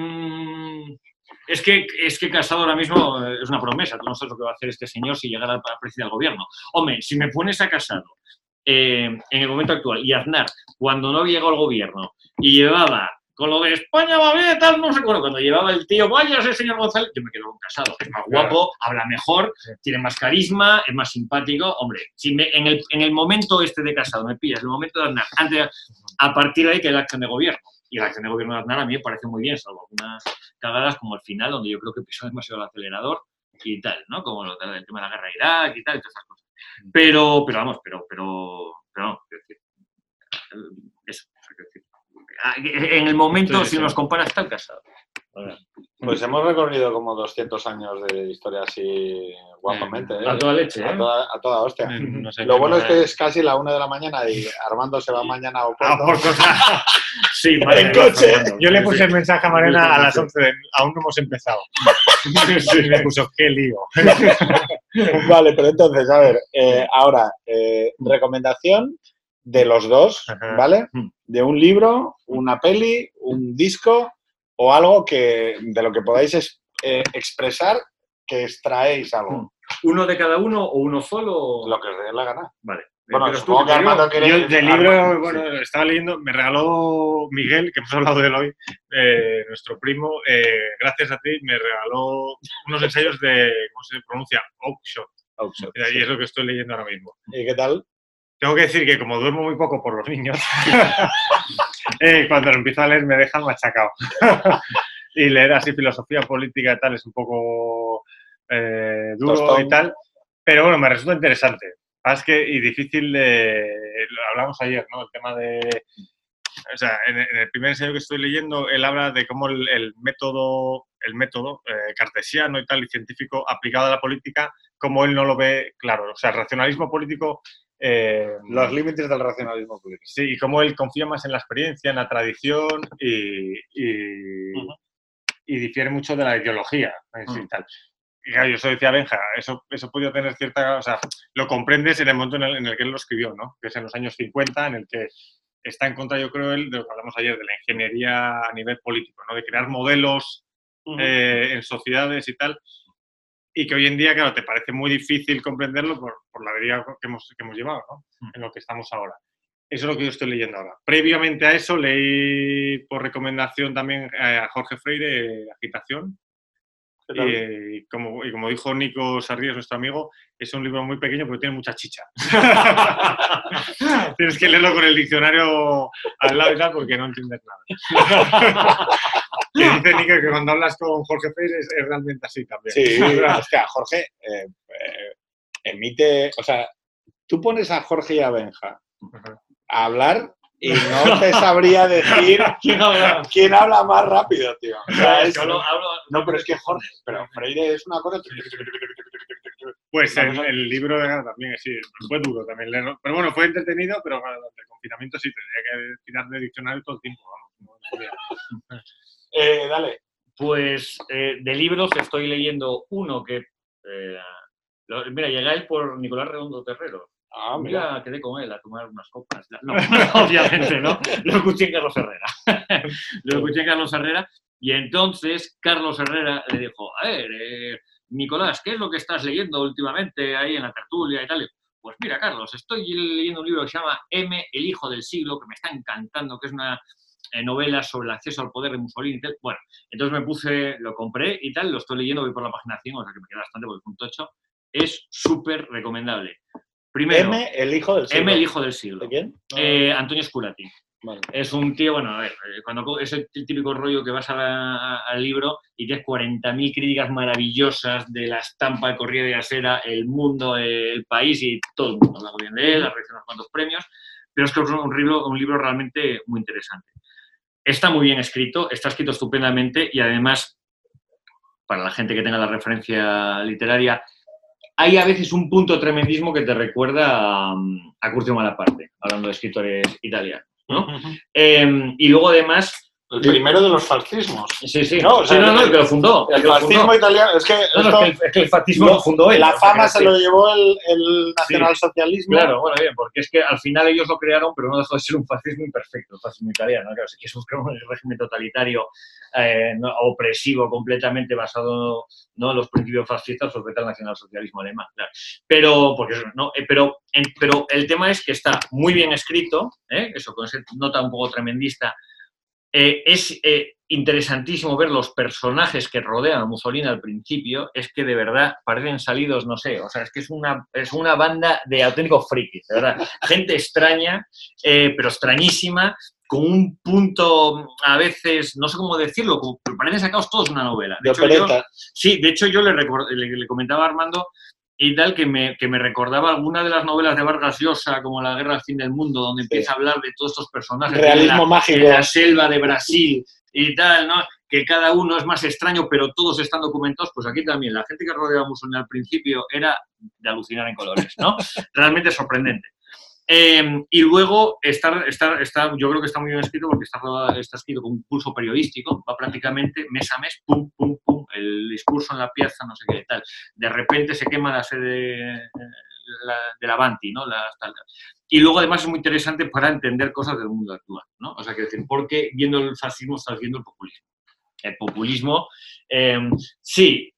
Es que Casado ahora mismo es una promesa. Tú no sabes lo que va a hacer este señor si llegara a presidir el gobierno. Hombre, si me pones a Casado en el momento actual y Aznar, cuando no llegó al gobierno y llevaba con lo de España va bien, tal, no sé cuándo, cuando llevaba el tío, vaya ese señor González, yo me quedo con Casado. Es más guapo, habla mejor, tiene más carisma, es más simpático. Hombre, si en el momento este de Casado me pillas, el momento de Aznar, a partir de ahí que la acción de gobierno. Y la acción de gobierno de Aznar a mí me parece muy bien, salvo algunas cagadas como el final, donde yo creo que pisó demasiado el acelerador y tal, ¿no? Como el tema de la guerra de Irak y tal, y todas esas cosas. Pero no, quiero decir, eso, quiero decir. En el momento, si nos comparas, está el Casado. Pues hemos recorrido como 200 años de historia así guapamente. A toda leche, a toda hostia. No sé. Lo bueno es que es casi la 1 de la mañana y Armando se va mañana a Oporto. Sí, en coche. Yo le puse el mensaje a Mariana a las 11 aún no hemos empezado. Y me puso, qué lío. Vale, pero entonces, a ver, ahora, recomendación de los dos, ¿vale? De un libro, una peli, un disco o algo de lo que podáis expresar que extraéis algo. ¿Uno de cada uno o uno solo? Lo que os dé la gana. Vale. Bueno, supongo que Armando quiere... Yo del libro, bueno, estaba leyendo, me regaló Miguel, que hemos hablado de él hoy, nuestro primo, gracias a ti, me regaló unos ensayos de, ¿cómo se pronuncia? Oakeshott. Y es lo que estoy leyendo ahora mismo. ¿Y qué tal? Tengo que decir que como duermo muy poco por los niños, cuando lo empiezo a leer me dejan machacado. Y leer así filosofía política y tal es un poco duro Tostón. Y tal. Pero bueno, me resulta interesante. Y difícil de... Lo hablamos ayer, ¿no? El tema de O sea, en el primer ensayo que estoy leyendo, él habla de cómo el método cartesiano y tal, y científico aplicado a la política, como él no lo ve claro. O sea, el racionalismo político... los límites del racionalismo político. Sí, y cómo él confía más en la experiencia, en la tradición y difiere mucho de la ideología y tal. Y claro, yo eso decía Benja, eso podía tener cierta... O sea, lo comprendes en el momento en el que él lo escribió, ¿no? Que es en los años 50, en el que está en contra, yo creo, él, de lo que hablamos ayer, de la ingeniería a nivel político, ¿no? De crear modelos en sociedades y tal, y que hoy en día, claro, te parece muy difícil comprenderlo por la deriva que hemos llevado, ¿no? En lo que estamos ahora. Eso es lo que yo estoy leyendo ahora. Previamente a eso, leí por recomendación también a Jorge Freire, Agitación. Y como dijo Nico Sarrías, nuestro amigo, es un libro muy pequeño pero tiene mucha chicha. Tienes que leerlo con el diccionario al lado y tal porque no entiendes nada. Que dice Nico que cuando hablas con Jorge Freire es realmente así también. Sí, hostia, Jorge emite... O sea, tú pones a Jorge y a Benja a hablar... Y no te sabría decir quién habla más rápido, tío. O sea, no, pero es que Jorge, pero Freire es una cosa... Pues el libro también sí, fue duro también leerlo. Pero bueno, fue entretenido, pero bueno, durante el confinamiento sí, tendría que tirar de diccionario todo el tiempo. Vamos, dale. Pues de libros estoy leyendo uno que... mira, llega él por Nicolás Redondo Terrero. Ah, mira. Quedé con él a tomar unas copas. No, obviamente, ¿no? Lo escuché en Carlos Herrera. Y entonces Carlos Herrera le dijo, a ver, Nicolás, ¿qué es lo que estás leyendo últimamente ahí en la tertulia y tal? Pues mira, Carlos, estoy leyendo un libro que se llama M, el hijo del siglo, que me está encantando, que es una novela sobre el acceso al poder de Mussolini y tal. Bueno, entonces lo compré y tal, lo estoy leyendo, voy por la página 100, o sea que me queda bastante porque es un tocho. Es súper recomendable. Primero, M, el hijo del siglo. M, el hijo del siglo. ¿De quién? Antonio Sculati. Vale. Es un tío, bueno, a ver, cuando es el típico rollo que vas al libro y tienes 40.000 críticas maravillosas de la estampa, el Corriere della Sera, El Mundo, El País y todo el mundo hablando bien de él, ha recibido unos cuantos premios, pero es que es un libro realmente muy interesante. Está muy bien escrito, está escrito estupendamente y además, para la gente que tenga la referencia literaria, hay a veces un punto tremendismo que te recuerda a Curcio Malaparte, hablando de escritores italianos, ¿no? Y luego, además... El primero de los fascismos. Sí. No, el que lo fundó. El fascismo italiano. Es que el fascismo lo fundó él. La fama se lo llevó el nacionalsocialismo. Sí, claro, bueno, bien, porque es que al final ellos lo crearon, pero no dejó de ser un fascismo imperfecto, el fascismo italiano. Claro, sí que es un régimen totalitario, opresivo, completamente basado, ¿no?, en los principios fascistas, sobre todo el nacionalsocialismo alemán. Claro. Pero el tema es que está muy bien escrito, eso con esa nota un poco tremendista. Es interesantísimo ver los personajes que rodean a Mussolini al principio, es que de verdad parecen salidos, no sé, o sea, es que es una banda de auténticos frikis, de verdad. Gente extraña, pero extrañísima, con un punto, a veces, no sé cómo decirlo, pero parecen sacados todos de una novela. De hecho, yo le comentaba a Armando y tal, que me recordaba alguna de las novelas de Vargas Llosa, como La Guerra al Fin del Mundo, donde empieza a hablar de todos estos personajes. Realismo mágico. En la selva de Brasil y tal, ¿no? Que cada uno es más extraño, pero todos están documentados. Pues aquí también, la gente que rodeaba a Mussolini al principio era de alucinar en colores, ¿no? Realmente sorprendente. Y luego yo creo que está muy bien escrito porque está escrito con un pulso periodístico, va prácticamente mes a mes, pum, pum, pum, el discurso en la piazza, no sé qué tal. De repente se quema la sede de la Banti, ¿no? Y luego además es muy interesante para entender cosas del mundo actual, ¿no? O sea, que decir, porque viendo el fascismo estás viendo el populismo. El populismo, sí.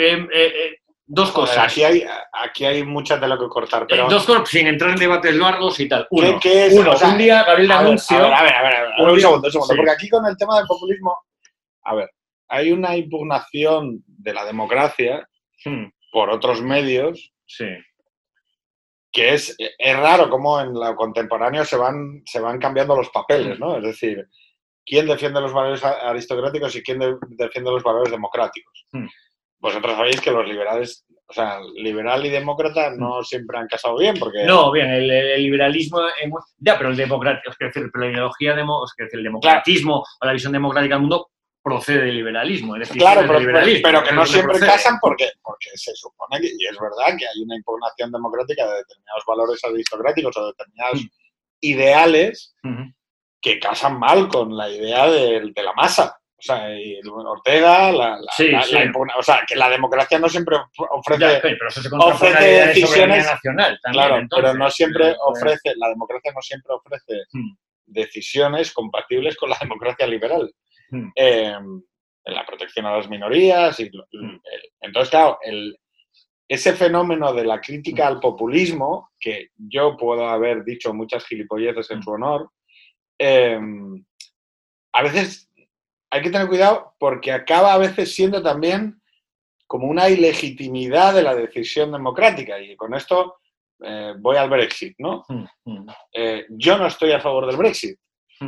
Dos cosas. Aquí hay mucha tela que cortar, pero... Dos cosas, sin entrar en debates largos y tal. Uno, o sea, un día Gabriel D'Annunzio... A ver, un segundo, sí. Porque aquí con el tema del populismo, a ver, hay una impugnación de la democracia por otros medios, que es raro cómo en lo contemporáneo se van cambiando los papeles, ¿no? Es decir, ¿quién defiende los valores aristocráticos y quién defiende los valores democráticos? Vosotros sabéis que los liberales O sea, liberal y demócrata no siempre han casado bien, porque... No, bien, el liberalismo... ya, pero el democratismo, es decir, pero la ideología, el democratismo o la visión democrática del mundo procede del liberalismo. Es decir, claro, pero que no siempre casan porque se supone que, y es verdad, que hay una impugnación democrática de determinados valores aristocráticos o determinados ideales que casan mal con la idea de la masa. O sea, y Ortega, o sea, que la democracia no siempre ofrece, ya, pero eso se ofrece la idea de soberanía nacional también. Claro, entonces, pero no siempre ofrece, la democracia no siempre ofrece decisiones compatibles con la democracia liberal. En la protección a las minorías. Entonces, claro, ese fenómeno de la crítica al populismo, que yo puedo haber dicho muchas gilipolleces en su honor, a veces hay que tener cuidado porque acaba a veces siendo también como una ilegitimidad de la decisión democrática. Y con esto voy al Brexit, ¿no? Yo no estoy a favor del Brexit,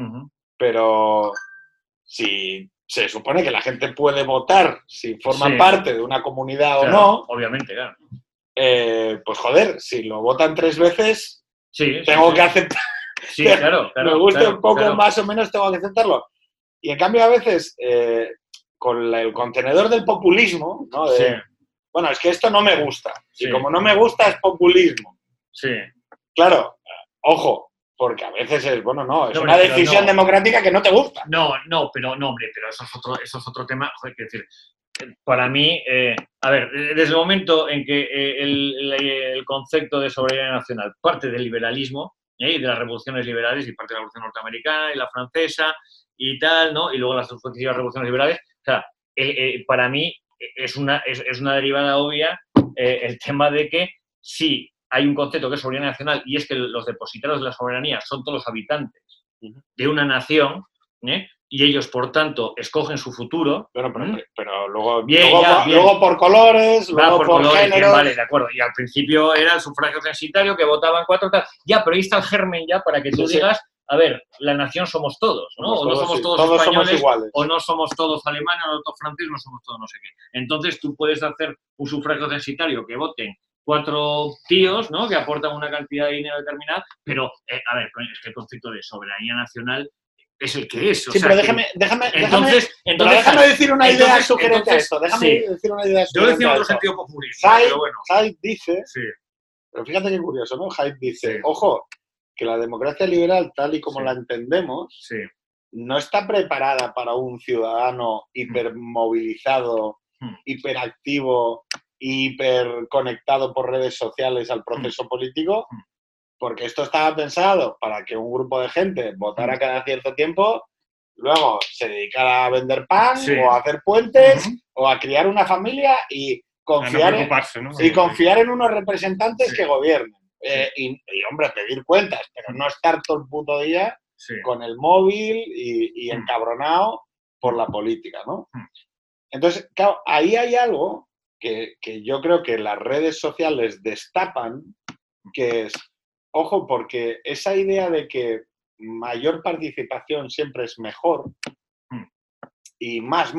pero si se supone que la gente puede votar si forman parte de una comunidad o no, obviamente, claro. Pues joder, si lo votan 3 veces, tengo que aceptar. Sí, claro. Me guste un poco más o menos, tengo que aceptarlo. Y en cambio, a veces, con el contenedor del populismo, ¿no? Bueno, es que esto no me gusta. Y como no me gusta, es populismo. Sí. Claro, ojo, porque a veces es, bueno, no, es una decisión democrática que no te gusta. Pero eso es otro tema. Joder, quiero decir, para mí, a ver, desde el momento en que el concepto de soberanía nacional parte del liberalismo y de las revoluciones liberales y parte de la revolución norteamericana y la francesa y tal, ¿no? Y luego las sucesivas revoluciones liberales, o sea, para mí es una derivada obvia el tema de que sí hay un concepto que es soberanía nacional y es que los depositarios de la soberanía son todos los habitantes de una nación, y ellos, por tanto, escogen su futuro. Pero luego por colores, luego por género. Vale, de acuerdo. Y al principio era el sufragio censitario, que votaban 4 tal. Ya, pero ahí está el germen ya para que tú digas, a ver, la nación somos todos, ¿no? O no somos todos españoles, o no somos todos alemanes, o no todos franceses, no somos todos no sé qué. Entonces tú puedes hacer un sufragio censitario que voten 4 tíos, ¿no? Que aportan una cantidad de dinero determinada, pero, a ver, es que el concepto de soberanía nacional es el que es. Sí, pero déjame decir una idea sugerente a esto. Decir una idea sugerente. Yo decía otro sentido populista, pero bueno. Haidt dice, pero fíjate qué curioso, ¿no? Haidt dice, ojo, que la democracia liberal, tal y como la entendemos, no está preparada para un ciudadano hipermovilizado, hiperactivo, hiperconectado por redes sociales al proceso político, porque esto estaba pensado para que un grupo de gente votara cada cierto tiempo, luego se dedicara a vender pan o a hacer puentes o a criar una familia y confiar, confiar en unos representantes que gobiernen. Y, hombre, pedir cuentas, pero no estar todo el puto día con el móvil y encabronado por la política, ¿no? Entonces, claro, ahí hay algo que yo creo que las redes sociales destapan, que es, ojo, porque esa idea de que mayor participación siempre es mejor y más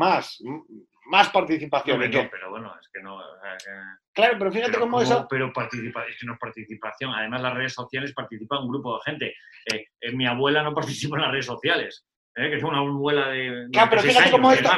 participación. Pero bueno, es que no... Claro, pero fíjate cómo eso... Pero es que no es participación. Además, las redes sociales participa un grupo de gente. Mi abuela no participa en las redes sociales. Que tengo una abuela de... Claro, pero fíjate cómo esto...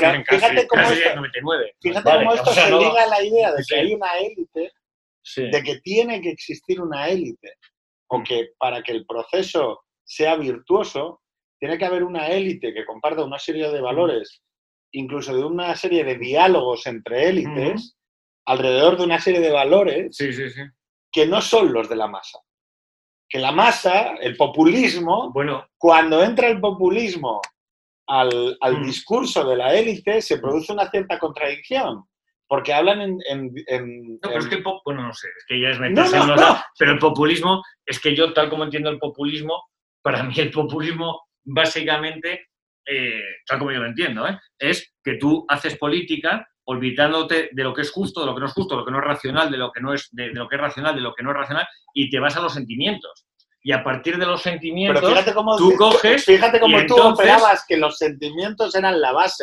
Fíjate cómo esto se liga a la idea de que hay una élite, de que tiene que existir una élite, o que para que el proceso sea virtuoso, tiene que haber una élite que comparta una serie de valores, incluso de una serie de diálogos entre élites, alrededor de una serie de valores que no son los de la masa. Que la masa, el populismo, cuando entra el populismo al discurso de la élite, se produce una cierta contradicción. Porque hablan pero es que no sé, es que ya es meterse pero el populismo, es que yo, tal como entiendo el populismo, para mí el populismo, básicamente, tal como yo lo entiendo, es que tú haces política olvidándote de lo que es justo, de lo que no es justo, de lo que no es racional, de lo que no es, de lo que es racional, de lo que no es racional, y te vas a los sentimientos. Y a partir de los sentimientos, pero fíjate cómo tú coges... Fíjate cómo tú operabas que los sentimientos eran la base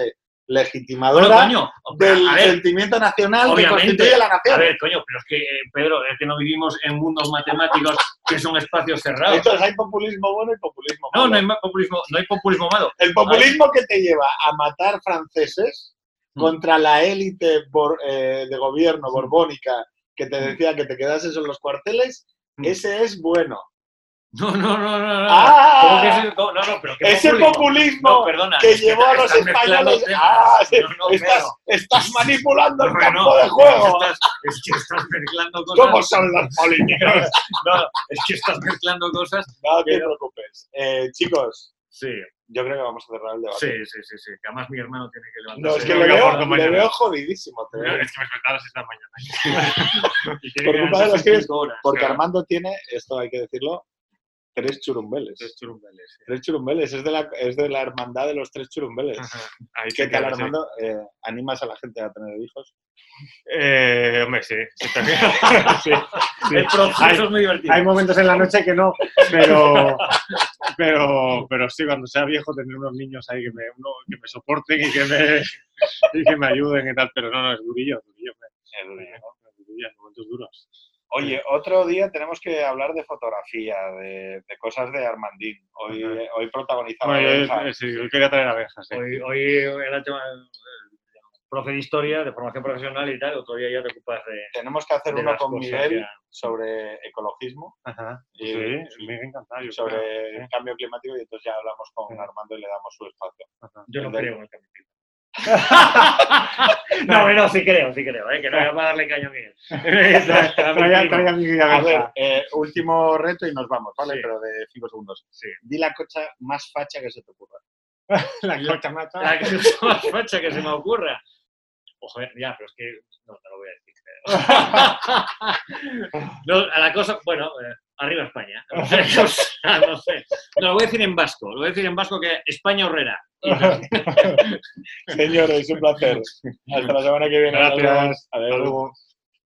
legitimadora Bueno, coño, del a ver, sentimiento nacional que obviamente. constituye la nación. A ver, coño, pero es que, Pedro, es que no vivimos en mundos matemáticos que son espacios cerrados. Entonces hay populismo bueno y populismo No, malo. no hay populismo malo. El populismo que te lleva a matar franceses contra la élite de gobierno borbónica que te decía que te quedases en los cuarteles, ese es bueno. No. ¡Ah! ¿Cómo que ese? No, pero ¿qué Ese populismo No, perdona, que es que llevó a los estás mezclando españoles. temas. ¡Ah! Sí, No, Pedro. estás manipulando el No, campo de juego. Es que estás mezclando cosas. ¿Cómo son los políticos? No, es que estás mezclando cosas. No te Pero- preocupes. Chicos, Sí, yo creo que vamos a cerrar el debate. sí. Que además mi hermano tiene que levantarse. No, es que Sí, le venga, veo, por mañana. le veo jodidísimo. Te veo. Es que me despertaba a las 6 de la mañana. Y tiene Por que culpa de los levantarse críos, 5 horas. Porque claro. Armando tiene, esto hay que decirlo, 3 churumbeles. Es churumbeles. 3 churumbeles, es de la hermandad de los 3 churumbeles. Ahí ¿Qué se tal, queda, sí. Armando? ¿Animas a la gente a tener hijos? Hombre, sí. también. Sí. El proceso es muy divertido. Hay momentos en la noche que no, pero sí, cuando sea viejo tener unos niños ahí que me soporten y que me ayuden y tal, pero no, es durillo. Es durillo, momentos duros. Oye, otro día tenemos que hablar de fotografía, de cosas de Armandín. Hoy protagonizaba Bueno, Benja. yo quería traer a Benja, sí. Hoy era el tema, profe de historia, de formación profesional y tal, otro día ya te ocupas de... Tenemos que hacer de uno las con cosas Miguel ya. sobre ecologismo, Ajá. Y- Sí, me encanta. Yo sobre creo, el cambio climático, y entonces ya hablamos con Sí. Armando y le damos su espacio. Ajá. Yo no El del- creo en el cambio climático. No, sí creo, que no voy a darle caño a Miguel. Traía a Miguel a A Benja. ver, último reto y nos vamos, ¿vale? Sí. Pero de 5 segundos. Sí. Di la cocha más facha que se te ocurra. La cocha mata. La que es más facha que se me ocurra. Ojo, ya, pero es que no te lo voy a decir. No, a la cosa, bueno, arriba España. No sé. No, lo voy a decir en vasco. Lo voy a decir en vasco que España horrera. Señores, un placer. Hasta la semana que viene. Nos vemos. Gracias. Adeu. Hasta luego.